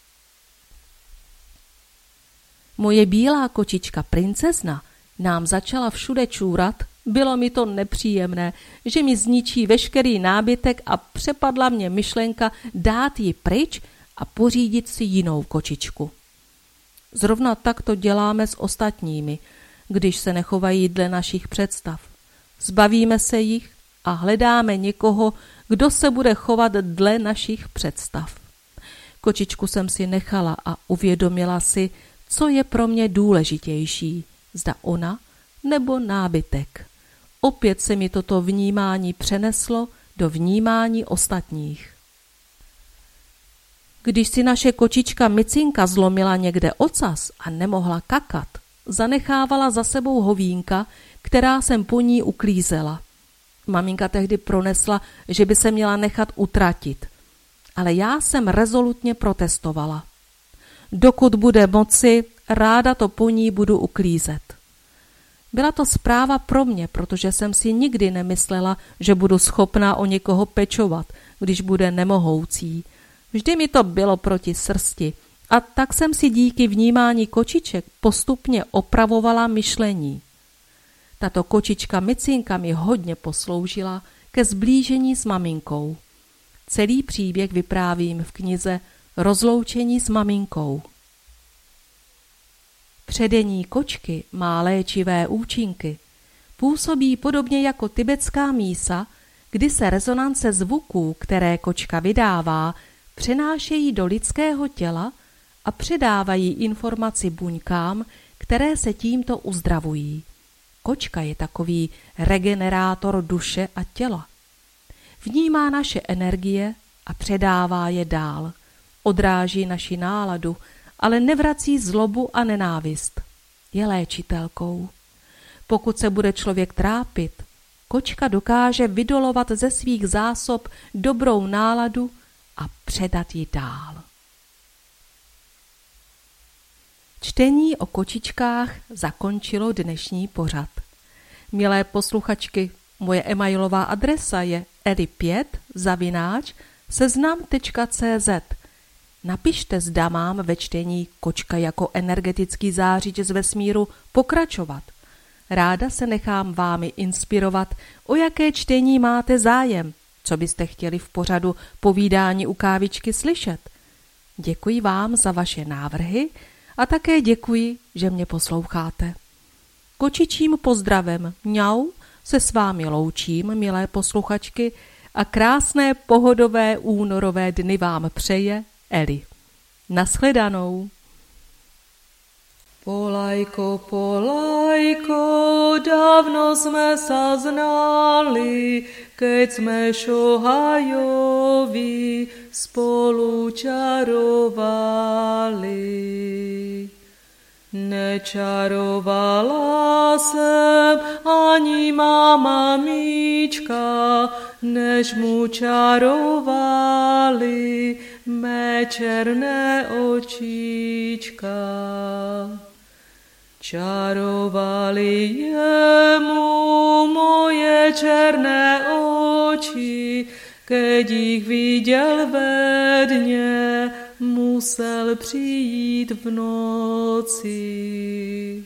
Moje bílá kočička princezna nám začala všude čůrat, bylo mi to nepříjemné, že mi zničí veškerý nábytek a přepadla mě myšlenka dát ji pryč a pořídit si jinou kočičku. Zrovna tak to děláme s ostatními, když se nechovají dle našich představ. Zbavíme se jich a hledáme někoho, kdo se bude chovat dle našich představ. Kočičku jsem si nechala a uvědomila si, co je pro mě důležitější, zda ona nebo nábytek. Opět se mi toto vnímání přeneslo do vnímání ostatních. Když si naše kočička Micinka zlomila někde ocas a nemohla kakat, zanechávala za sebou hovínka, která jsem po ní uklízela. Maminka tehdy pronesla, že by se měla nechat utratit, ale já jsem rezolutně protestovala. Dokud bude moci, ráda to po ní budu uklízet. Byla to zpráva pro mě, protože jsem si nikdy nemyslela, že budu schopná o někoho pečovat, když bude nemohoucí. Vždy mi to bylo proti srsti a tak jsem si díky vnímání kočiček postupně opravovala myšlení. Tato kočička Micinka mi hodně posloužila ke sblížení s maminkou. Celý příběh vyprávím v knize Rozloučení s maminkou. Předení kočky má léčivé účinky. Působí podobně jako tibetská mísa, kdy se rezonance zvuků, které kočka vydává, přenášejí do lidského těla a předávají informaci buňkám, které se tímto uzdravují. Kočka je takový regenerátor duše a těla. Vnímá naše energie a předává je dál. Odráží naši náladu, ale nevrací zlobu a nenávist. Je léčitelkou. Pokud se bude člověk trápit, kočka dokáže vydolovat ze svých zásob dobrou náladu a předat ji dál. Čtení o kočičkách zakončilo dnešní pořad. Milé posluchačky, moje emailová adresa je edy5@seznam.cz. Napište, zda mám ve čtení Kočka jako energetický zářič z vesmíru pokračovat. Ráda se nechám vámi inspirovat, o jaké čtení máte zájem, Co byste chtěli v pořadu Povídání u kávičky slyšet? Děkuji vám za vaše návrhy a také děkuji, že mě posloucháte. Kočičím pozdravem mňau se s vámi loučím, milé posluchačky, a krásné pohodové únorové dny vám přeje Eli. Naschledanou. Polajko, polajko, dávno sme sa znali, keď sme šohajovi spolu čarovali. Nečarovala sem ani mamička, než mu čarovali mé černé očička. Čarovali jemu moje černé oči, keď ich viděl ve dně, musel přijít v noci.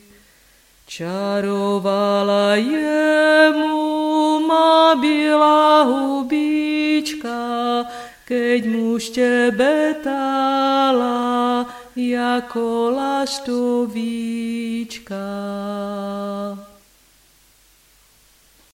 Čarovala jemu má bílá hubička, keď mu štěbetala jako laštovíčka.